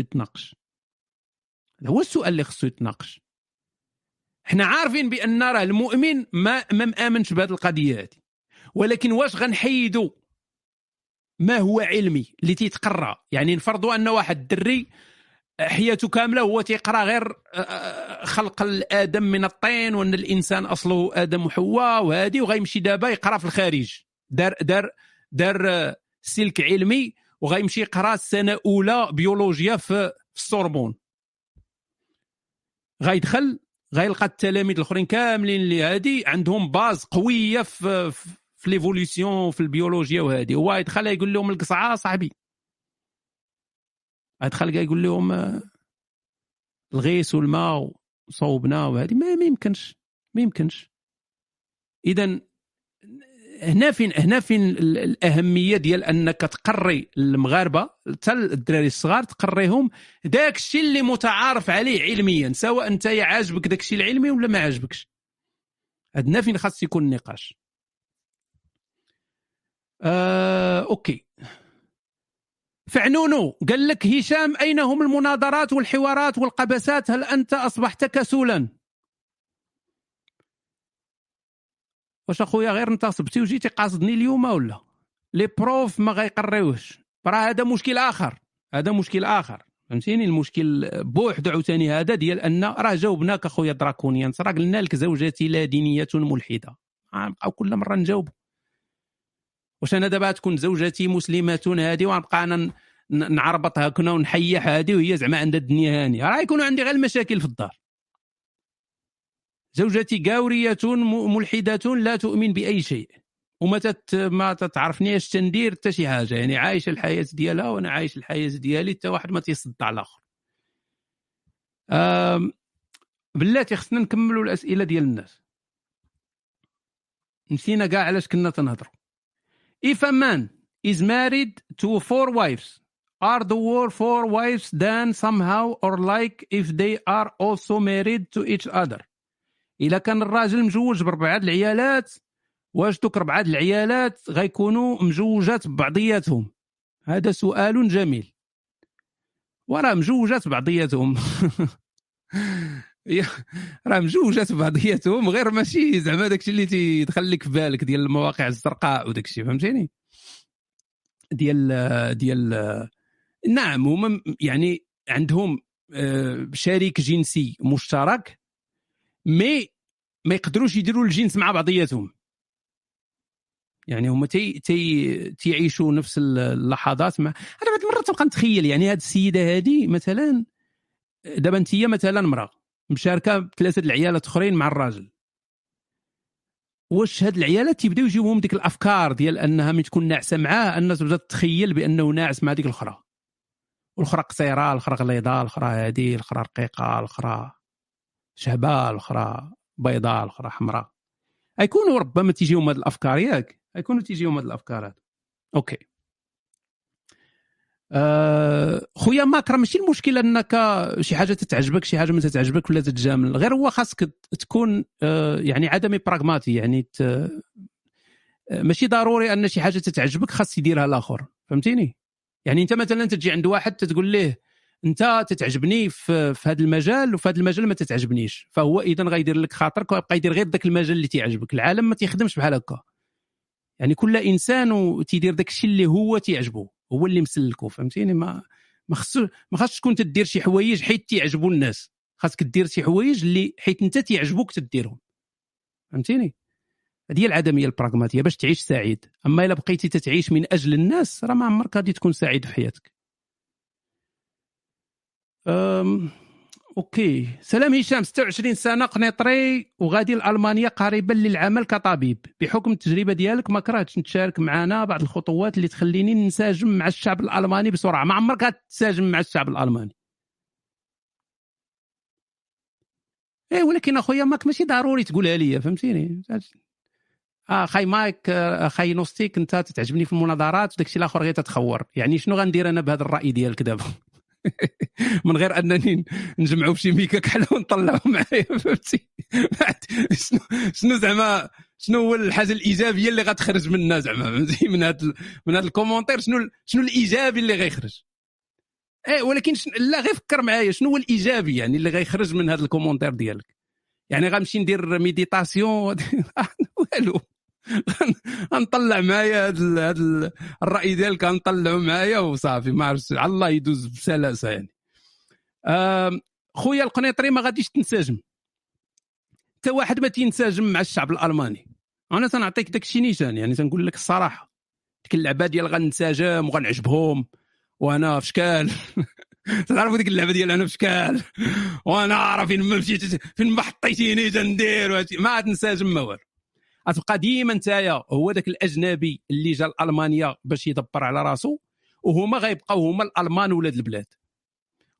يتناقش. احنا عارفين بان راه المؤمن ما مآمنش بهذه القضيه هذه، ولكن واش غنحيدوا ما هو علمي اللي تيتقرا؟ يعني نفرضوا ان واحد الدري حياته كامله هو تيقرا غير خلق الادم من الطين وان الانسان اصله ادم وحواء وهذه، وغيمشي دابا يقرا في الخارج، دار سلك علمي وغيمشي يقرا سنه اولى بيولوجيا في السوربون. غيدخل غيلقى التلاميذ الاخرين كاملين اللي هادي عندهم باز قويه في ليفوليسيون في البيولوجيا وهذه، هو يدخل يقول لهم القصعه صاحبي هاد خلقه يقول لهم الغيث والماء وصوبنا وهذه ما يمكنش. اذا هنا فين الاهميه ديال انك تقري المغاربه حتى الدراري الصغار تقريهم داك الشيء اللي متعارف عليه علميا، سواء انت عاجبك داك الشيء العلمي ولا ما عاجبكش. هنا فين خاص يكون النقاش. اوكي. فعنونو قال لك هشام اين هم المناظرات والحوارات والقبسات؟ هل انت اصبحت كسولا؟ واش اخويا غير انت صبتي وجيتي قاصدني اليوم ولا لي بروف ما غيقريوش؟ راه هذا مشكل اخر، فهمتيني؟ المشكل بوحدو عاوتاني هذا ديال ان راه جاوبناك اخويا دراكونيان، راه قلنا لك زوجتي لا دينيه ملحده، نبقاو كل مره نجاوب. واش انا دابا تكون زوجتي مسلمه هذه ونبقى انا نعربط هكنا ونحيح هذه وهي زعما عندها الدنيا هانيه؟ راه يكونوا عندي غير المشاكل في الدار. زوجتي قاوريه ملحده لا تؤمن باي شيء ما تتعرفنيش تندير حتى شي حاجه، يعني عايشه الحياه ديالها وانا عايش الحياه ديالي، حتى واحد ما تيصدع على الاخر. بلاتي خصنا نكملوا الاسئله ديال الناس، نسينا كاع علاش كنا تنهضروا. If a man is married to 4 wives, are the 4 wives then somehow or like if they are also married to each other؟ إلا كان الراجل مجوج ب4 العيالات، واش دوك 4 العيالات غيكونوا مجوجات ببعضياتهم؟ هذا سؤال جميل. وراه مجوجات ببعضياتهم راه مجوجات ببعضياتهم، غير ماشي زعما داكشي اللي تيدخل لك في بالك ديال المواقع الزرقاء وداكشي، فهمتيني؟ ديال نعم هما يعني عندهم شريك جنسي مشترك، ما يقدروش يديروا الجنس مع بعضياتهم. يعني هما تيعيشوا نفس اللحظات مع. انا بعض المرات تبقى نتخيل يعني هاد السيده هذه مثلا، دابا انت مثلا مراه مشاركه ب3 العيالات اخرين مع الراجل، واش هاد العيالات تيبداو يجيوهم ديك الافكار ديال انها من تكون ناعسه معاه الناس تبدا تتخيل بانه ناعس مع ديك الاخرى، والاخرى قصيره، الاخرى غليظه، الاخرى هذه، الاخرى رقيقه، الاخرى شهبه، الاخرى بيضاء، الاخرى حمراء. يكونوا ربما تيجيهم هاد الافكار، ياك يكونوا تيجيهم هاد الافكار هاد. اوكي. خويا ماكرا، ماشي المشكله انك شي حاجه تتعجبك شي حاجه ما تتعجبك ولا تتجامل، غير هو خاصك تكون يعني عدمي براغماتي، يعني ماشي ضروري ان شي حاجه تتعجبك خاص يديرها الاخر، فهمتيني؟ يعني انت مثلا تجي عند واحد تقول ليه انت تتعجبني في هذا المجال وفي هذا المجال ما تتعجبنيش، فهو اذا غيدير لك خاطرك ويبقى يدير غير داك المجال اللي تيعجبك. العالم ما تيخدمش بحال هكا، يعني كل انسان تيدير داك الشيء اللي هو تيعجبه، هو اللي مسلكو، فهمتيني؟ ما خاصش تكون تدير شي حوايج حيت تيعجبوا الناس، خاصك دير شي حوايج اللي حيت انت تيعجبوك تديرهم، فهمتيني؟ هذه هي العدميه البراغماتيه باش تعيش سعيد. اما الا بقيتي تتعيش من اجل الناس راه ما عمرك غادي تكون سعيد في حياتك. اوكي. سلام هشام، 26 سنه، قنيطري، وغادي لألمانيا قريبا للعمل كطبيب. بحكم التجربه ديالك ما كرهتش تشارك معنا بعض الخطوات اللي تخليني ننسجم مع الشعب الالماني بسرعه؟ ما عمرك غتنسجم مع الشعب الالماني. ولكن اخويا ماك ماشي ضروري تقولها لي، فهمتيني؟ خاي مايك، خاي نوستيك، انت تتعجبني في المناظرات وداكشي الاخر غير تتخور. يعني شنو غندير انا بهذا الراي ديالك دابا؟ من غير انني نجمعوا بشي ميكا كحله ونطلعوا معايا، فهمتي؟ شنو زعما شنو هو الحاجه الايجابيه اللي غتخرج منا زعما، فهمتي؟ من هذا الكومونتير شنو الايجابي اللي غيخرج؟ ولكن لا، غير فكر معايا شنو هو الايجابي يعني اللي غيخرج من هذا الكومونتير ديالك. يعني غنمشي ندير ميديتاسيون والو، غنطلع معايا هذا الراي ديالك، غنطلعوا معايا وصافي، ما عرفتش، على الله يدوز بسلاسه. يعني خويا القنيطري ما غاديش تنسجم، حتى واحد ما تينسجم مع الشعب الالماني. انا تنعطيك داكشي نيشان، يعني تنقول لك الصراحه، ديك اللعبه ديال غنسجم وغنعجبهم وانا في شكال تعرفوا ديك اللعبه ديال انا في شكال وانا عارف فين ما مشيت فين ما حطيتيني تندير، ما تنسجم ما والو. غتبقى ديما نتايا هو داك الاجنبي اللي جا لالمانيا باش يدبر على راسو، وهما غيبقاو هما الالمان ولاد البلاد.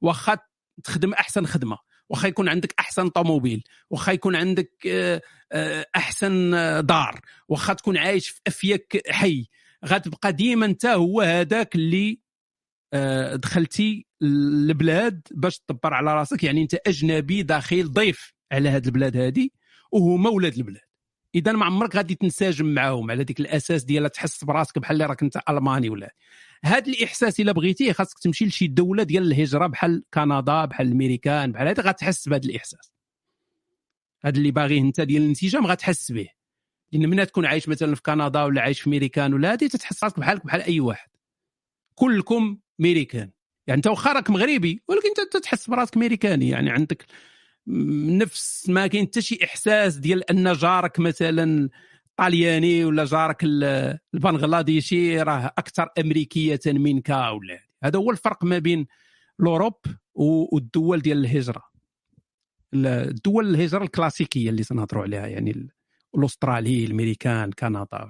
واخا تخدم احسن خدمه، واخا يكون عندك احسن طوموبيل، واخا يكون عندك احسن دار، واخا تكون عايش في افيك حي، غتبقى ديما انت هو هذاك اللي دخلتي البلاد باش تدبر على راسك. يعني انت اجنبي داخل ضيف على هذه البلاد هذه، وهما ولاد البلاد. اذا ما عمرك غادي تنسجم معهم على ديك الاساس ديال تحس براسك بحال اللي راك انت الماني ولا. هذا الاحساس الا بغيتيه خاصك تمشي لشي دوله ديال الهجره بحال كندا، بحال الامريكان، بحال هذا، غتحس بهذا الاحساس. هذا اللي باغيه انت ديال الانسجام غتحس به، لان من تكون عايش مثلا في كندا ولا عايش في امريكان ولا هذه، تتحس راسك بحالك بحال اي واحد، كلكم امريكان. يعني انت واخا راك مغربي ولكن انت تتحس براسك امريكاني. يعني عندك نفس ما كاين حتى شي احساس ديال ان جارك مثلا طالياني ولا جارك البنغلاديشي راه اكثر امريكيه منك ولا. هذا هو الفرق ما بين الاوروب والدول ديال الهجره، الدول الهجره الكلاسيكيه اللي سنهضروا عليها، يعني الاسترالي، الامريكان، كندا.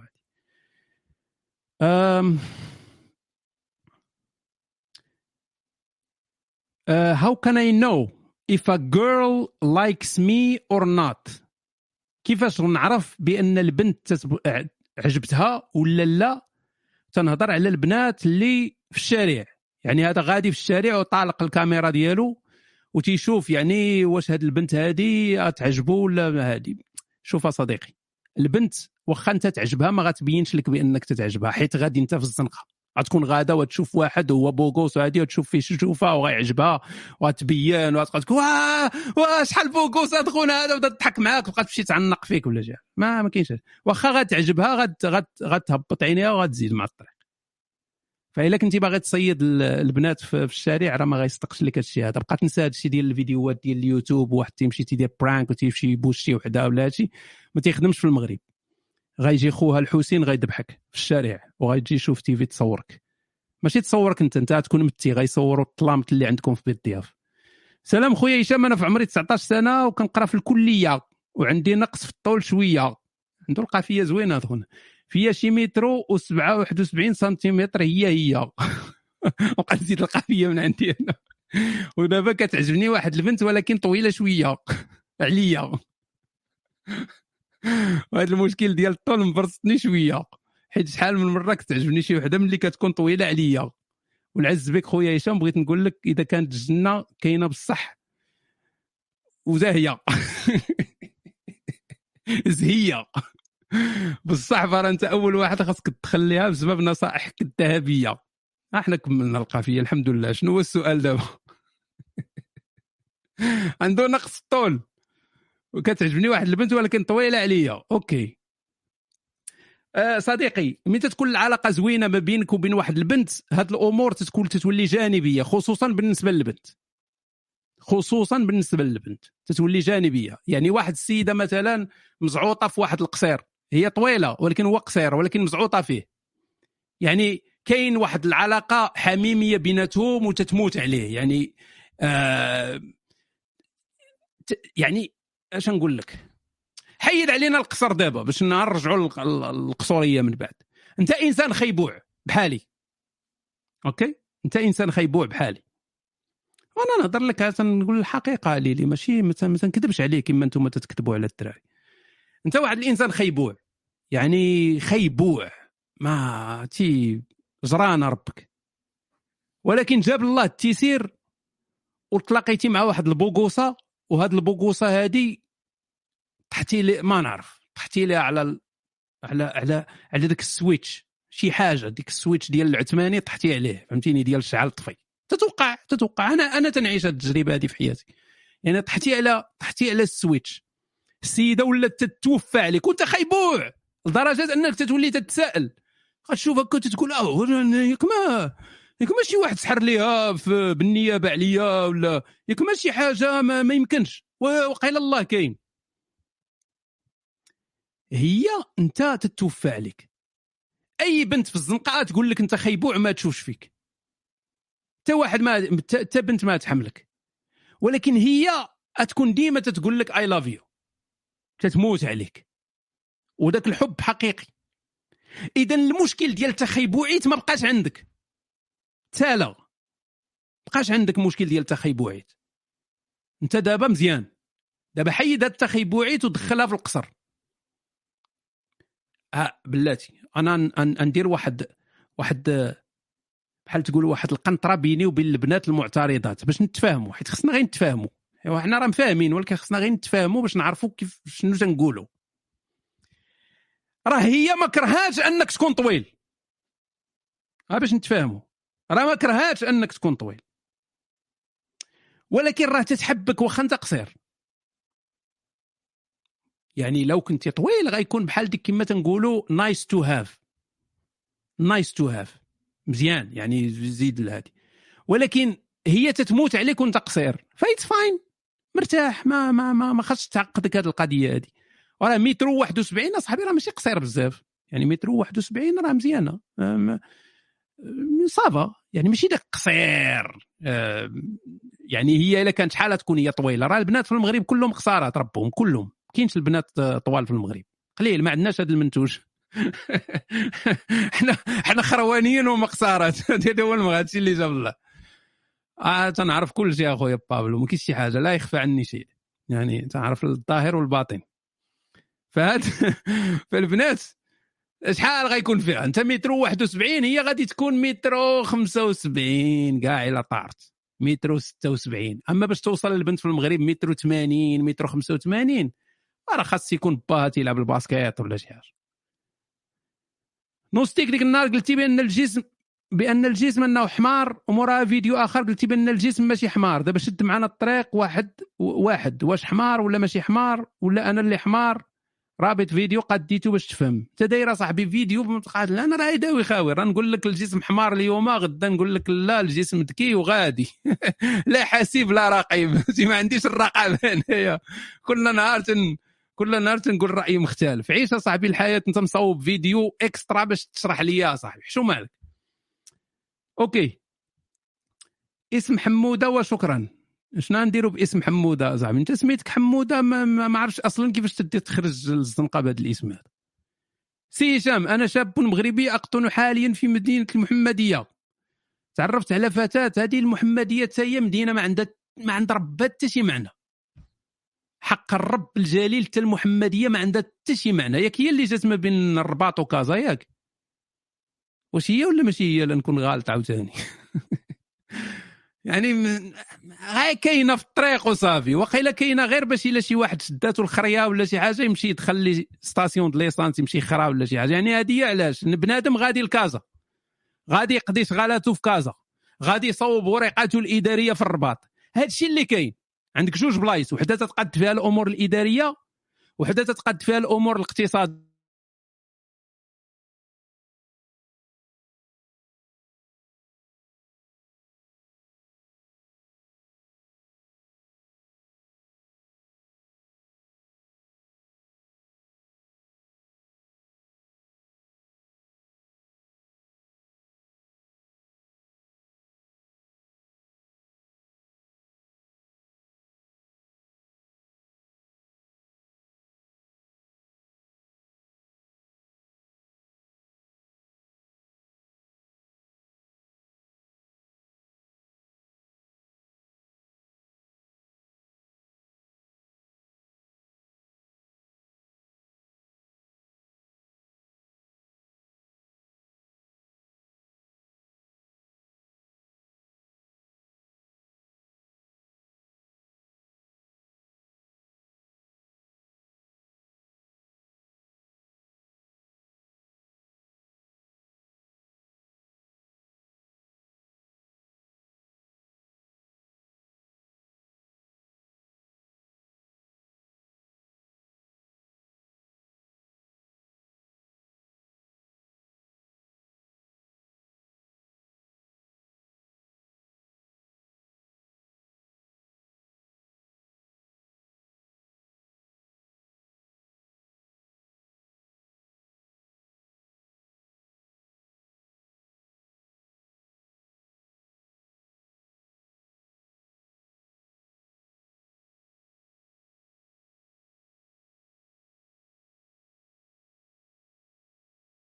how can I know if a girl likes me or not؟ كيفاش نعرف بان البنت عجبتها ولا لا؟ تنهضر على البنات اللي في الشارع. يعني هذا غادي في الشارع وطالق الكاميرا ديالو وتيشوف يعني واش هاد البنت هذه تعجبو ولا هذه. شوف صديقي، البنت واخا انت تعجبها ما غتبينش لك بانك تتعجبها، حيت غادي انت في الزنقه غتكون غاده وتشوف واحد هو بوغوس وهادي وتشوف فيه شوفه وغيعجبها وتبين وتقول واه شحال بوغوس هاد خونا هذا، وبدا تضحك معاك وبقى تمشي تعنق فيك ولا جا. ما كاينش. واخا غتعجبها غتهبط عينيها وغتزيد مع الطريق. فإلا كنتي باغي تصيد البنات في الشارع راه ما غيصدقش لك هادشي هذا. بقى تنسى هادشي ديال الفيديوهات ديال اليوتيوب، وواحد تيمشي تيدير برانك وتيمشي يبوش شي وحده ولا هادشي، ما تيخدمش في المغرب. غيجي خوها الحسين غيذبحك في الشارع وغيجي يشوف تيفي تصورك، ماشي تصورك انت تكون متي، غيصوروا الطلامط اللي عندكم في بيت الضياف. سلام خويا هشام، انا في عمري 19 سنه وكنقرا في الكليه وعندي نقص في الطول شويه. عنده القافيه زوينه اخونا، فيا شي مترو و71 سنتيمتر هي وقال نزيد القافيه من عندي انا. ودابا كتعجبني واحد البنت ولكن طويله شويه عليا. وهذا المشكل ديال الطول مبرصتني شويه، حيت شحال من مره كتعجبني شي وحده ملي كتكون طويله عليا. والعز بك خويا هشام، بغيت نقول لك اذا كانت الجنه كاينه بصح وزاهيه زهيه بصح، فانت اول واحد خاصك تخليها بسبب نصائحك الذهبيه. احنا كملنا القافيه الحمد لله. شنو هو السؤال دابا؟ عنده نقص الطول وكتعجبني واحد البنت ولكن طويله عليا. اوكي صديقي، متى تكون العلاقه زوينه ما بينك وبين واحد البنت، هاد الامور تتولي جانبيه، خصوصا بالنسبه للبنت. تتولي جانبيه. يعني واحد السيده مثلا مزعوطه في واحد القصير، هي طويله ولكن هو قصير ولكن مزعوطه فيه، يعني كاين واحد العلاقه حميميه بيناتهم وتتموت عليه. يعني يعني اش نقول لك، حيد علينا القصر دابا باش نرجعوا القصوريه من بعد. انت انسان خيبوع بحالي، اوكي؟ انت انسان خيبوع بحالي، وانا نهضر لك نقول الحقيقه ليلي، ماشي ما تنكذبش عليك كما انتم تتكذبوا على الدراري. انت واحد الانسان خيبوع، يعني خيبوع ما تي جرانا ربك، ولكن جاب الله التيسير وتلاقيتي مع واحد البوغوصه، وهاد البوغوصه هذه طحتي لي ما نعرف، طحتي لي على داك السويتش، شي حاجه ديك السويتش ديال العثماني طحتي عليه، فهمتيني، ديال الشعل طفي. تتوقع انا تنعيش هاد التجربه هذه في حياتي. يعني طحتي على السويتش، السيده ولات تتوفى عليك وانت خيبوع لدرجه انك تتولي تتساءل. غتشوف هكا تقول ياك ماشي واحد سحر ليها بالنيابه عليا، ولا ياك ماشي حاجه ما يمكنش، وقيل الله كاين. هي انت تتوفى عليك. اي بنت في الزنقه تقول لك انت خيبوع ما تشوفش فيك، حتى واحد ما حتى بنت ما تحملك، ولكن هي تكون ديما تتقول لك اي لاف يو، تتموت عليك، وداك الحب حقيقي. اذا المشكل ديال التخيبوعيت ما بقاش عندك تالا، بقاش عندك مشكل ديال التخيبوعيت. انت دابا مزيان، دابا حيد هاد التخيبوعيت ودخلها في القصر. بلاتي انا ندير واحد بحال تقول واحد القنطره بيني وبين البنات المعترضات باش نتفاهموا، حيت خصنا غير نتفاهموا. ايوا حنا راه فاهمين، ولكن خصنا غير نتفاهموا باش نعرفوا كيف شنو تنقولوا. راه هي ما كرهاش انك تكون طويل، باش نتفاهموا. راه ما كرهاش انك تكون طويل، ولكن راه تتحبك واخا انت قصير. يعني لو كنتي طويل غيكون بحال ديك كما تنقولوا نايس تو هاف، مزيان يعني زيد لهادي. ولكن هي تتموت عليك وانت قصير، فايت فاين، مرتاح، ما خاصش تعقدك هذه القضيه هذه. وراه مترو 71 اصاحبي راه ماشي قصير بزاف، يعني مترو 71 راه مزيانه، صافا، يعني ماشي داك قصير. يعني هي الا كانت شحال تكون هي طويله. راه البنات في المغرب كلهم قصارات ربهم، كلهم كاينش البنات طوال في المغرب، قليل، ما عندناش هذا المنتوج. احنا خروانيين ومقصارات. هذا هو هادشي اللي جاب الله. تنعرف كل شيء اخويا بابلو، ما كاينش شي حاجه لا يخفى عني شيء، يعني تنعرف الظاهر والباطن. فهاد فالبنات شحال غيكون فيها؟ انت مترو 71، هي غادي تكون مترو 75 كاع الا طارت، مترو 76. اما باش توصل للبنت في المغرب مترو 80 مترو 85 راه خاص يكون با تيلعب الباسكيت ولا شي حاجه. نوستيك ديك النهار قلتي بان الجسم انه حمار، ومورا فيديو اخر قلتي بان الجسم ماشي حمار. دابا شد معنا الطريق واحد واش حمار ولا ماشي حمار، ولا انا اللي حمار؟ رابط فيديو قديته باش تفهم. انت دايره صاحبي فيديو قال لا انا راه يداوي خاوي، راه نقول لك الجسم حمار اليوم، غدا نقول لك لا الجسم ذكي وغادي. لا حاسب لا رقيب. ما عنديش الرقابه هنايا. كل نهار تنقول راي مختلف. عيش صاحبي الحياه، انت مصوب فيديو اكسترا باش تشرح لي صاحبي شو مالك. اوكي، اسم حموده وشكرا. شنو نديروا باسم حموده زعما؟ انت سميتك حموده، ما عرفتش اصلا كيفاش تدي تخرج الزنقه بهذا الاسم هذا. سي هشام، انا شاب مغربي اقطن حاليا في مدينه المحمديه. تعرفت على فتاه، هذه المحمديه هي مدينه ما عند ربها حتى شي معنى. حق الرب الجليل حتى المحمديه ما عندها حتى شي معنى. ياك هي اللي جات ما بين الرباط وكازا ياك؟ واش هي ولا ماشي هي؟ لنكون غالط عاوتاني. يعني غير كاينه في الطريق وصافي. وقيله كاينه غير باش الا شي واحد شداتو الخريه ولا شي حاجه يمشي يدخل لي ستاسيون د ليسانس يمشي يخرا ولا شي حاجه. يعني هذه علاش بنادم غادي لكازا، غادي يقضي شغالاته في كازا، غادي يصوب ورقاته الاداريه في الرباط. هذا الشيء اللي كاين. عندك جوج بلايص، وحده تتقاد فيها الامور الاداريه وحده تتقاد فيها الامور الاقتصاد.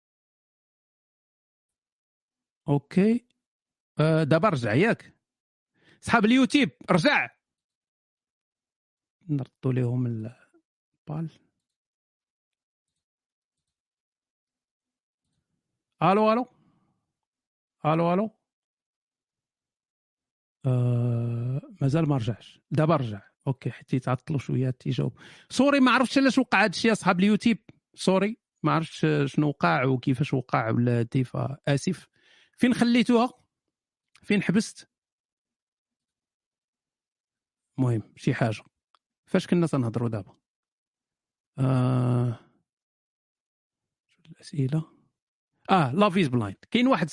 اوكي، دابا رجع ياك. صحاب اليوتيوب رجع نردوا لهم البال. الو مازال ما رجعش، دابا رجع. اوكي حتى يتعطلوا شويه تيجاوب. سوري ما عرفتش علاش وقع هذا الشيء اصحاب اليوتيوب، سوري ما عرفتش شنو وقع وكيفاش وقع ولا هادي، فاسف. فين خليتوها؟ فين حبست؟ مهم شي حاجه فاش كنا تنهضروا دابا. الاسئله لاف از بلايند. كاين واحد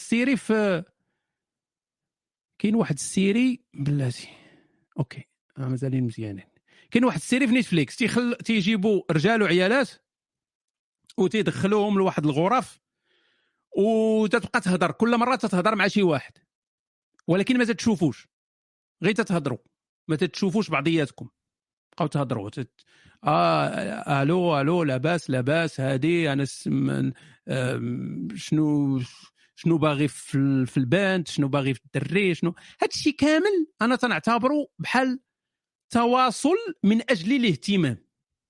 السيري بلاتي. اوكي مازالين مزيانين. كاين واحد السيري في نتفليكس تيجيبوا رجال وعيالات وتيدخلوهم لواحد الغرف وتتبقى تهضر، كل مره تتهضر مع شي واحد ولكن ما تتشوفوش، غير تتهضروا ما تتشوفوش بعضياتكم، بقاو تهضروا الو لاباس هادي انا شنو باغي في البنت، شنو باغي في الدري، شنو هادشي كامل انا تنعتبره بحال تواصل من اجل الاهتمام.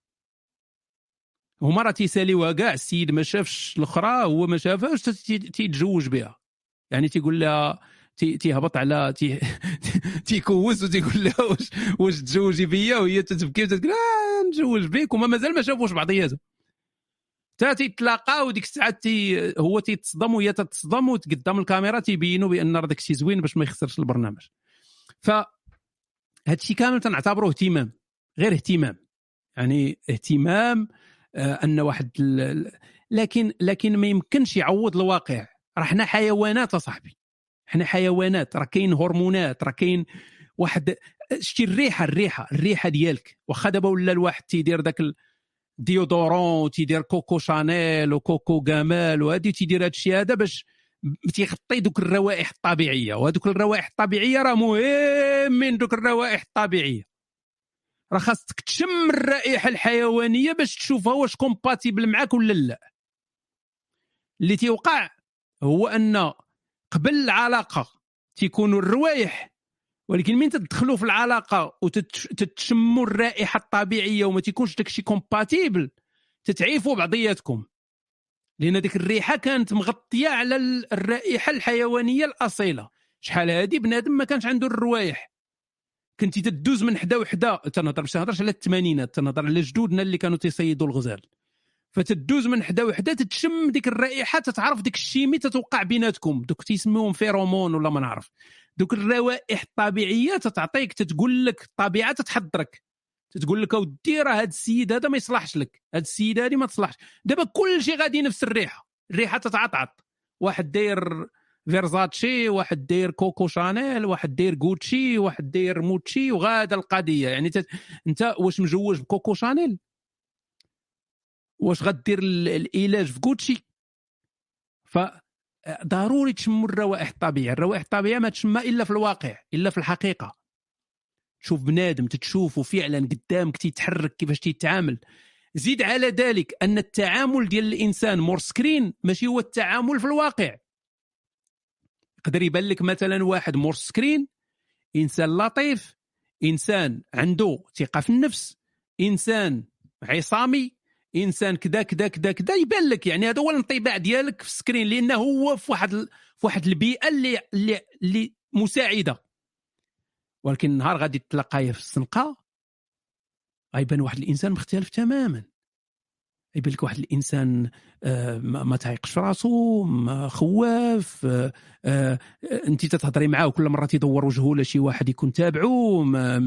هما راه تيساليوها كاع، السيد ما شافش الاخرى، هو ما شافهاش تيتزوج بها، يعني تيقول لها تيهبط على تيكوز وتيقول لها واش تزوجي بيا، وهي تتبكي وتقول نتزوج بك، وما مازال ما شافوش بعضياتهم. تا تيتلاقاو وديك الساعه هو تيتصدم وهي تتصدم، وقدام الكاميرا تيبينوا بان راه داك الشيء زوين باش ما يخسرش البرنامج. فهاد الشيء كامل تنعتبره اهتمام، غير اهتمام، يعني اهتمام ان واحد لكن ما يمكنش يعوض الواقع. راه حنا حيوانات اصاحبي، حنا حيوانات، راه كاين هرمونات، راه كاين واحد شتي الريحه ديالك، واخا دابا ولا الواحد تيدير داك ديودورون، تيدير كوكو شانيل وكوكو جمال وهادي، تيدير هادشي هذا باش تيغطي دوك الروائح الطبيعيه، وهذوك الروائح الطبيعيه راه مهم. من دوك الروائح الطبيعيه راه خاصك تشم الرائحه الحيوانيه باش تشوفها واش كومباتيبل معاك ولا لا. اللي تيوقع هو ان قبل العلاقه تيكونوا الروائح، ولكن من تدخلوا في العلاقه وتتشموا الرائحه الطبيعيه وما تيكونش داكشي كومباتيبل، تتعيفوا بعضياتكم، لان ديك الريحه كانت مغطيه على الرائحه الحيوانيه الاصيله. شحال هادي بنادم ما كانش عنده الروائح، كنتي تدوز من حدا وحده، تنهضرش على الثمانينات، تنهضر على جدودنا اللي كانوا تيصيدوا الغزال، فتدوز من حدا وحده تتشم ديك الرائحه، تتعرف ديك الشيمي تتوقع بيناتكم، دوك تيسميوهم فيرومون ولا ما نعرف. دوك الروائح الطبيعيه تتعطيك، تتقول لك الطبيعه، تتحضرك، تتقول لك اودي راه هذا السيد هذا ما يصلحش لك، هذا السيد هذه ما تصلحش. دابا كل شيء غادي نفس الريحه تتعطعط، واحد داير فيرزاتشي، واحد داير كوكو شانيل، واحد داير غوتشي، واحد داير موتشي، وغادا القضيه. يعني انت واش مجوج بكوكو شانيل؟ واش غدير العلاج في غوتشي؟ فضروري تشموا الروائح الطبيعيه. الروائح الطبيعيه ما تشمى الا في الواقع، الا في الحقيقه. تشوف بنادم تتشوفه فعلا قدامك تيتحرك، كيفاش تيتعامل. زيد على ذلك ان التعامل ديال الانسان مور سكرين ماشي هو التعامل في الواقع. يقدر يبان لك مثلا واحد مور سكرين انسان لطيف، انسان عنده ثقه في النفس، انسان عصامي، انسان كذا كذا كذا كذا، يبان لك. يعني هذا هو الانطباع ديالك في السكرين، لانه هو في واحد البيئه اللي مساعده. ولكن النهار غادي تلقايه في السنقه غيبان واحد الانسان مختلف تماما. يبان لك واحد الانسان ما تايقش في راسو، خواف، انت تتهضري معاه وكل مره تيدور وجهه لشي واحد يكون تابعو.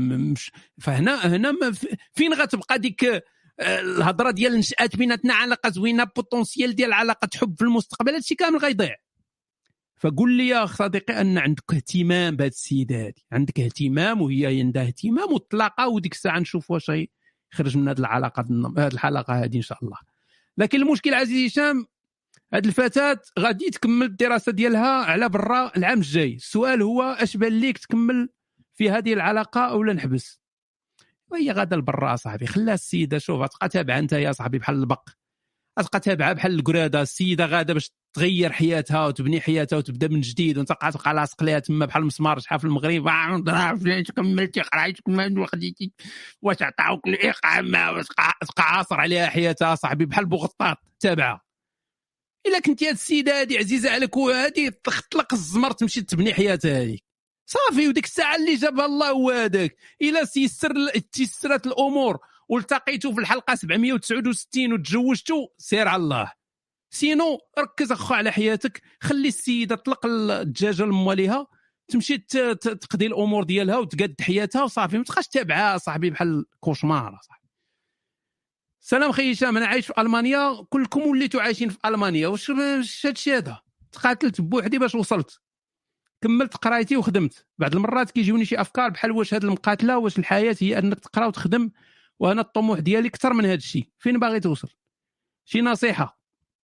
فهنا فين غتبقى ديك الهضره ديال نشات بيناتنا علاقه زوينه، بوتونسيال ديال علاقه حب في المستقبل؟ هادشي كامل غيضيع. فقول لي يا صديقي ان عندك اهتمام بهذا السيد هذه، عندك اهتمام وهي عندها اهتمام، وتلاقاو وديك الساعه نشوف واش يخرج من هذه العلاقه، هذه الحلقه هذه ان شاء الله. لكن المشكل عزيزي هشام، هذه الفتاه غادي تكمل الدراسه ديالها على برا العام الجاي. السؤال هو اش بان ليك تكمل في هذه العلاقه او لا نحبس؟ وهي غادا لبرا صاحبي، خليها السيده. شوف تبقى تابعه انت يا صاحبي بحال البق، تبقى تابعه بحال القراده. السيده غاده باش تغير حياتها وتبني حياتها وتبدا من جديد، وانت تبقى لاصق ليها تما بحال المسمار شحال في المغرب فلاش كملتي قرايتك ما خديتي واش عطاوك الاقامه واش تبقى عاصر عليها حياتها صاحبي بحال بوغطاط تابعه. الا كنتي هاد السيده هادي عزيزه عليك وهادي تطلق الزمر تمشي تبني حياتها هذيك صافي، وديك الساعه اللي جابها الله هو هذاك. الا تيسرت الامور والتقيتوا في الحلقه 769 وتزوجتوا سير على الله. سينو ركز اخو على حياتك، خلي السيده تطلق الدجاجه لمواليها تمشي تقضي الامور ديالها وتقاد حياتها وصافي، ما تبقاش تابعها صاحبي بحال كوشمار صاحبي. سلام خي هشام، انا عايش في المانيا، كلكم وليتوا عايشين في المانيا، واش هادشي هذا؟ تقاتلت بوحدي باش وصلت، كملت قرايتي وخدمت. بعض المرات كيجيوني شي افكار بحال واش هاد المقاتله، واش الحياه هي انك تقرا وتخدم، وانا الطموح ديالي اكثر من هذا الشيء. فين باغي توصل؟ شي نصيحه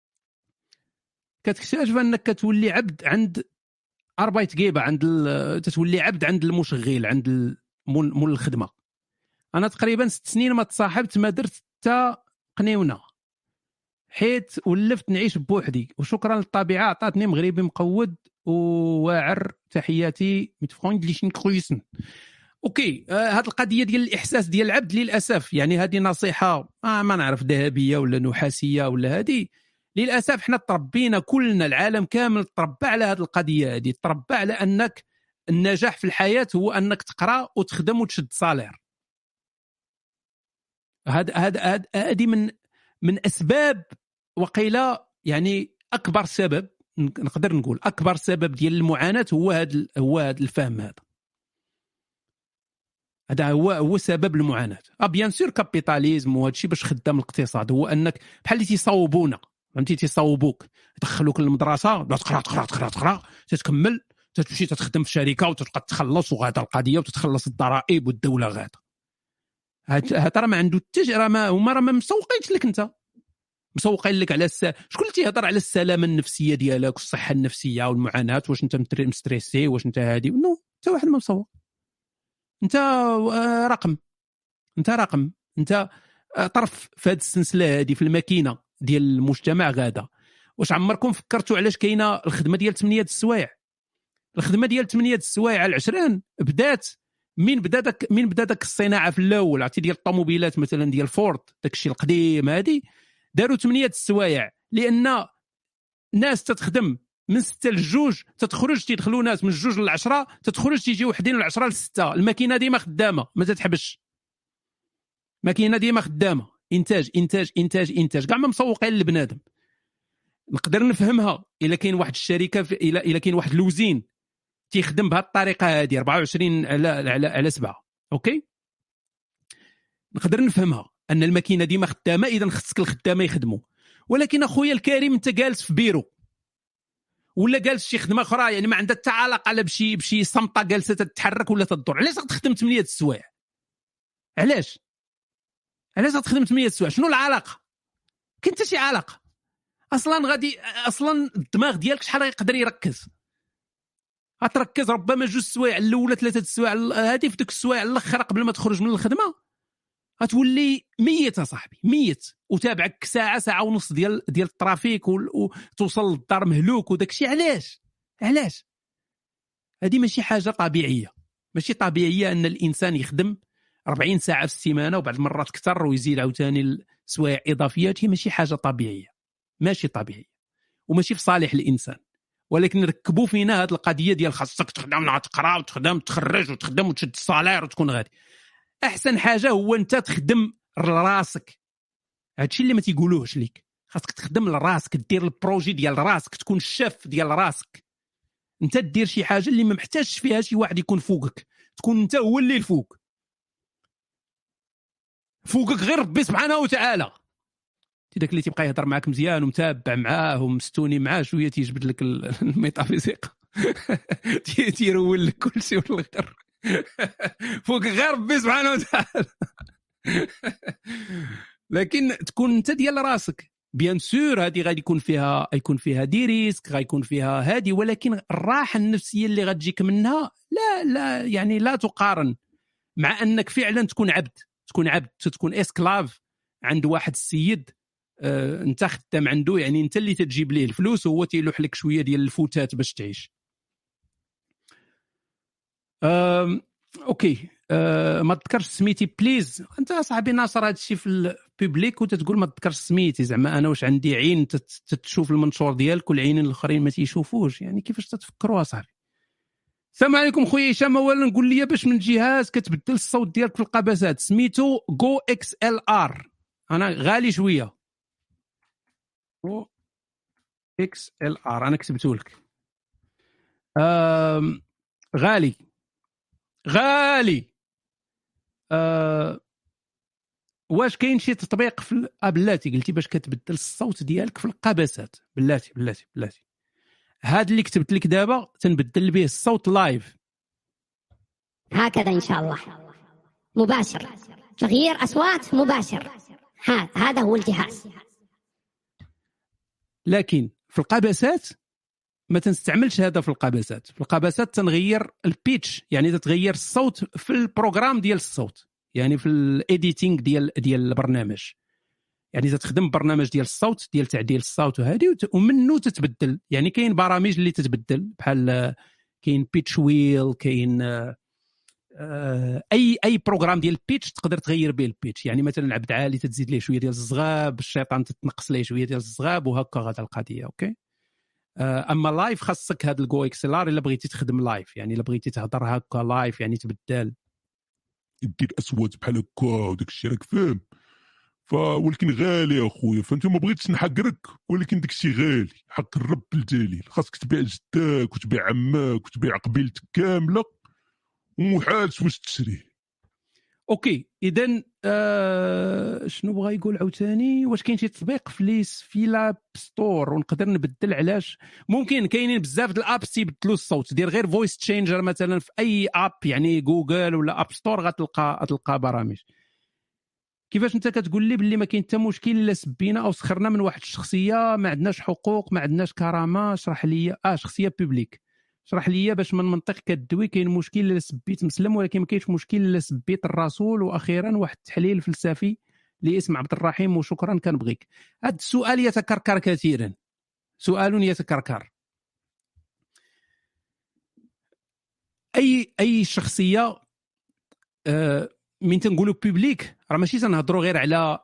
كتكتشف انك كتولي عبد عند اربايت جيبه، تتولي عبد عند المشغل، عند مول الخدمه. انا تقريبا 6 سنين ما تصاحبت، ما درت حتى قنيونه، حيت ولفت نعيش بوحدي. وشكرا للطبيعه عطاتني مغربي مقود وواعر. تحياتي متفروندليشن كرويسن. اوكي، هاد القضيه ديال الاحساس ديال العبد للاسف، يعني هذه نصيحه ما نعرف ذهبيه ولا نحاسيه ولا هذه، للاسف حنا تربينا كلنا، العالم كامل تربى على هذه القضيه هذه، تربى على انك النجاح في الحياه هو انك تقرا وتخدم وتشد صالير. هذه من اسباب، وقيل يعني اكبر سبب، نقدر نقول اكبر سبب ديال المعاناه هو هذا الفهم. هذا هو سبب المعاناه. بيان سور كابيتاليزم وهذا الشيء باش خدام الاقتصاد، هو انك بحال اللي تيصاوبونا، فهمتي، تيصاوبوك يدخلوك للمدرسه تقرا تتكمل، تمشي تخدم في شركه وتبقى تخلص وغادا القضيه وتتخلص الضرائب والدوله غادا. هذا راه ما عنده هما راه ما مسوقينش لك، انت مسوقين لك على شكون اللي تيهضر على السلامه النفسيه ديالك والصحه النفسيه والمعاناه، واش انت مستريسي، واش انت هادي، نو حتى واحد ما مسوق. انت رقم، انت طرف في هذه السلسله هذه، في الماكينه ديال المجتمع غادا. واش عمركم فكرتوا علاش كاينه الخدمه ديال 8 السوايع؟ الخدمه ديال 8 السوايع على العشران بدات من بدا داك الصناعه في الاول، عرفتي، ديال الطوموبيلات مثلا ديال فورد، داك الشيء القديم هادي، داروا 8 السوايع لان ناس تتخدم من 6 ل2، تتخرج تيدخلوا ناس من 2 ل10، تتخرج تيجي وحدين من 10 ل6. الماكينه ديما خدامه ما تتحبش، ماكينه ديما خدامه، انتاج انتاج انتاج انتاج، كاع ما مسوقين للبنادم. نقدر نفهمها الا كاين واحد الشركه الا كاين واحد لوزين تيخدم بهذه الطريقه هذه 24 على 7، اوكي، نقدر نفهمها ان الماكينه ديما خدامه، اذا خصك الخدامه يخدموا. ولكن اخويا الكريم، انت جالس في بيرو ولا جالس شي خدمه اخرى، يعني ما عندها حتى علاقه لا بشي صمطه جالسه تتحرك ولا تدور، علاش تخدم 8 السوايع؟ علاش تخدم 8 السوايع؟ شنو العلاقه؟ كاين حتى شي علاقه اصلا؟ غادي اصلا الدماغ ديالك شحال يقدر يركز؟ غتركز ربما 2 السوايع الاولى، 3 السوايع هذه، في ديك السوايع الاخرى قبل ما تخرج من الخدمه غتولي ميت صاحبي، ميت، وتابعك ساعه ونص ديال الترافيك وتوصل للدار مهلوك وداك الشيء. علاش هذه ماشي حاجه طبيعيه، ماشي طبيعيه ان الانسان يخدم 40 ساعه في السيمانه وبعض المرات اكثر ويزيد عاوتاني السوايع اضافيات. هي ماشي حاجه طبيعيه، ماشي طبيعيه، وماشي في صالح الانسان. ولكن ركبوا فينا هذه القضيه ديال خاصك تخدم، تقرا وتخدم، تخرج وتخدم وتشد الصالير وتكون غادي. احسن حاجه هو انت تخدم لراسك، هادشي اللي ما تيقولوهش ليك. خاصك تخدم لراسك، دير البروجي ديال راسك، تكون الشاف ديال راسك. انت دير شي حاجه اللي ما محتاجش فيها شي واحد يكون فوقك، تكون انت هو اللي فوقك غير ربي سبحانه وتعالى. داك اللي تيبقى يهضر معاك مزيان ومتابع معاه ومستوني معاه، شويه تيجبد لك الميتافيزيق تيرول لك كل شيء في الاخر فوق غير ربي سبحانه وتعالى. لكن تكون انت ديال راسك. بيان سور هذه غادي يكون فيها دي ريسك، غيكون فيها هذه، ولكن الراحه النفسيه اللي غتجيك منها لا يعني لا تقارن مع انك فعلا تكون عبد، تكون اسكلاف عند واحد السيد انت خدام عنده، يعني انت اللي تجيب ليه الفلوس وهو تيلوح لك شويه ديال الفوتات باش تعيش. اوكي. ما تذكرش سميتي بليز. انت صاحبي ناشر هذا الشيء في البوبليك وتتقول ما تذكرش سميتي. زعما انا واش عندي عين تتشوف المنشور ديالك والعينين الاخرين ما تيشوفوش؟ يعني كيفاش تتفكروا صاحبي؟ السلام عليكم خويا هشام. اولا نقول لي باش من جهاز كتبدل الصوت ديالك في القبسات سميتو جو اكس ال ار. انا غالي شويه. جو اكس ال ار انا كتبته لك. غالي واش كاين شي تطبيق في بلاتي قلتي باش كتبدل الصوت ديالك في القبسات؟ بلاتي هذا اللي كتبت لك دابا تنبدل به الصوت لايف هكذا ان شاء الله، مباشر، تغيير اصوات مباشر. هذا هو الجهاز. لكن في القبسات ما تنستعملش هذا. في القبسات تنغير البيتش، يعني تتغير الصوت في البروغرام ديال الصوت، يعني في الايديتينغ ديال البرنامج. يعني تخدم برنامج ديال الصوت ديال تعديل الصوت وهذه ومنه تتبدل. يعني كاين برامج اللي تتبدل بحال كاين بيتش ويل، كاين اي بروغرام ديال البيتش تقدر تغير به البيتش. يعني مثلا عبد عالي تزيد ليه شويه ديال الزغاب، الشيطان تتنقص ليه شويه ديال الزغاب وهكا غدا القضيه. اوكي. اما لايف خاصك هذا الجو اكس ال ار الا بغيتي تخدم لايف، يعني الا بغيتي تهضر هكا لايف يعني تبدل يدير اصوات بحال هكا وداك الشيء راك فاهم. ولكن غالي اخويا، فانت ما بغيتش نحقرك، ولكن داك الشيء غالي حق الرب الجليل. خاصك تبيع جداك وتبيع عماك وتبيع قبيلتك كامله ومحال واش تشريه. اوكي. اذا شنو بغا يقول عاوتاني؟ واش كاين شي تطبيق في لاب ستور ونقدر نبدل؟ علاش؟ ممكن كاينين بزاف د الابس تيبدلوا الصوت. دير غير فويس تشينجر مثلا في اي اب، يعني جوجل ولا اب ستور غتلقى برامج. كيفاش انت كتقول لي باللي ما كاين حتى مشكل الا سبينا او سخرنا من واحد الشخصيه، ما عندناش حقوق، ما عندناش كرامه؟ اشرح لي. شخصيه بوبليك، اشرح لي باش من منطق كدوي. كاين مشكل الا سبيت مسلم، ولكن ما كاينش مشكل الا سبيت الرسول. واخيرا واحد التحليل فلسفي لاسم عبد الرحيم وشكرا كنبغيك. هذا السؤال يتكرر كثيرا، سؤال يتكرر. اي شخصيه من تنقولوا بوبليك راه ماشي تنهضروا غير على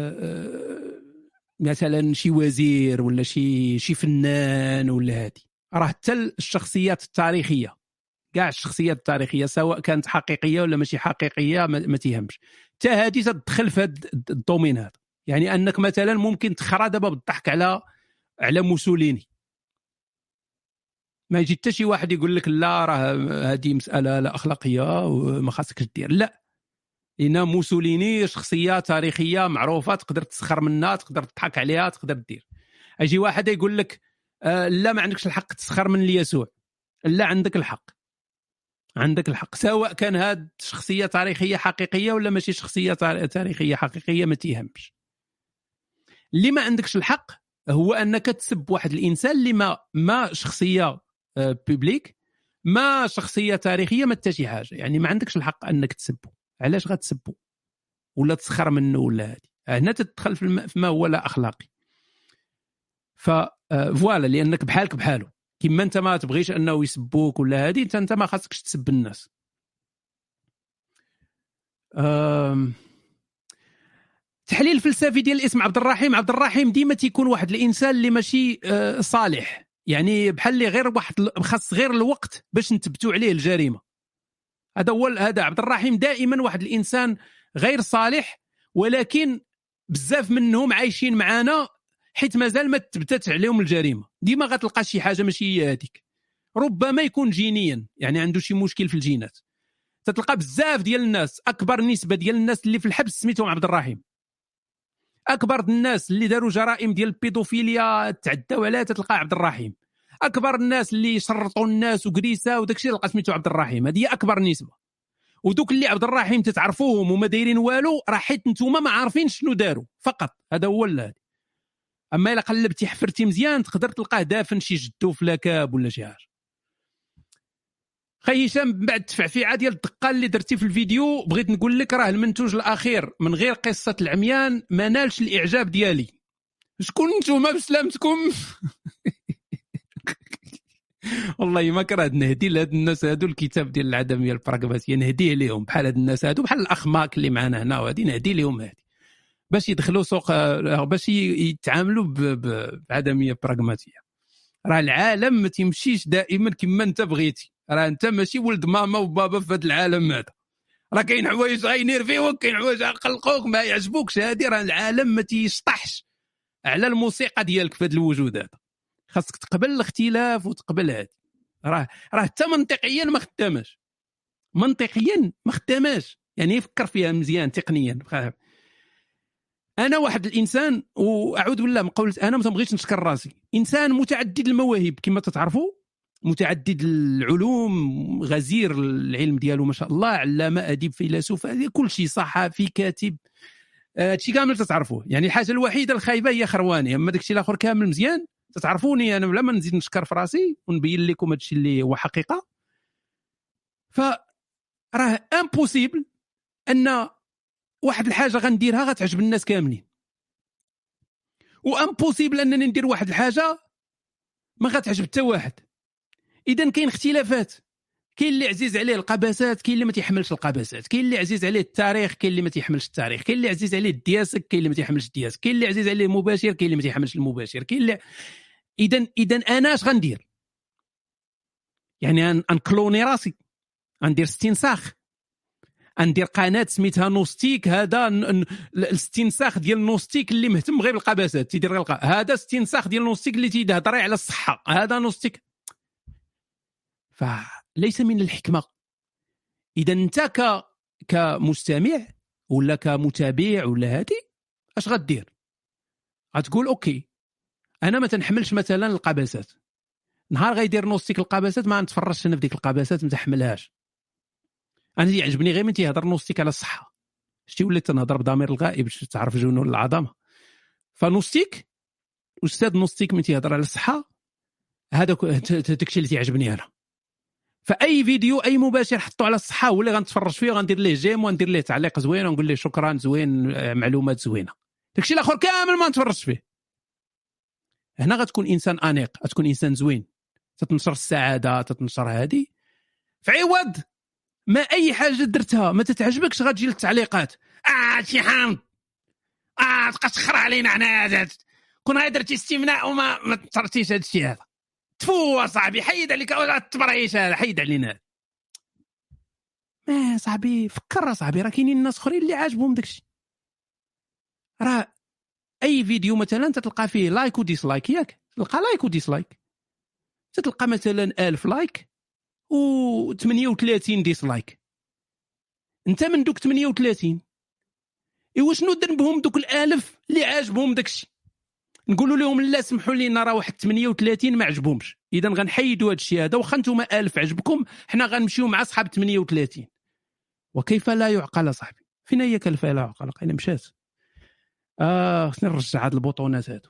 مثلا شي وزير ولا شي فنان ولا هادي. راه حتى الشخصيات التاريخيه، كاع الشخصيات التاريخيه سواء كانت حقيقيه ولا ماشي حقيقيه ما تيهمش، حتى هادي تدخل في هذا الدومين هذا. يعني انك مثلا ممكن تخرى دابا بالضحك على موسوليني، ما يجي حتى شي واحد يقول لك لا راه هذه مساله لا اخلاقيه وما خاصكش دير. لا، لان موسوليني شخصيه تاريخيه معروفه، تقدر تسخر منها، تقدر تضحك عليها، تقدر دير. اجي واحد يقول لك لا ما عندكش الحق تسخر من يسوع. لا، عندك الحق سواء كان هاد شخصيه تاريخيه حقيقيه ولا ماشي شخصيه تاريخيه حقيقيه، ما تيهمش. اللي ما عندكش الحق هو انك تسب واحد الانسان اللي ما شخصيه بوبليك، ما شخصيه تاريخيه، ما حتى شي حاجه. يعني ما عندكش الحق انك تسبه. علاش غتسبه ولا تسخر منه ولا هادي؟ هنا تدخل في ما هو لا اخلاقي. فوالا، لانك بحالك بحاله. كما انت ما تبغيش انه يسبوك ولا هادي، انت ما خاصكش تسب الناس. تحليل فلسفي ديال الاسم عبد الرحيم ديما تيكون واحد الانسان اللي ماشي صالح، يعني بحال اللي غير واحد خاص غير الوقت باش نثبتوا عليه الجريمه. هذا عبد الرحيم دائما واحد الانسان غير صالح، ولكن بزاف منهم عايشين معانا حيت مازال ما تثبتت عليهم الجريمه. ديما غتلقى شي حاجه ماشي هي هذيك. ربما يكون جينيا، يعني عنده شي مشكل في الجينات. تتلقى بزاف ديال الناس، اكبر نسبه ديال الناس اللي في الحبس سميتهم عبد الرحيم. اكبر الناس اللي داروا جرائم ديال البيدوفيليا تعداوا عليها تتلقى عبد الرحيم. اكبر الناس اللي شرطوا الناس وكريسه وداكشي تلقى سميتو عبد الرحيم. هذه اكبر نسبه. ودوك اللي عبد الرحيم تتعرفوهم وما دايرين والو راه حيت نتوما ما عارفين شنو داروا فقط. هذا هو اللي. اما الا قلبتي حفرتي مزيان تقدر تلقاه دافن شي جدو في لاكاب ولا شي حاجه. خي هشام، بعد التفعفيعه ديال الدقه اللي درتي في الفيديو بغيت نقول لك راه المنتوج الاخير من غير قصه العميان ما نالش الاعجاب ديالي. شكون نتوما بسلامتكم؟ والله ما كره نهدي لهاد الناس هادو الكتاب ديال العدميه البراغماتيه، نهديه لهم بحال هاد الناس هادو، بحال الاخ ماك اللي معنا هنا، وغادي نهدي لهم هادي باش يدخلوا سوق، باش يتعاملوا بعدميه براغماتيه. راه العالم ما تيمشيش دائما كما انت بغيتي، راه انت ماشي ولد ماما وبابا في هذا العالم هذا، راه كاين حوايج غينيرفيوك، كاين حوايج غيقلقوك ما يعجبوكش، هادي راه العالم ما تيشطحش على الموسيقى ديالك في هذا الوجود هذا. خاصك تقبل الاختلاف وتقبل هذا. راه حتى منطقيا ما خداماش، يعني يفكر فيها مزيان تقنيا. انا واحد الانسان، واعوذ بالله من قول، انا ما تبغيش نشكر راسي، انسان متعدد المواهب كما تتعرفوا، متعدد العلوم، غزير العلم ديالو ما شاء الله، علامه، اديب، فيلسوف، كل شيء، صحفي، كاتب، هادشي كامل تتعرفوه. يعني الحاجه الوحيده الخايبه هي خرواني، اما داكشي الاخر كامل مزيان تتعرفوني انا، بلا ما نزيد نشكر في راسي ونبين لكم هادشي اللي هو حقيقه. فراه امبوسيبل ان واحد الحاجه غنديرها غتعجب الناس كاملين، وامبوسيبل انني ندير واحد الحاجه ما غتعجب حتى واحد. اذا كاين اختلافات، كاين اللي عزيز عليه القباسات، كاين اللي ما تيحملش القباسات، كاين اللي عزيز عليه التاريخ، كاين اللي ما تيحملش التاريخ، كاين اللي عزيز عليه الدياسك، كاين اللي ما تيحملش الدياسك، كاين اللي عزيز عليه المباشر، كاين اللي ما تيحملش المباشر، كاين اللي اذا انا اش غندير؟ يعني انكلوني راسي، غندير استنساخ، غندير قناه سميتها نوستيك، هذا الاستنساخ ديال نوستيك اللي مهتم غير بالقباسات، تيدير غير هذا استنساخ ديال نوستيك اللي تيهضر على الصحه، هذا نوستيك. فليس من الحكمه. اذا انت كمستمع ولا كمتابع ولا هادي اش غدير؟ غتقول اوكي انا ما تنحملش مثلا القباسات، نهار غيدير نوستيك القباسات ما نتفرجش انا في ديك القباسات، ما تحملهاش. انا يعجبني غير من تيهضر نوستيك على الصحه، شتي وليت تنهضر بضمير الغائب باش تعرف جنون العظمه. فنوستيك استاذ نوستيك من تيهضر على الصحه، هذا داكشي اللي تيعجبني انا. فاي فيديو اي مباشر حطو على الصحه هو اللي غنتفرج فيه، وغندير ليه جيم وندير ليه تعليق زوين ونقول له شكرا زوين، معلومات زوينه. داكشي الاخر كامل ما نتفرجش فيه. هنا غتكون انسان انيق، غتكون انسان زوين، تتنشر السعاده، تتنشر هذه. في عوض ما اي حاجه درتها ما تتعجبكش غتجي التعليقات، شي حام، تبقى تخرع علينا حنا، كون غير درتي استمناء وما ترتيش هذا الشيء هذا، تفو صاحبي، حيد عليك ولا تبريش هذا، حيد علينا. ما صاحبي فكر صاحبي، راه كاينين الناس اخرين اللي عاجبهم داكشي. راه اي فيديو مثلا تتلقى فيه لايك وديسلايك، ياك تلقى لايك وديسلايك، تتلقى مثلا 1000 لايك و38 ديسلايك. انت من دوك 38 ايوا شنو ذنبهم دوك ال1000 اللي عاجبهم داكشي؟ نقولوا لهم لا سمحوا لينا راه واحد 38 ما عجبهمش، اذا غنحيدوا هذا الشيء هذا، واخا نتوما 1000 عجبكم، حنا غنمشيو مع اصحاب 38. وكيف لا يعقل صاحبي؟ فين هي كيف لا يعقل؟ قيله مشات. خصني نرجع هاد البطونات هادو.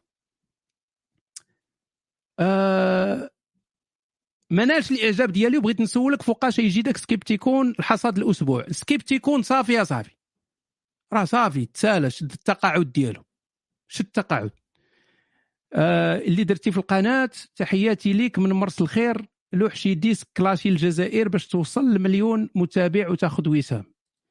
مناش الاعجاب ديالي، وبغيت نسولك فوقاش يجي داك سكيبتيكون الحصاد الاسبوع. سكيبتيكون صافي يا صاحبي، راه صافي تسالى، شد التقاعد ديالو، شد التقاعد. اللي درتي في القناه، تحياتي ليك من مرس الخير، لوح شي ديسك كلاشي الجزائر باش توصل ل1,000,000 متابع وتاخذ وسام.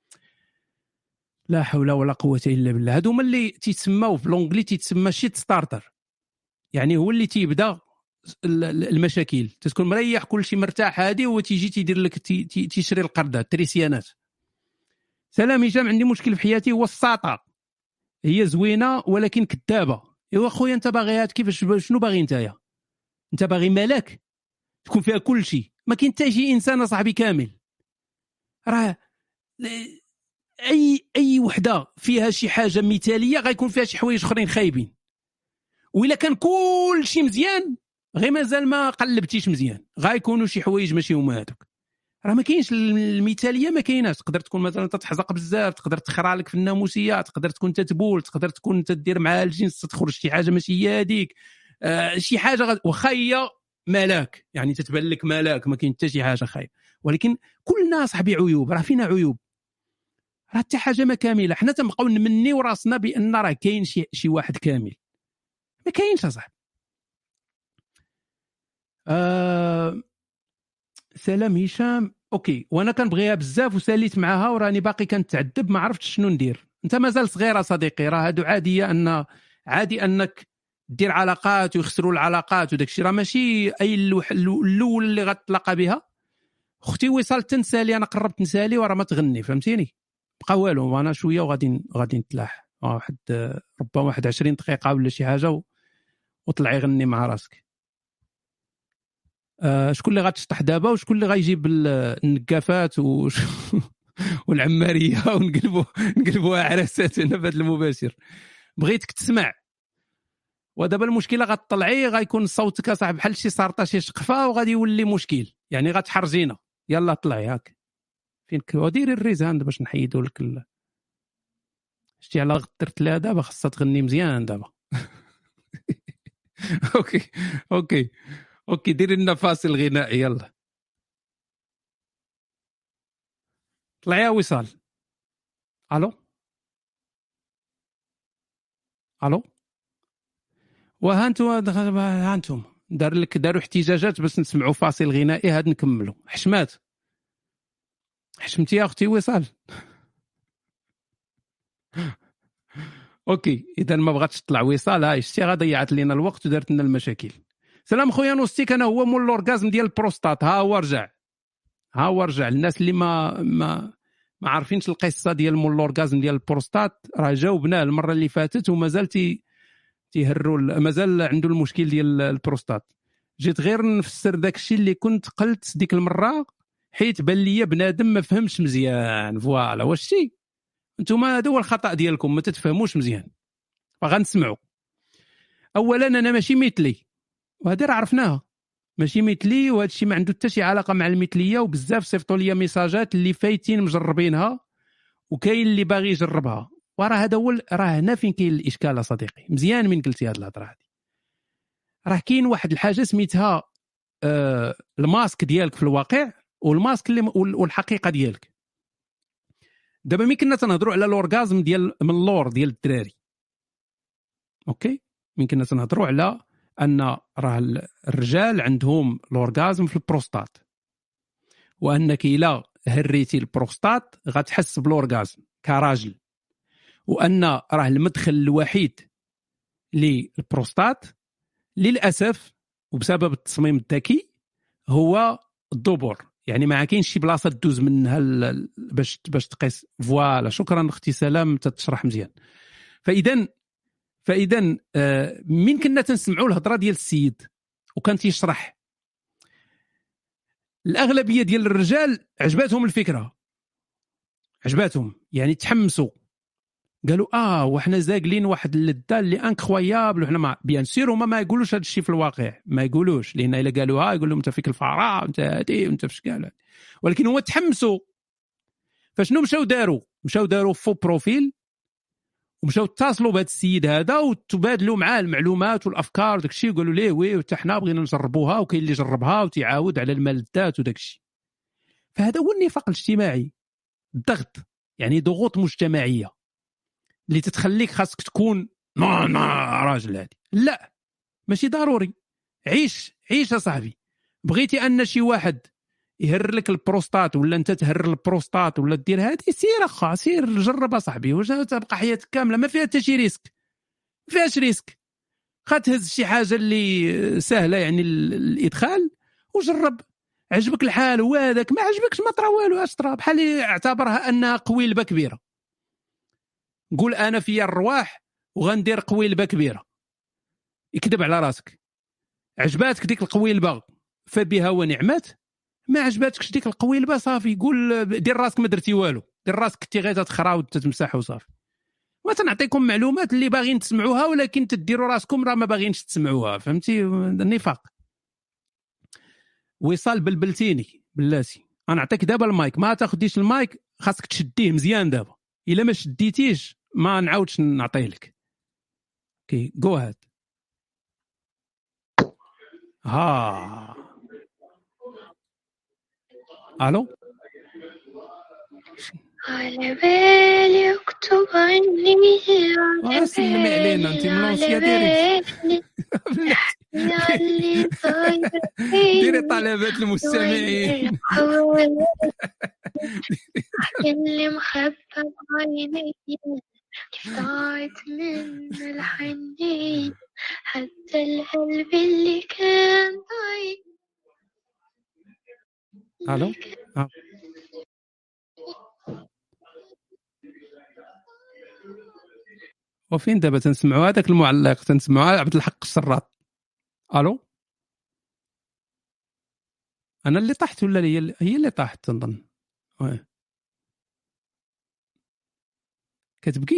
لا حول ولا قوه الا بالله. هادو اللي تيتسماو في لونجلي تيتسمى شيت ستارتر، يعني هو اللي تيبدا المشاكل، تكون مريح كل شيء مرتاح هادي، هو تيجي تيدير لك تيشري القردات التريسيانات. سلام هشام، عندي مشكل في حياتي هو الساطه، هي زوينه ولكن كذابه. ايوا خويا انت باغي هاد كيفاش؟ شنو باغي نتايا؟ انت باغي ملك تكون فيها كل شيء؟ ما كاين حتى شي انسان صاحبي كامل. راه اي وحده فيها شي حاجه مثاليه غيكون فيها شي حوايج اخرين خايبين. وإلا كان كل شيء مزيان غير مازال ما قلبتيش مزيان، غايكونوا شي حوايج ماشي هما هذوك. راه ما كاينش المثاليه، ما كايناش. تقدر تكون مثلا تتحزق بزاف، تقدر تخرع لك في الناموسيه، تقدر تكون تتبول، تقدر تكون تدير مع الجنس تخرج شي حاجه ماشي هي هذيك، شي حاجه واخا هي ملاك، يعني تتبان لك ملاك، ما كاين حتى شي حاجه خايبه. ولكن كلنا صاحبي عيوب، راه فينا عيوب، راه حتى حاجه ما كامله. حنا تنبقاو نمنيو راسنا بان راه كاين شي واحد كامل. ما كاينش اصاحبي. سلام هشام. اوكي، وانا كنبغيها بزاف وساليت معاها وراني باقي كنتعذب ما عرفتش شنو ندير. انت مازال صغير صديقي، راه هادو عادي انك دير علاقات ويخسروا العلاقات وداك الشيء، راه ماشي اي الاول اللي غتلاقى بها. اختي وصال تنسالي، انا قربت نسالي وراه ما تغني، فهمتيني؟ بقى والو، وانا شويه وغادي نتلاح واحد ربما واحد 20 دقيقه ولا شي حاجه وطلعي غني مع راسك. شكون اللي غتشطح دابا وشكون اللي غيجيب النقافات والعماريه ونقلبوها عراسات هنا في هذا المباشر؟ بغيتك تسمع، ودابا المشكله غتطلعي غيكون صوتك صاحب بحال شي سارطه شي شقفه وغادي يولي مشكل، يعني غتحرجينا. يلا طلعي هاك فينك وديري الريزان باش نحيدوا لك شتي على درت لها دابا خاصها تغني مزيان دابا. اوكي ديري لنا فاصل غنائي يلا. طلعي وصال. الو وهانتم داروا احتجاجات باش نسمعوا فاصل غنائي هاد نكملوا. حشمتي يا اختي وصال. اوكي اذا ما بغاتش تطلع وصال، هاي شتي ضيعت لنا الوقت ودارت لنا المشاكل. سلام خويا نوستيك، انا هو مول الاورغازم ديال البروستات. ها هو رجع الناس اللي ما عارفينش القصه ديال مول الاورغازم ديال البروستات، راه جاوبناه المره اللي فاتت ومازال تيهروا، مازال عنده المشكل ديال البروستات. جيت غير نفسر داك الشيء اللي كنت قلت ديك المره، حيت بان لي بنادم ما فهمش مزيان. فوالا واش شي نتوما هذا هو الخطا ديالكم، ما تتفهموش مزيان. فغنسمعوا. اولا انا ماشي مثلي، وهذا راه عرفناها، ماشي مثلي، وهذا الشيء ما عنده حتى شي علاقه مع المثليه. وبزاف صيفطوا لي ميساجات اللي فايتين مجربينها وكاين اللي باغي يجربها. وراه هذا هو، راه هنا فين كاين الاشكال صديقي. مزيان من قلتي هذه الهضره هذه. راه كاين واحد الحاجه سميتها الماسك ديالك في الواقع والماسك اللي والحقيقه ديالك. دابا ملي كنا تنهضروا على الاورغازم ديال من اللور ديال الدراري، اوكي، ملي كنا تنهضروا على ان راه الرجال عندهم الاورغازم في البروستات، وانك الا هريتي البروستات غتحس بالاورغازم كراجل، وان راه المدخل الوحيد للبروستات للاسف وبسبب التصميم الذكي هو الدبر. يعني ما كاينش شي بلاصه تدوز منها باش تقيس. فوالا شكرا اختي سلام تتشرح مزيان. فاذا من كنا تنسمعوا الهضره ديال السيد وكان تيشرح، الاغلبيه ديال الرجال عجباتهم الفكره، عجباتهم يعني تحمسوا، قالوا وحنا زاقلين واحد اللذه اللي انكرويابل. وحنا ما بيان سير هما ما يقولوش هذا الشيء في الواقع، ما يقولوش، لان الا قالوها يقول لهم انت فيك الفراغ انت هادي وانت فاش قال. ولكن هو تحمسوا. فشنو مشاو داروا فو بروفيل ومشاو اتصلوا بهذا السيد هذا وتبادلوا معاه المعلومات والافكار وداك الشيء، وقالوا ليه وي حتى حنا بغينا نجربوها، وكاين اللي جربها وتعاود على الملذات وداك الشيء. فهذا هو النفاق الاجتماعي، الضغط، يعني ضغوط مجتمعيه اللي تتخليك خاصك تكون راجل. هادي لا، ماشي ضروري. عيش يا صاحبي. بغيتي ان شي واحد يهر لك البروستات ولا انت تهر البروستات ولا دير هادي، سير اخا سير جرب صاحبي. واش تبقى حياتك كامله ما فيها حتى شي ريسك، ما فيهاش ريسك. تهز شي حاجه اللي سهله يعني الادخال وجرب. عجبك الحال وهذاك، ما عجبكش ما طرا والو. اش طرا؟ بحال اعتبرها انها قويلبه كبيره. قول انا فيا الرواح وغندير قويلبه كبيره، يكذب على راسك. عجباتك ديك القويلبه فبها ونعمات، ما عجباتكش ديك القويلبه صافي قول دير راسك ما درتي والو، دير راسك كنتي غير تخرا وتتمسح وصافي. وتنعطيكم معلومات اللي باغيين تسمعوها ولكن تديروا راسكم راه ما باغيينش تسمعوها، فهمتي؟ النفاق. وصال بلبلتيني بلاتي. انا نعطيك دابا المايك، ما تاخديش المايك، خاصك تشديه مزيان دابا. الا ما شديتيش ما نعاودش نعطيه لك. اوكي جو هاد. الو، على بالي سلمي علينا انت منوصيه ديري طلبات المستمعين اللي مخبى بعيني ضاعت من الحنين حتى القلب اللي كان ضايع. الو وفين دابا تنسمعوا هذاك المعلق تنسمعوا عبد الحق السراط. الو انا اللي طحت ولا هي اللي طاحت تنظن كتبكي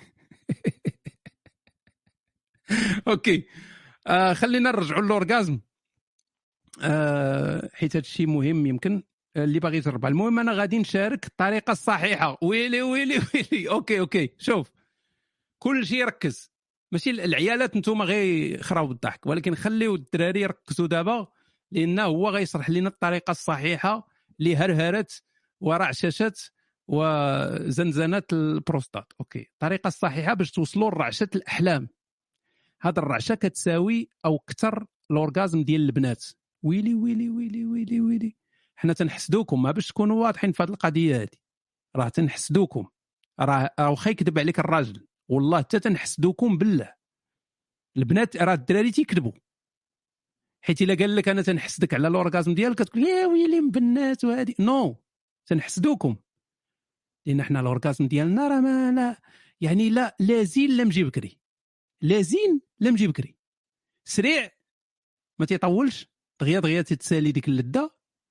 اوكي خلينا نرجعوا للأورغازم حيت هذا الشيء مهم يمكن اللي باغي يجربها. المهم انا غادي نشارك الطريقه الصحيحه. ويلي ويلي ويلي اوكي شوف كل شيء ركز، ماشي العيالات نتوما غير يخراو بالضحك، ولكن خليو الدراري يركزوا دابا لانه هو غيشرح لنا الطريقه الصحيحه لهرهرت ورعششت وزنزنات البروستات. اوكي الطريقه الصحيحه باش توصلوا لرعشه الاحلام. هذا الرعشه كتساوي او اكثر الاورغازم ديال البنات. ويلي ويلي ويلي ويلي ويلي حنا تنحسدوكم ما باش تكونوا واضحين في هذه القضيه هذه، راه تنحسدوكم، راه واخا يكذب عليك الراجل والله حتى تنحسدوكم بالله. البنات راه الدراري تيكذبوا، حيت الا قال لك انا تنحسدك على الاورغازم ديالك كتقول يا ويلي مبنات وهذه نو تنحسدوكم، لان حنا الاورغازم ديالنا راه ما لا يعني لا لازين لا مجي بكري، لازين لا مجي بكري، سريع ما تيطولش، دغيا تتسالي ديك اللذه.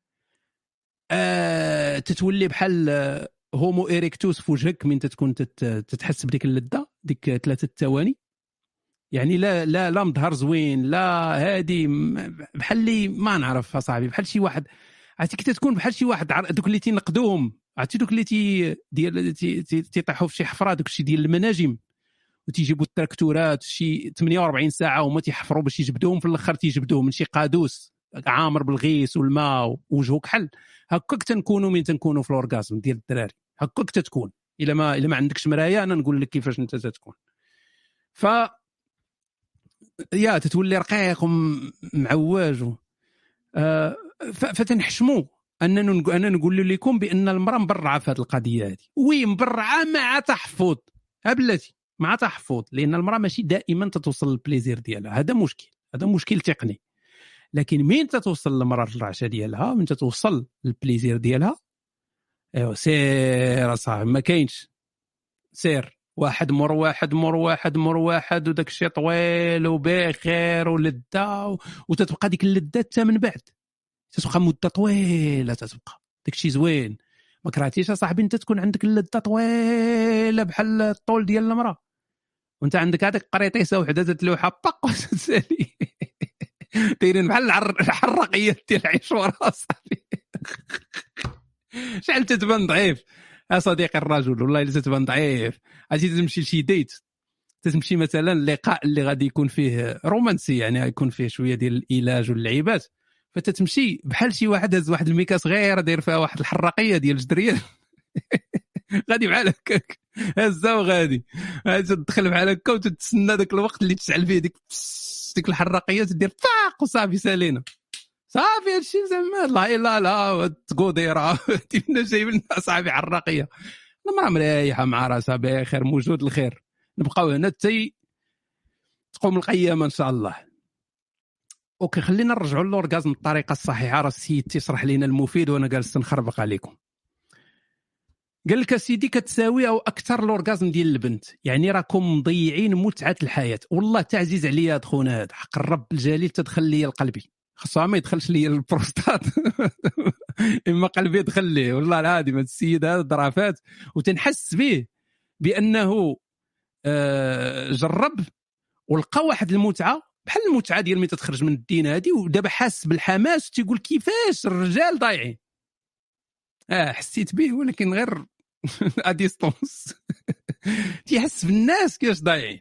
تتولي بحال هومو إيريكتوس في وجهك من تكون تتحس بديك اللذه ديك 3 ثواني. يعني لا مظهر زوين لا هادي بحال اللي ما نعرف صاحبي، بحال شي واحد عرفتي كي تكون بحال شي واحد دوك اللي تينقدوهم، عرفتي دوك اللي ديال تيطيحوا في شي حفره، دوك الشيء ديال المناجم وتيجيبوا التراكتورات شي 48 ساعه وما تيحفروا باش يجبدوهم، في الاخر تيجبدوهم من شي قادوس عامر بالغيس والماء ووجهه كحل. هكاك تنكونوا من تنكونوا في الاورغازم ديال الدراري، هكاك تتكون. الا ما عندكش مرايه انا نقول لك كيفاش انت تتكون. ف يا تتولي رقيق ومعواج فتنحشموا انا نقول لكم بان المراه مبرعه في هذه القضيه هذه. وي مبرعه مع تحفظ بلاتي، مع تحفظ، لان المراه ماشي دائما تتوصل للبليزير ديالها، هذا مشكل تقني. لكن مين تتوصل للمراه الرعشه ديالها، من تتوصل للبليزير ديالها، ايوا سير صاحبي ما كاينش، سير واحد مر واحد وداك الشيء طويل وبخير ولذه وتتبقى ديك اللذه حتى من بعد تتبقى مده طويله، تتبقى داك الشيء زوين. ما كرهتيش صاحبي انت تكون عندك اللذه طويله بحال الطول ديال المراه وانت عندك هذيك قريطيسه وحده تتلوحها باق وتسالي دايرين بحال الحرقيات ديال العشوره صاحبي. شحال تتبان ضعيف يا صديقي الرجل، والله الا تتبان ضعيف. عرفتي تمشي لشي ديت، تمشي مثلا اللقاء اللي غادي يكون فيه رومانسي، يعني يكون فيه شويه ديال العلاج واللعيبات، فتتمشي بحال شي واحد هز واحد الميكا صغيره داير فيها واحد الحراقيه ديال الجدريان غادي بحال هكاك هزه وغادي تدخل بحال هكا وتتسنى داك الوقت اللي تشعل فيه ديك الحراقيه تدير فاق وصافي سالينا صافي. هادشي زعما لا تقوديرا تيبنا جايب لنا صاحبي حراقيه. المراه مريحه مع راسها بخير، موجود الخير، نبقاو هنا حتى تقوم القيامه ان شاء الله. اوكي خلينا نرجعوا للأورغازم بالطريقه الصحيحه. راه السيد تيشرح لنا المفيد وانا جالس نخربق عليكم. قال لك سيدي كتساوي او اكثر الأورغازم ديال البنت، يعني راكم مضيعين متعه الحياه. والله تعزيز عليا هاد خونا هذا، حق الرب الجليل تدخل لي لقلبي، خاصها ما يدخلش لي البروستات اما قلبي يدخل ليه. والله العظيم هذا السيد هذا ضرافات وتنحس به بانه جرب ولقى واحد المتعه بحال المتعه ديال ملي تتخرج من الدين هذه، ودابا حاس بالحماس تيقول كيفاش الرجال ضايعين. حسيت به ولكن غير اديستونس تيحس بالناس كيفاش ضايعين.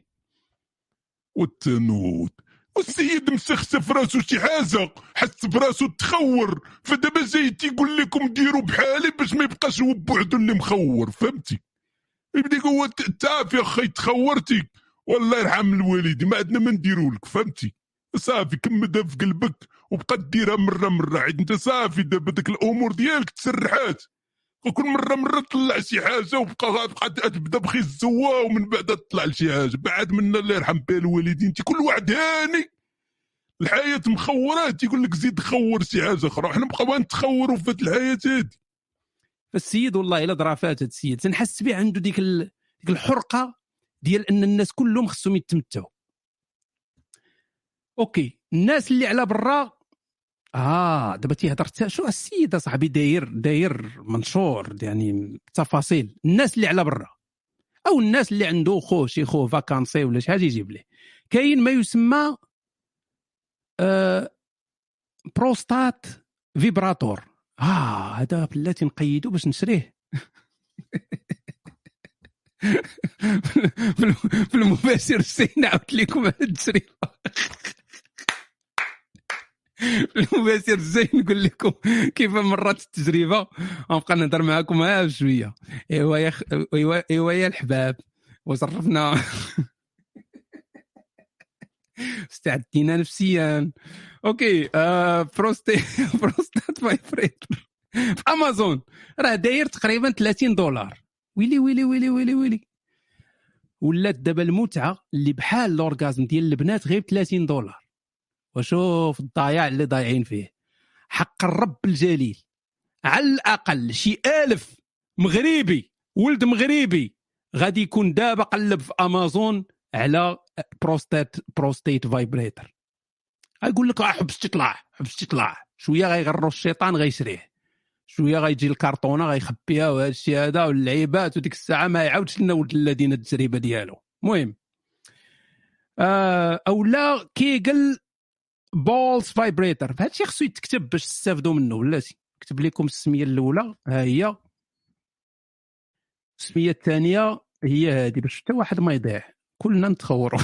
والتنود والسيد مسخسف راسو شي حاجه، حس براسو تخور، فدابا جاي تيقول لكم ديروا بحالي باش ما يبقاش هو بوحدو اللي مخور. فهمتي؟ يبدا هو تعرف يا اخي تخورتي والله يرحم الوالدين ما عندنا ما نديروا لك فهمتي صافي كمدها في قلبك وبقى ديرها مره عاد انت صافي دابا داك الامور ديالك تسرحات وكل مره تطلع شي حاجه وبقى تبدا بخي الزوا ومن بعد تطلع لشي حاجه بعد منا الله يرحم بها الوالدين كل واحد هاني الحياه مخوره تيقول لك زيد خور شي حاجه اخرى حنا بقاو نتخوروا في الحياه هذه. فالسيد والله الا ضرافات هذا السيد تنحس به عنده ديك الحرقه ديال ان الناس كلهم خصهم يتمتعوا. اوكي الناس اللي على برا دابا تيهضر شو السيد صاحبي داير منشور يعني تفاصيل الناس اللي على برا او الناس اللي عنده شي خو فاكانسي ولا شي حاجه يجيب ليه كاين ما يسمى بروستات فيبراتور. هذا بلاتي نقيدو باش نشريه في المباشر السين نعاود لكم هاد التجربه المباشر الزين نقول لكم كيف مرات التجربه غنبقى نهضر معكم شويه. ايوا يا الحباب وصرفنا استعدينا نفسيا. اوكي بروستات فايبريتر في امازون راه داير تقريبا $30. ويلي ولات دابا المتعه اللي بحال الاورغازم ديال البنات غير $30. وشوف الضياع اللي ضايعين فيه حق الرب الجليل. على الاقل شي 1000 مغربي ولد مغربي غادي يكون دابا قلب في امازون على بروستيت فايبريتر. غايقول لك حبس تطلع شويه غيغروا الشيطان غيشريه شويه غيجي الكرتونه غيخبيها وهذا الشيء هذا واللعيبات وديك الساعه ما يعاودش لنا ولد الذين التجربه ديالو. المهم اولا كيقل بولز فايبريتر هادشي خصو يتكتب باش تستافدوا منه. بلاتي كتب لكم السميه الاولى ها هي السميه الثانيه هي هذه باش حتى واحد ما يضيع كلنا نتخوروا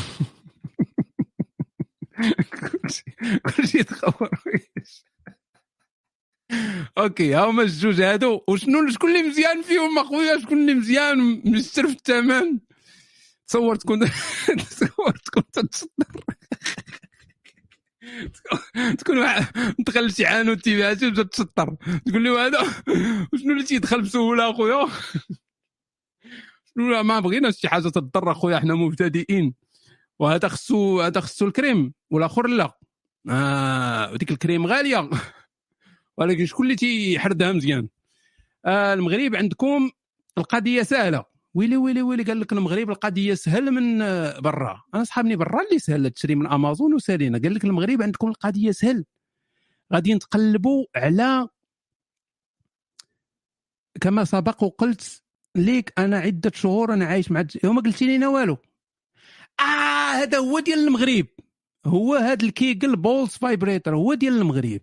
كلشي يتخور. اوكي هاهما الجوج هادو شكون اللي مزيان فيهم اخويا شكون اللي مزيان مستر في الثمن تصور تكون تتصدر تكون دخل شي حانوت تيبيعاتي وبدا تسطر تقول له هذا شنو اللي تيدخل بسهوله اخويا شنو ما بغيناش شي حاجه تضر اخويا حنا مبتدئين وهذا خصو الكريم والاخر لا وديك الكريم غاليه ولكن شكون اللي تيحردها مزيان. المغرب عندكم القضيه سهله ويلي قال لك المغرب القضيه سهل من برا. انا صحابني برا اللي سهل تشري من امازون وسالينا قال لك المغرب عندكم القضيه سهل غادي نتقلبوا على كما سبق وقلت ليك انا عده شهور انا عايش مع وما قلتي لينا والو. هذا هو ديال المغرب هو هذا الكيغل بولز فايبريتر هو ديال المغرب.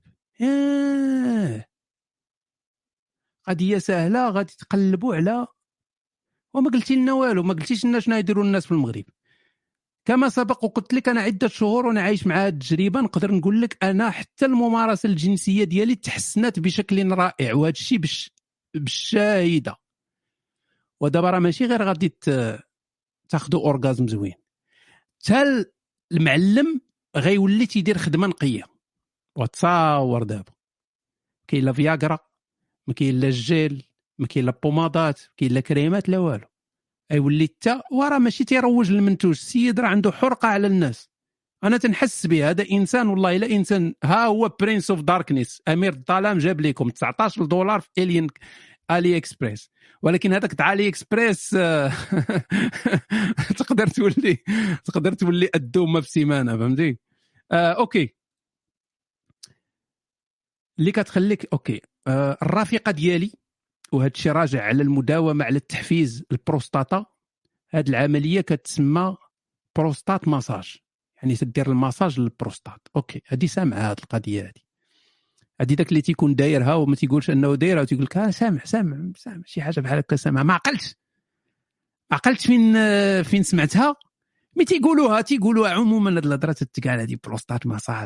قضيه سهله غادي تقلبوا على وما قلتي لنا والو ما قلتيش لنا شنو يديروا الناس في المغرب. كما سبق وقلت لك انا عده شهور وانا عايش مع هذه التجربه نقدر نقول لك انا حتى الممارسه الجنسيه ديالي تحسنت بشكل رائع وهذا الشيء بالشاهده. ودابا راه ماشي غير غادي تاخذوا اورغازم زوين حتى المعلم غيولي تيدير خدمه نقيه. وتصاور دابا كاين لا فياغرا ما كاين لا الجيل ما كاين لا بومادات كاين لا كريمات لا والو يولي حتى وراه ماشي تيروج للمنتوج السيد راه عنده حرقه على الناس. انا تنحس به هذا انسان والله الا انسان. ها هو برنس اوف داركنس امير الظلام جاب لكم $19 في الي اكسبريس ولكن هذاك تاع الي اكسبريس تقدر تولي الدومه في سيمانه فهمتي. اوكي اللي كتخليك اوكي الرافقه ديالي وهذا الشيء راجع على المداومه على التحفيز البروستاتا. هذه العمليه كتسمى بروستات مساج يعني تدير المساج للبروستات. اوكي هذه سامعه هذه القضيه هذه داك اللي تيكون دايرها وما تيقولش انه دايرها وتيقول لك سامع شي حاجه بحال هكا سامع ما عقلتش فين سمعتها مي تيقولوها عموما هاد الهضره تتقال هذه بروستات مساج.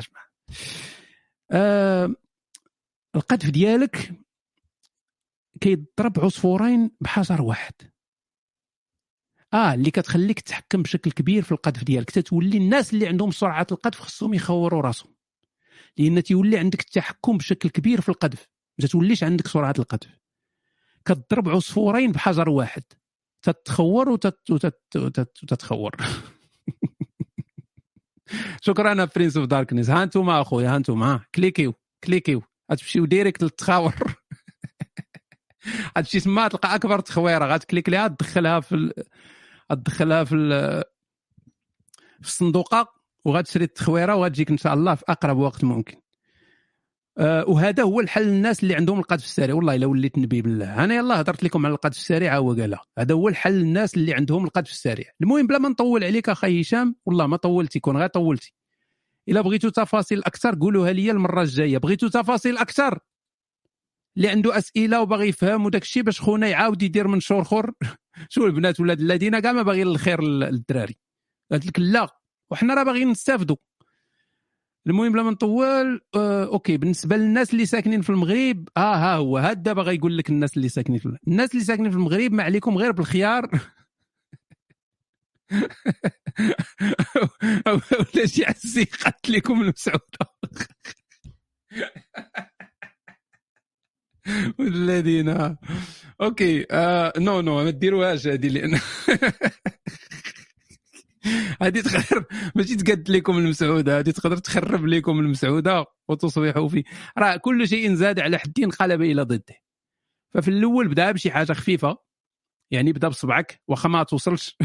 القذف ديالك كيضرب عصفورين بحجر واحد. اللي كتخليك تتحكم بشكل كبير في القذف ديالك. تتولي الناس اللي عندهم سرعه القذف خصهم يخوروا راسهم، لان تيولي عندك التحكم بشكل كبير في القذف، ما توليش عندك سرعه القذف. كتضرب عصفورين بحجر واحد، تتخور وتتخور. شكرا برنس اوف داركنس. ها انتم اخويا، ها انتم كليكيو غتمشيو ديريكت للتخاور. هادشي تما تلقى اكبر تخويره، غتكليك ليها تدخلها في الصندوقه، وغتشري التخويره وغتجيك ان شاء الله في اقرب وقت ممكن. وهذا هو الحل للناس اللي عندهم القذف السريع. والله الا وليت نبي بالله، انا يلاه هضرت لكم على القذف السريع، هو قالها هذا هو الحل للناس اللي عندهم القذف السريع. المهم بلا ما نطول عليك اخي هشام، والله ما طولتي، كون غير طولتي. الا بغيتوا تفاصيل اكثر قولوها لي المره الجايه. بغيتوا تفاصيل اكثر، اللي عنده اسئله وباغي يفهم وداك الشيء باش خونا يعاود يدير منشور اخر. شو البنات ولاد الذين كاع ما باغيين الخير للدراري، قالت لك لا وحنا راه باغيين نستافدوا. المهم بلا ما نطول، اوكي. بالنسبه للناس اللي ساكنين في المغرب، ها هو هذا دابا غايقول لك الناس اللي ساكنين في المغرب ما عليكم غير بالخيار. ولا شي عزي قالت لكم المسعوده. والذين اوكي نو ما ديروهاش هذه، لان هذه تخرب، ماشي تقد لكم المسعوده، هذه تقدر تخرب لكم المسعوده وتصبحوا في راه كل شيء زاد على حد انقلب الى ضده. ففي الاول بدا بشي حاجه خفيفه، يعني بدا بصبعك واخا ما توصلش.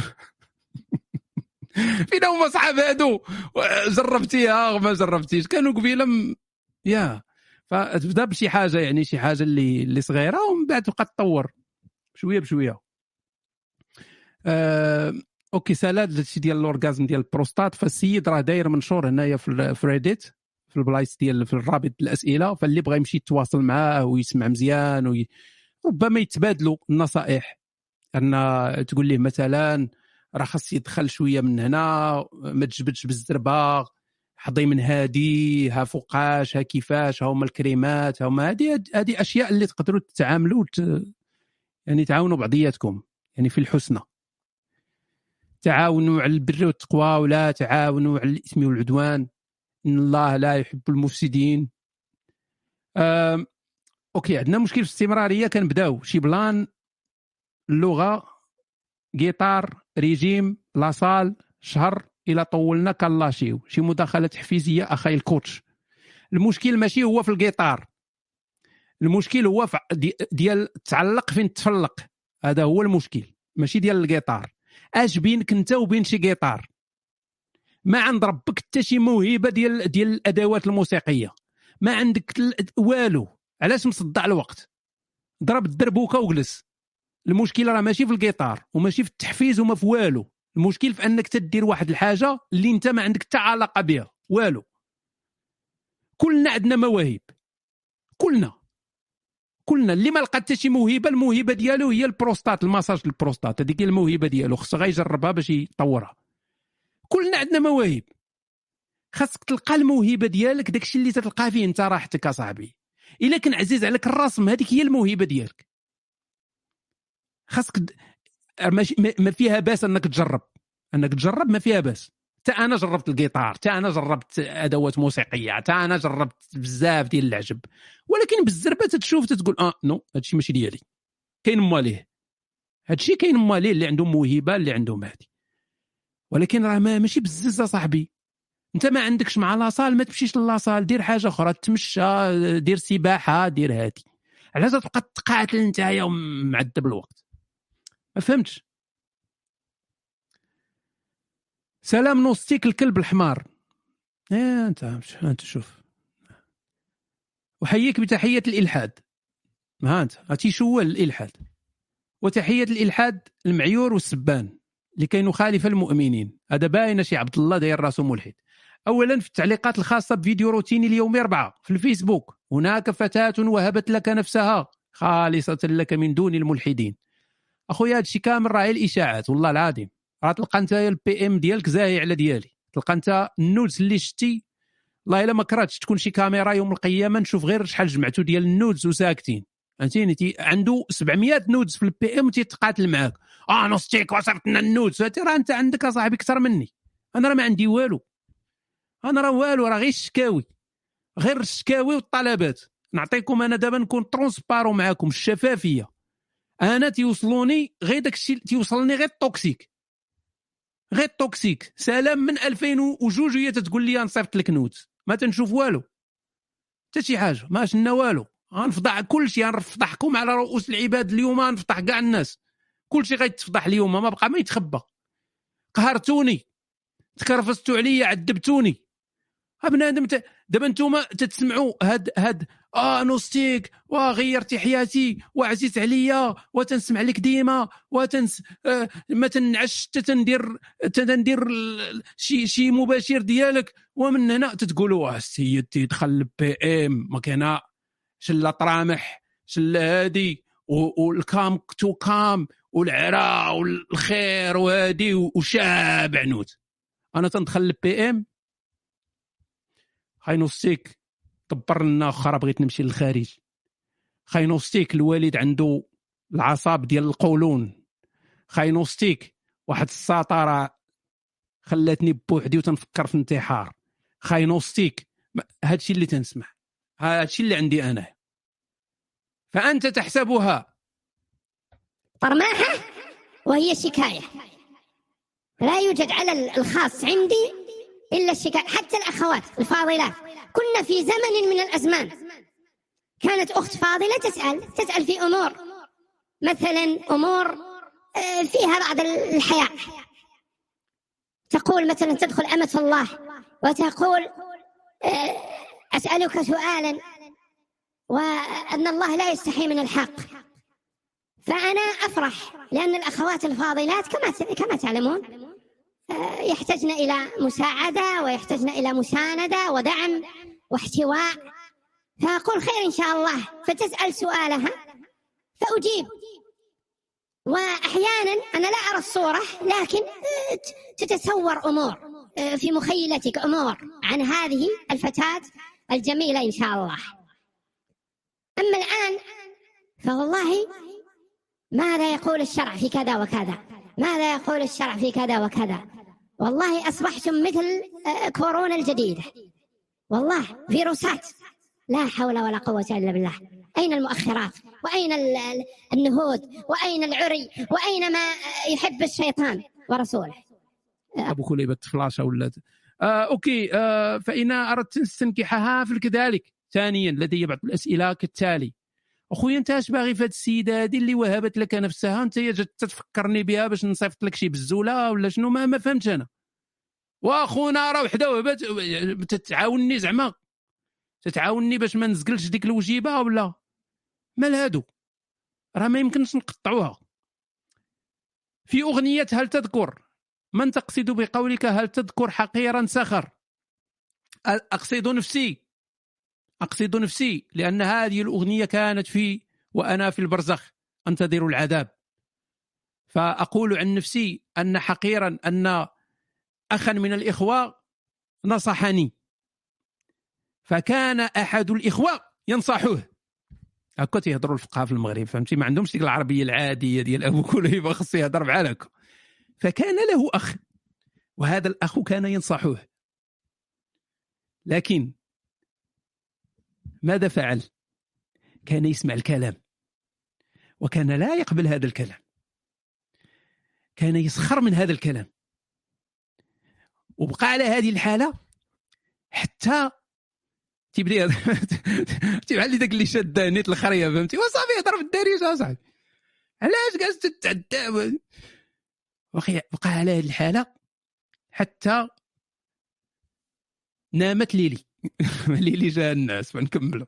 فينا هما صحاب هادو، جربتيها ما جربتيش، كانوا قبيله فتبدا بشي حاجه، يعني شي حاجه اللي صغيره، ومن بعد تبقى تطور شويه بشويه. اوكي. سالاد هادشي ديال الاورغازم ديال البروستات، فالسيد راه داير منشور هنايا في ريديت، في البلايص ديال في الرابط الاسئله، فاللي بغى يمشي يتواصل معاه ويسمع مزيان ربما يتبادلوا النصائح. ان تقول ليه مثلا راه خاص يدخل شويه من هنا، ما تجبدش بالزربه، حضي من هادي، ها فوقاش، ها كيفاش، ها هما الكريمات، ها هما هذه اشياء اللي تقدروا تتعاملوا يعني تعاونوا بعضياتكم، يعني في الحسنى. تعاونوا على البر والتقوى ولا تعاونوا على الإثم والعدوان، إن الله لا يحب المفسدين. اوكي. عندنا مشكل في الاستمراريه، كنبداو شي بلان، اللغه، جيتار، ريجيم، لاصال، شهر، الى طولنا كلاشيو شي مداخله تحفيزيه اخي الكوتش. المشكل ماشي هو في الجيتار، المشكل هو في ديال تعلق فين تفلق، هذا هو المشكل، ماشي ديال الجيتار. اش بينك انت وبين شي جيتار؟ ما عند ربك حتى شي موهبه ديال الادوات الموسيقيه، ما عندك والو، علاش مصدع الوقت؟ ضرب الدربوكه وجلس. المشكل راه ماشي في الجيتار وماشي في التحفيز وما في والو، المشكل في انك تدير واحد الحاجه اللي انت ما عندك حتى علاقه بها والو. كلنا عندنا مواهب، كلنا اللي ما لقى حتى شي موهبه، الموهبه ديالو هي البروستات، المساج البروستات، هذيك هي الموهبه ديالو، خصو غيجربها باش يطورها. كلنا عندنا مواهب، خاصك تلقى الموهبه ديالك، داكشي اللي تلقى فيه انت راحتك اصاحبي. الا كان عزيز عليك الرسم، هذيك هي الموهبه ديالك، خاصك ما فيها باس انك تجرب، ما فيها باس. حتى انا جربت الجيتار، حتى انا جربت ادوات موسيقيه، حتى انا جربت بزاف ديال العجب، ولكن بالزربه تتشوف تتقول نو هادشي ماشي ديالي. كاين ماليه هادشي، كاين ماليه اللي عندهم موهبه، اللي عندهم هادي، ولكن راه ماشي بزز صاحبي. انت ما عندكش مع لاصال، ما تمشيش للاصال، دير حاجه اخرى، تمشى، دير سباحه، دير هادي. علاش تبقى تقاتل نتايا ومعذب الوقت؟ ما فهمتش. سلام نوستيك الكلب الحمار. انت شوف، وحييك بتحيه الالحاد. ها انت هاتي شو الالحاد، وتحيه الالحاد المعيور والسبان لكي نخالف المؤمنين. هذا باين شي عبد الله داير راسه ملحد. اولا في التعليقات الخاصه بفيديو روتيني اليومي 4 في الفيسبوك، هناك فتاه وهبت لك نفسها خالصه لك من دون الملحدين. اخويا هادشي كامل راهي الاشاعات، والله العظيم. راه تلقى انت البي ام ديالك زاهي على ديالي، تلقى انت النودز اللي شتي، والله الا ما كرهتش تكون شي كاميرا يوم القيامه نشوف غير شحال جمعتوا ديال النودز وساكتين. فهمتيني؟ عنده 700 نودز في البي ام تيتقاتل معاك، نوستيك وصرت النوت. راه انت عندك صاحبي اكثر مني، انا راه ما عندي والو، انا راه والو، راه غير الشكاوي، غير الشكاوي والطلبات. نعطيكم انا دابا نكون ترونسبارو معاكم، الشفافيه. انا تيوصلوني غير داكشي، تيوصلني غير التوكسيك، غير التوكسيك. سلام من 2002 وهي تتقول لي نصيفط لك نوت، ما تنشوف والو حتى شي حاجه، ما شفنا والو. غنفضح كل شيء، غنفضحكم على رؤوس العباد اليوم، غنفضح كاع الناس، كل شيء غيتفضح اليوم، ما بقى ما يتخبى. قهرتوني، تكرفستوا عليا، عذبتوني. بنادم دابا نتوما تتسمعوا هاد نوستيك وغيرتي حياتي وعزيز عليا وتنسمع لك ديما ما تنعش تندير شي مباشر ديالك، ومن هنا تتقولوا السيد تيدخل البي ام ما كاينه شله طرامح شله هادي والكام تو كام والعراء والخير وهادي وشاب عنود. انا تندخل البي ام خاينوستيك دبر لنا اخرى بغيت نمشي للخارج، خاينوستيك الوالد عنده العصاب ديال القولون، خاينوستيك واحد السطاره خلاتني بوحدي وتنفكر في الانتحار، خاينوستيك هادشي اللي تنسمع، هادشي اللي عندي انا. فانت تحسبها طرماحه وهي شكايه، لا يوجد على الخاص عندي إلا الشكاية. حتى الأخوات الفاضلات كنا في زمن من الأزمان كانت أخت فاضلة تسأل في أمور، مثلا أمور فيها بعض الحياء، تقول مثلا تدخل أمة الله وتقول أسألك سؤالا وأن الله لا يستحي من الحق. فأنا أفرح لأن الأخوات الفاضلات كما تعلمون يحتاجن إلى مساعدة ويحتاجن إلى مساندة ودعم واحتواء، فأقول خير إن شاء الله، فتسأل سؤالها فأجيب. وأحيانا أنا لا أرى الصورة لكن تتصور أمور في مخيلتك، أمور عن هذه الفتاة الجميلة إن شاء الله. أما الآن فوالله ماذا يقول الشرع في كذا وكذا، ماذا يقول الشرع في كذا وكذا. والله أصبحتم مثل كورونا الجديدة، والله فيروسات، لا حول ولا قوة إلا بالله. أين المؤخرات وأين النهوض وأين العري وأين ما يحب الشيطان ورسوله. أبو كليبة فلاشة ولد أوكي. فإن أردت استنكحها فلكذلك. ثانيا لدي بعض الأسئلة كالتالي. أخويا أنت اش باغي في هذه السيدة هذه اللي وهبت لك نفسها، أنت جات تفكرني بها باش نصيفط لك شي بزولة ولا شنو؟ ما فهمتش أنا. واخونا راه وحده وهبت تتعاونني، زعما تتعاونني باش ما نزقلش ديك الوجيبة ولا مال هادو؟ راه ما يمكنش نقطعوها. في أغنية هل تذكر من تقصد بقولك هل تذكر حقيرا سخر؟ أقصد نفسي لأن هذه الأغنية كانت وأنا في البرزخ أنتظر العذاب. فأقول عن نفسي أن حقيرا أن أخا من الإخوة نصحني، فكان أحد الإخوة ينصحوه. هكا تيهضروا الفقهاء في المغرب، فهمتي؟ ما عندهمش ديك العربية العادية ديال أبو كليبة، خصو يهضر بحال هكا. فكان له أخ، وهذا الأخ كان ينصحوه، لكن ماذا فعل؟ كان يسمع الكلام وكان لا يقبل هذا الكلام، كان يسخر من هذا الكلام، وبقى على هذه الحالة حتى تيبدا تيبحال داك اللي شاد نيت الخريه، فهمتي؟ وصافي يهضر في الدارجه اصاحبي، علاش جالس تتعدى؟ بقى على هذه الحالة حتى نامت ليلي. ليلي جاء الناس. فنكملوا.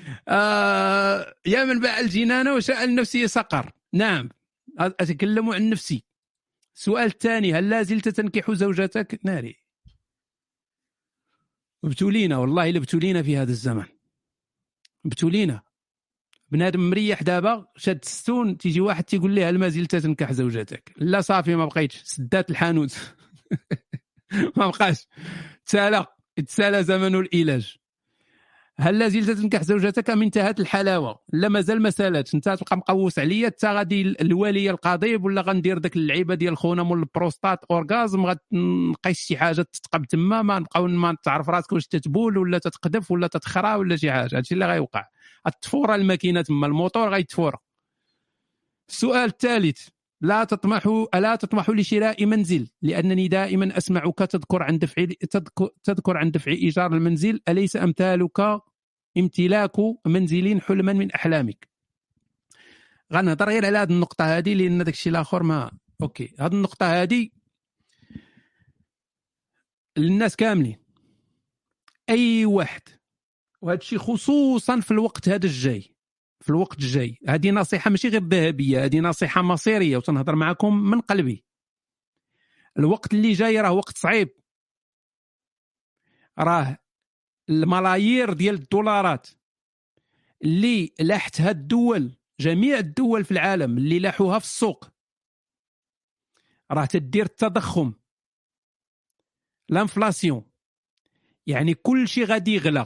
يا من باع الجنان وشاء النفسي سقر. نعم أتكلم عن نفسي. السؤال الثاني، هل لا زلت تنكح زوجتك؟ ناري ابتلينا، والله لابتلينا في هذا الزمن، ابتلينا. بنادم مريح دابا شاد الستون، تيجي واحد تيقول ليه هل ما زلت تنكح زوجتك؟ لا صافي ما بقيتش، سدات الحانوت. ما بقاش، تسالى زمن العلاج. هل لا زلت تنكح زوجتك ام انتهت الحلاوه؟ لا مازال ما سالاتش. انت تبقى مقوس عليا انت غادي الواليه القضيب ولا غندير داك اللعيبه ديال خونا مول البروستات اورغازم غتنقيس شي حاجه تتقب تما ما نبقاو ما تعرف راسك واش تتبول ولا تتقدف ولا تتخرا ولا شي حاجه. هادشي اللي غيوقع. التفوره الماكينه تما الموتور غيتفور. السؤال الثالث: ألا تطمح لشراء منزل لأنني دائما أسمعك تذكر عن دفع إيجار المنزل، أليس امتلاك منزل حلما من أحلامك؟ غنهضر غير على هذه النقطة هذه لأن داك الشيء الآخر ما أوكي. هذه النقطة هذه للناس كاملين، أي واحد، وهذا الشيء خصوصا في الوقت هذا الجاي. في الوقت الجاي هذه نصيحة ماشي غير ذهبية، هذه نصيحة مصيرية وتنهضر معكم من قلبي. الوقت اللي جاي راه وقت صعيب، راه الملايير ديال الدولارات اللي لاحتها الدول، جميع الدول في العالم اللي لاحوها في السوق، راه تدير التضخم، الانفلاسيون، يعني كل شيء غادي يغلى،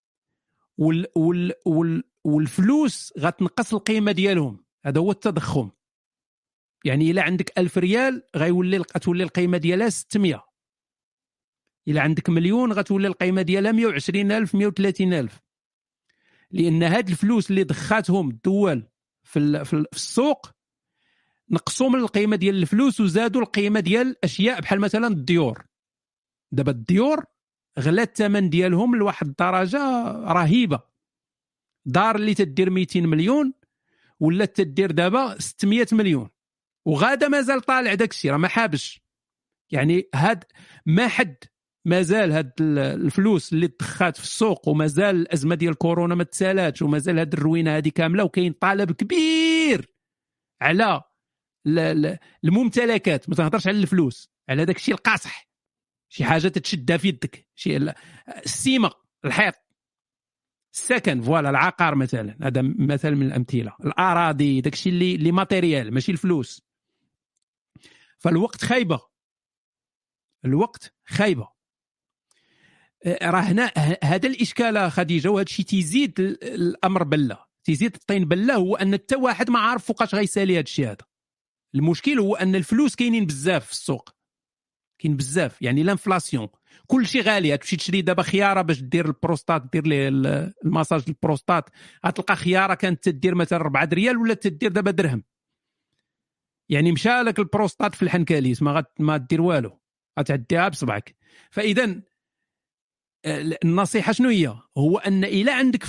والفلوس غتنقص القيمة ديالهم. هذا هو التضخم. يعني إلا عندك 1000 ريال غتولي القيمة ديالها 600. إلا عندك مليون غتولي القيمة ديالها 120,000 130,000. لأن هاد الفلوس اللي ضخاتهم الدول في السوق نقصوا من القيمة ديال الفلوس وزادوا القيمة ديال أشياء بحال مثلا الديور. دابا الديور غلا الثمن ديالهم لواحد الدرجة رهيبة. دار اللي تدير 200 مليون ولا تدير دابا 600 مليون، وغادا مازال طالع داك الشيء، راه ما حابش. يعني هاد ما حد مازال هاد الفلوس اللي تدخات في السوق ومازال الأزمة ديال كورونا ما تسالاتش ومازال هاد الروينة هذه كاملة، وكاين طلب كبير على الممتلكات. ما تهضرش على الفلوس، على داك الشيء القاصح، شي حاجة تتشدها في يدك، شي السيمة، الحيط، السكن، فوالا العقار مثلا، هذا مثل من الأمثلة. الأراضي، داك الشيء اللي ماتيريال ماشي الفلوس. فالوقت خايبة، الوقت خايبة. راه هنا هذا الإشكال خديجة، وهذا الشيء تيزيد الأمر بلة، تيزيد الطين بلة، هو أن حتى واحد ما عارف فوقاش غيسالي هذا الشيء هذا. المشكل هو أن الفلوس كاينين بزاف في السوق، كاين بزاف، يعني الانفلاسيون، كل شيء غالي. تمشي تشري دابا خياره باش دير البروستات، دير ليه المساج البروستات، غتلقى خياره كانت تدير مثلا 4 ريال ولا تدير دابا درهم. يعني مشى لك البروستات في الحنكاليس ما دير والو، غتعديها بصبعك. فاذا النصيحه شنو هي؟ هو ان الا عندك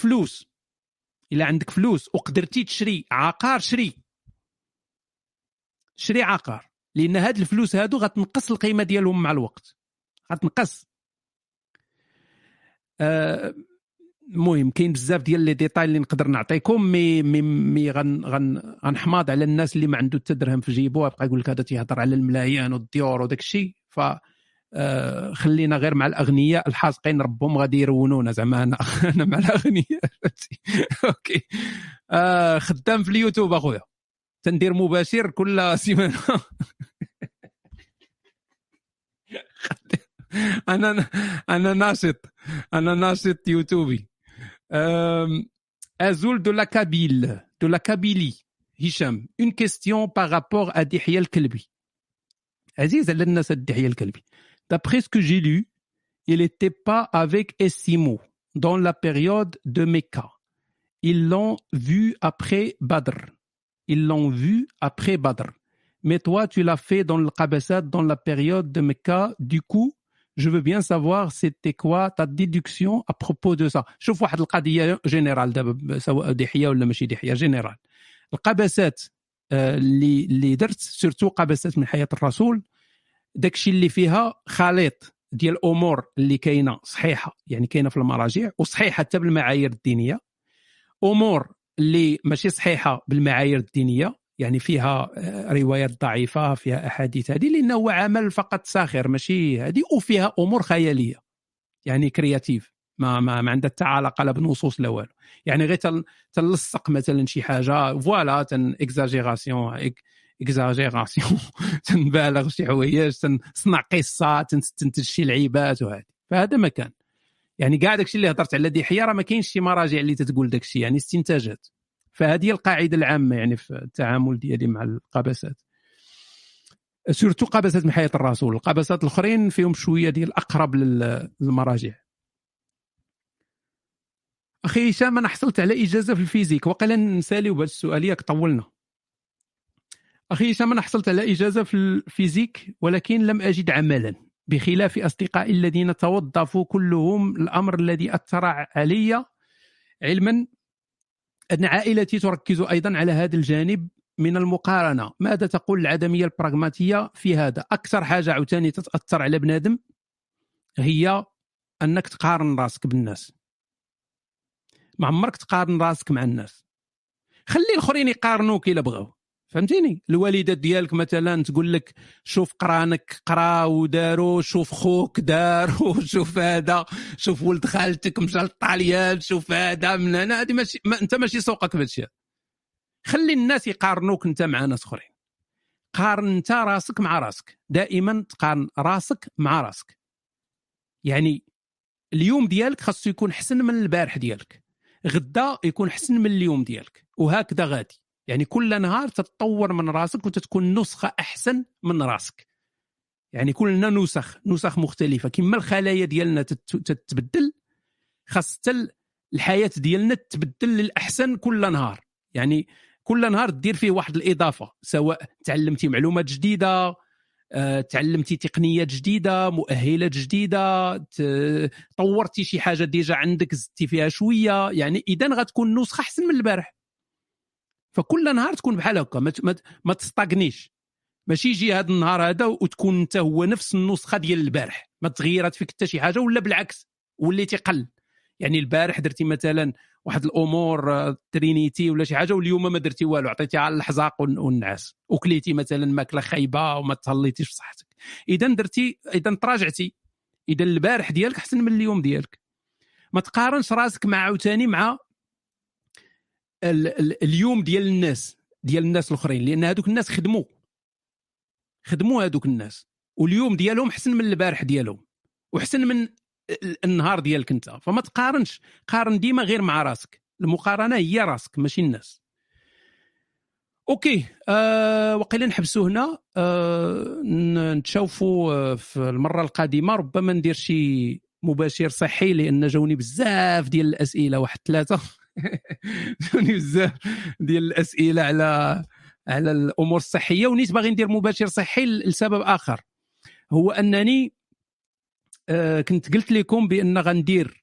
فلوس وقدرتي تشري عقار، شري عقار، لان هاد الفلوس هادو غتنقص القيمه ديالهم مع الوقت، غتنقص. المهم كاين بزاف ديال لي ديتاي اللي نقدر نعطيكم، مي غنحماض على الناس اللي ما عنده حتى درهم في جيبو، يبقى يقول لك هذا تيهضر على الملايين والديور وداك الشيء. ف خلينا غير مع الاغنياء الحاسقين، ربهم غادي يرونونا. زعما انا مع الاغنياء. اوكي. خدام في اليوتيوب اخويا، تندير مباشر كل سيمانه. انا ناشط يوتيوبي. Azul de la Kabylie, Hicham, une question par rapport à Dihya al-Kalbi. Aziz على الناس Dihya al-Kalbi. D'après ce que j'ai lu, il n'était pas avec Essimo dans la période de Mecca. Ils l'ont vu après Badr. Mais toi, tu l'as fait dans le Qabasat dans la période de Mecca. Du coup, je veux bien savoir c'était quoi ta déduction à propos de ça. شوف واحد القضية جنرال دابا، سواء دحية ولا ماشي دحية، جنرال. القبسات اللي درت سورتو قبسات من حياة الرسول، داكشي اللي فيها خليط ديال الأمور اللي كاينة صحيحة، يعني كاينة في المراجع وصحيحة حتى بالمعايير الدينية، أمور اللي ماشي صحيحة بالمعايير الدينية، يعني فيها روايات ضعيفة، فيها أحاديث هذه لأنه هو عمل فقط ساخر ماشي هذه، وفيها أمور خيالية يعني كرياتيف ما عندها حتى علاقة لا بنصوص لا والو، يعني غير تلصق مثلا شي حاجة فوالا اكزاجيراسيون تنبالغ شي حوايج، تنصنع قصة، تنستنتج شي لعيبات وهذه، فهذا ما كان. يعني كاع داكشي اللي هضرت على دحية راه ما كاينش شي مراجع اللي تتقول داكشي، يعني استنتاجات. فهذه هي القاعده العامه يعني في التعامل ديالي مع القبسات، سورتو قبسات من حياة الرسول. القبسات الاخرين فيهم شويه ديال اقرب للمراجع. اخي هشام انا حصلت على اجازه في الفيزيك، وقيلا نساليو بهذا السؤال ياك طولنا. اخي هشام انا حصلت على اجازه في الفيزيك ولكن لم اجد عملا، بخلاف اصدقائي الذين توظفوا كلهم. الامر الذي اثر علي، علما ان عائلتي تركز ايضا على هذا الجانب من المقارنه. ماذا تقول العدميه البراغماتيه في هذا؟ اكثر حاجه عاوتاني تتاثر على بنادم هي انك تقارن راسك بالناس. ما عمرك تقارن راسك مع الناس، خلي الاخرين يقارنوك الا بغاو، فهمتيني؟ الوالدات ديالك مثلا تقول لك شوف قرانك قرا وداروا، شوف خوك دار، وشوف هذا، شوف ولد خالتك مشى للطاليان، شوف هذا من هنا. هذه ماشي انت ماشي سوقك بهادشي. خلي الناس يقارنوك انت مع ناس اخرين. قارن انت راسك مع راسك، دائما تقارن راسك مع راسك. يعني اليوم ديالك خاصو يكون حسن من البارح ديالك، غدا يكون حسن من اليوم ديالك، وهكذا غادي. يعني كل نهار تتطور من راسك وتتكون نسخة أحسن من راسك. يعني كلنا نسخ مختلفة، كما الخلايا ديالنا تتبدل، خاصة الحياة ديالنا تتبدل للأحسن كل نهار. يعني كل نهار تدير فيه واحد الإضافة، سواء تعلمتي معلومات جديدة، تعلمتي تقنيات جديدة، مؤهلات جديدة، طورتي شي حاجة ديجا عندك زدتي فيها شوية. يعني إذن غتكون نسخة أحسن من البارح. فكل نهار تكون بحال هكا، ما تستغنيش. ماشي يجي هذا النهار هذا وتكون انت هو نفس النسخه ديال البارح، ما تغيرت فيك حتى شي حاجه، ولا بالعكس وليتي قل. يعني البارح درتي مثلا واحد الامور ترينيتي ولا شي حاجه، واليوم ما درتي والو، عطيتي على الحزاق والنعاس، وكليتي مثلا ماكله خايبه وما تهليتيش في صحتك. اذا تراجعتي، اذا البارح ديالك احسن من اليوم ديالك. ما تقارنش راسك مع عاوتاني مع اليوم ديال الناس الاخرين، لان هذوك الناس خدموا هذوك الناس، واليوم ديالهم حسن من البارح ديالهم، وحسن من النهار ديالك انت. فما تقارنش، قارن ديما غير مع راسك. المقارنه هي راسك ماشي الناس. اوكي، وقيلا نحبسوا هنا، نتشوفوا في المره القادمه. ربما ندير شي مباشر صحي، لان جاوني بزاف ديال الاسئله، واحد 3 جاوني بزاف ديال الاسئله على الامور الصحيه، ونيت باغي ندير مباشر صحي لسبب اخر، هو انني كنت قلت لكم بان غندير،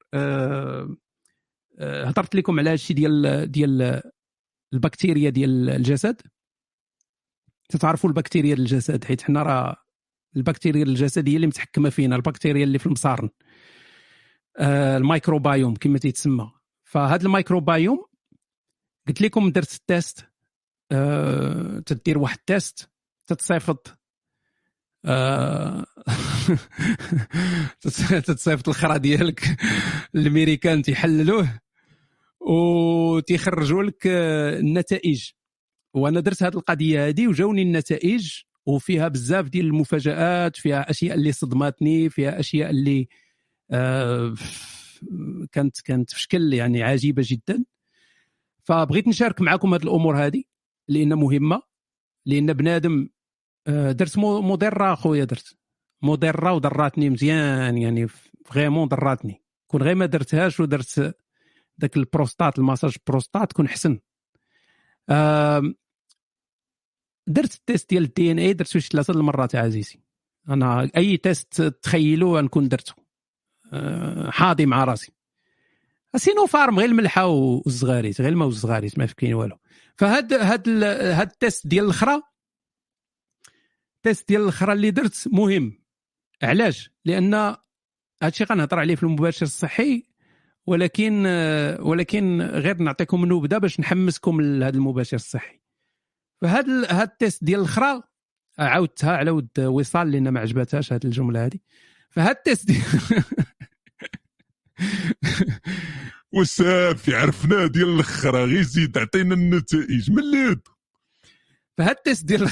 هضرت لكم على هادشي ديال البكتيريا ديال الجسد. تتعرفوا البكتيريا ديال الجسد، حيت حنا راه البكتيريا ديال الجسد هي اللي متحكمه فينا، البكتيريا اللي في المصارن، الميكروبايوم كما تيتسمى. فهاد الميكروبايوم قلت لكم درت التيست، تدير واحد التيست، تتصيفط تتصيفط الخرا ديالك، الامريكان تيحللوه وتيخرجوا لك النتائج. وانا درت هذه القضيه هذه وجاوني النتائج، وفيها بزاف ديال المفاجآت، فيها اشياء اللي صدمتني، فيها اشياء اللي كانت في شكل يعني عجيبه جدا. فبغيت نشارك معكم هذه الامور هذه لان مهمه، لان بنادم درت مضره خويا، درت مضره وضراتني مزيان، يعني فريمون ضراتني. كون غير ما درتهاش ودرت داك البروستات، الماساج بروستات، كون حسن. درت التيست ديال الدي ان اي، درت شي 3 المرات عزيزي. انا اي تيست تخيلوا نكون درته، حاضي مع راسي. سينو فارم غير الملحه والزغاريت، غير الماء والزغاريت، ما فكين والو. فهاد التيست ديال الاخرى، التيست ديال الاخرى اللي درت مهم. علاش؟ لان هادشي غنهضر عليه في المباشر الصحي، ولكن غير نعطيكم نبذه باش نحمسكم لهذا المباشر الصحي. فهاد التيست ديال الاخرى عاودتها على ود وصال، لان ما عجبتهاش هذه الجمله هذه. فهاد التيست وصافي عرفنا ديال الاخرى، غير زيد عطينا النتائج من اللي. فهاد التيست ديال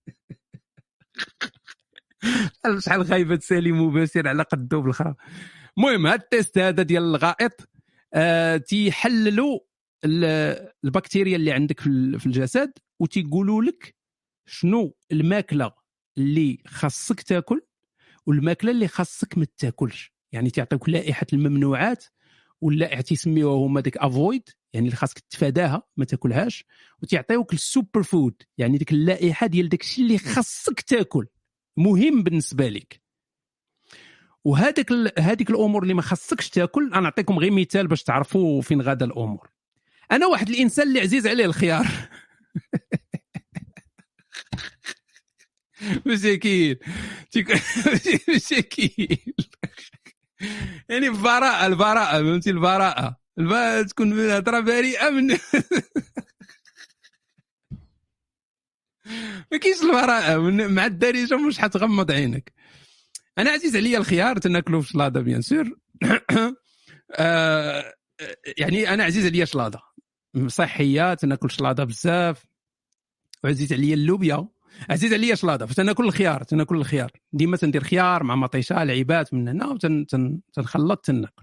شحال خايبه تسالي مباشر على قدو بالاخرى. المهم هاد التيست هذا ديال الغائط تيحللوا البكتيريا اللي عندك في الجسد وتيقولوا لك شنو الماكله اللي خاصك تاكل والماكله اللي خاصك ما تاكلش. يعني تعطيوك لائحه الممنوعات ولا تيسميوها هما ديك افويد، يعني اللي خاصك تتفاداها ما تاكلهاش، وتعطيوك السوبر فود يعني ديك اللائحه ديال داكشي اللي خاصك تاكل مهم بالنسبه لك. وهذيك الامور اللي ما خاصكش تاكل انا نعطيكم غير مثال باش تعرفوا فين غادا الامور. انا واحد الانسان اللي عزيز عليه الخيار مساكين يعني البراءة فهمتي البراءة تكون هضره بريئه من ما كاينش البراءة مع الدارجه مش حتغمض عينك. انا عزيز عليا الخيار تناكلو في شلاضه بيان سور يعني انا عزيز عليا شلاضه صحيه تناكل شلاضه بزاف، وعزيز عليا اللوبيا، عزيز عليا شلاضه فتناكل الخيار ديما تندير خيار مع مطيشه لعيبات من هنا وتنخلط تناكل.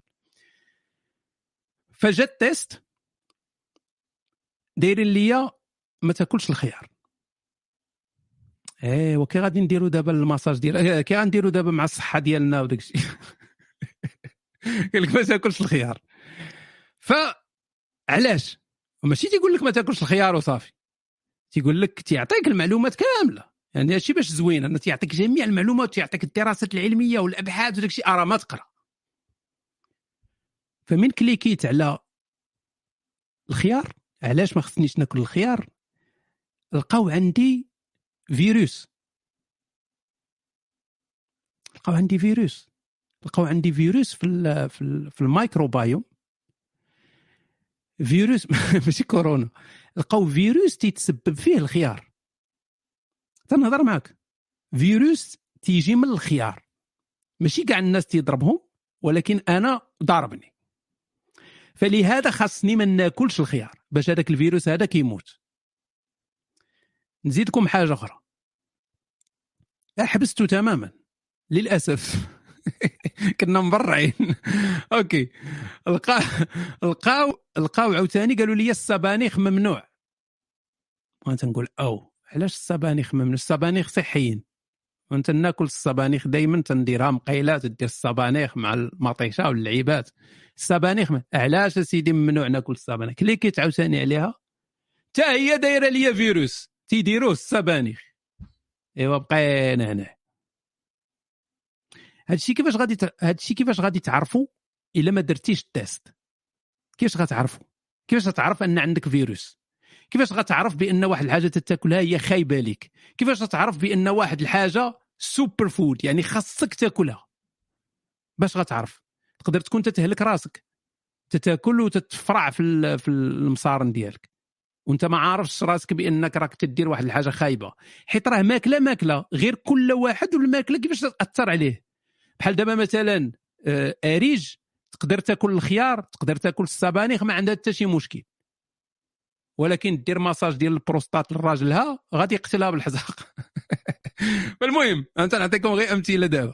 فجا التيست دايرين ليا ما تاكلش الخيار. وكي غادي نديروا دابا الماساج ديال كي غنديروا دابا مع الصحه ديالنا وداك الشيء قال لك ما تاكلش الخيار. فعلاش ماشي تيقول لك ما تاكلش الخيار وصافي، تيقول لك تيعطيك المعلومات كامله. يعني هادشي باش زوين انا تيعطيك جميع المعلومات وتيعطيك الدراسات العلميه والابحاث وداك الشيء راه ما تقرا. فمن كليكيت على الخيار علاش ما خصنيش ناكل الخيار لقاو عندي فيروس في الميكروبايوم. فيروس ماشي كورونا، لقاو فيروس تيتسبب فيه الخيار. تنهضر معك فيروس تيجي من الخيار، ماشي كاع الناس تيضربهم ولكن انا ضاربني. فلهذا خاصني ما ناكلش الخيار باش هذاك الفيروس هذا كيموت. نزيدكم حاجه اخرى، حبستو تماما للاسف كنا مبرعين اوكي. لقاو عاوتاني قالوا لي السبانخ ممنوع. وانت نقول علاش السبانخ ممنوع؟ السبانخ صحيين وانت ناكل السبانخ دائما تنديرها مقيلات، دير السبانخ مع المطيشه واللعيبات. السبانخ علاش سيدي ممنوع ناكل السبانخ؟ كليكيت عاوتاني عليها حتى هي دايره ليا فيروس تيديروه السبانخ. ايوا بقينا هنا. هادشي كيفاش غادي تعرفوا الا ما درتيش التيست؟ كيفاش غتعرفوا؟ كيفاش غتعرف ان عندك فيروس؟ كيفاش غتعرف بان واحد الحاجه تاكلها هي خايبه لك؟ كيفاش غتعرف بان واحد الحاجه سوبر فود يعني خاصك تاكلها؟ باش غتعرف؟ تقدر تكون تتهلك راسك تتاكل وتتفرع في المصارن ديالك وانت ما عارفش راسك بانك راك تدير واحد الحاجه خايبه، حيت راه ماكله غير كل واحد والماكله كيفاش تاثر عليه. بحال دابا مثلا اريج تقدر تاكل الخيار، تقدر تاكل السبانخ، ما عندها حتى شي مشكل، ولكن دير مساج ديال البروستات لراجلها غادي يقتلها بالحزاق فالمهم انت نعطيكم غير امثله دابا.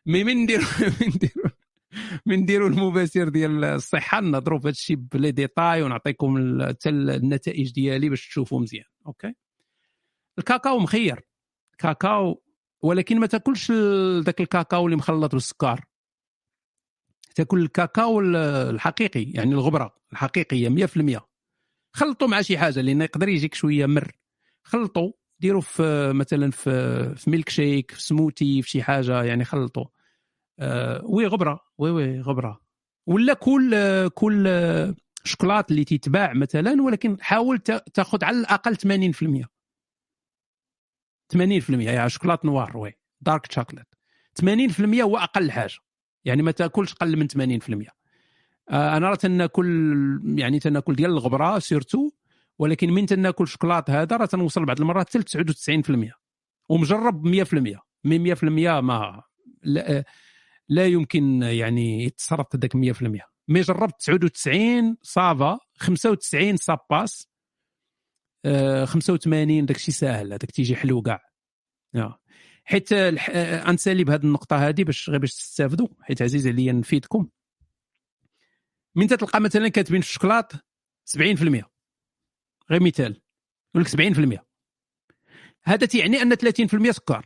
من نديروا المباشر ديال الصحه نهضروا في هذا الشيء بلي ديتاي ونعطيكم حتى النتائج ديالي باش تشوفوا مزيان. اوكي. الكاكاو مخير كاكاو، ولكن ما تاكلش ذاك الكاكاو اللي مخلط بالسكر، تاكل الكاكاو الحقيقي يعني الغبره الحقيقيه 100%. خلطوا مع شي حاجه لان يقدر يجيك شويه مر، خلطوا ديروا في مثلا في ميلك شيك، في سموتي، في شي حاجه يعني خلطوا. وي غبره غبره، ولا كل شوكولات اللي تتباع مثلا، ولكن حاول تاخذ على الاقل 80% يعني شوكولات نوار وي دارك شوكولات 80% هو اقل حاجه، يعني ما تاكلش قل من 80%. انا راه تناكل ديال الغبره سيرتو، ولكن من تناكل شوكولات هذا راه تنوصل بعض المرات حتى 99% ومجرب 100%. من 100% ما لا يمكن يعني يتصرف داك 100%. مي جربت 99 صافا، 95 ساباس، 85 داكشي ساهل، هذاك تيجي حلو كاع. حيت غنسالي بهذه النقطه هذه باش تستافدوا، حيت عزيز عليا نفيدكم. من تلقى مثلا كاتبين في الشوكولات 70%، غير مثال يقول لك 70%، هذا تعني ان 30% سكر،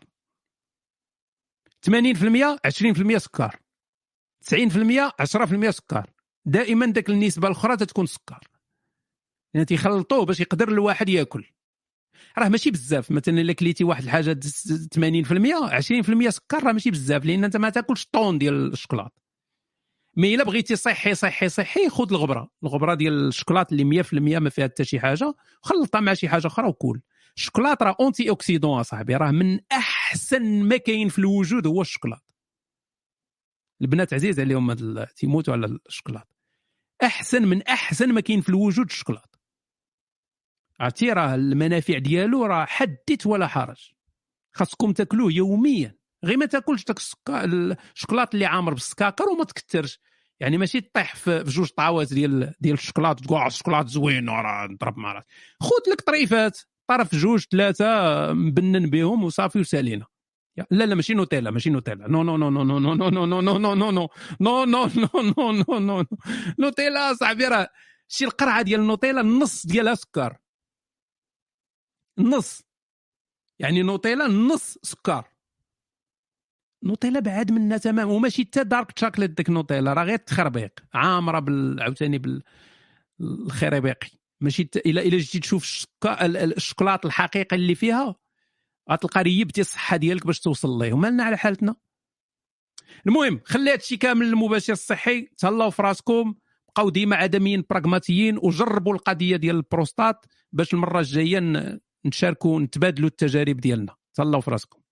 80% 20% سكر، 90% 10% سكر. دائما داك النسبه الاخرى تكون سكر، يعني تيخلطوه باش يقدر الواحد ياكل. راه ماشي بزاف، مثلا الا كليتي واحد الحاجه 80% 20% سكر راه ماشي بزاف، لان انت ما تاكلش طون ديال الشوكولات. مي الا بغيتي صحي صحي صحي خذ الغبره ديال الشوكولات اللي 100% ما فيها حتى شي حاجه، خلطها مع شي حاجه اخرى وكل. الشوكولات راه اونتي اوكسيدون اصاحبي، راه من احسن ما كاين في الوجود هو الشوكولات. البنات عزيز عليهم تيموتوا على الشوكولات. احسن ما كاين في الوجود الشوكولات. عرفتي راه المنافع ديالو راه حدث ولا حرج، خاصكم تاكلوه يوميا. غير ما تاكلش داك الشوكولات اللي عامر بالسكاكر وما تكثرش، يعني ماشي تطيح في جوج طاوات ديال الشوكولات تقول الشوكولات زوين راه نضرب مع راسي. خذ لك طريفات، طرف جوج ثلاثه مبنن بهم وصافي وسالينا. لا ماشي نوتيلا، نو نو نو نو نو نو نو نو نو نو نو نو نو نو نو نو نو نو نوتيلا صاحبي راه شي القرعه ديال النوتيلا النص ديالها سكر، النص، يعني نوتيلا النص سكر. نوتيلا بعد منها تمام، وماشي حتى دارك شوكليت ديك نوتيلا، راه غير تخربيق عامره عاوتاني بالخربيقي. ماشي الا جيتي تشوف الشوكولات الحقيقي اللي فيها غتلقى ريبتي الصحه ديالك باش توصل ليه، ومالنا على حالتنا. المهم خلي هادشي كامل المباشر الصحي، تهلاو في راسكم، بقاو ديما عدميين براغماتيين، وجربوا القضيه ديال البروستات باش المره الجايه نشاركوا نتبادلوا التجارب ديالنا. تهلاو في راسكم.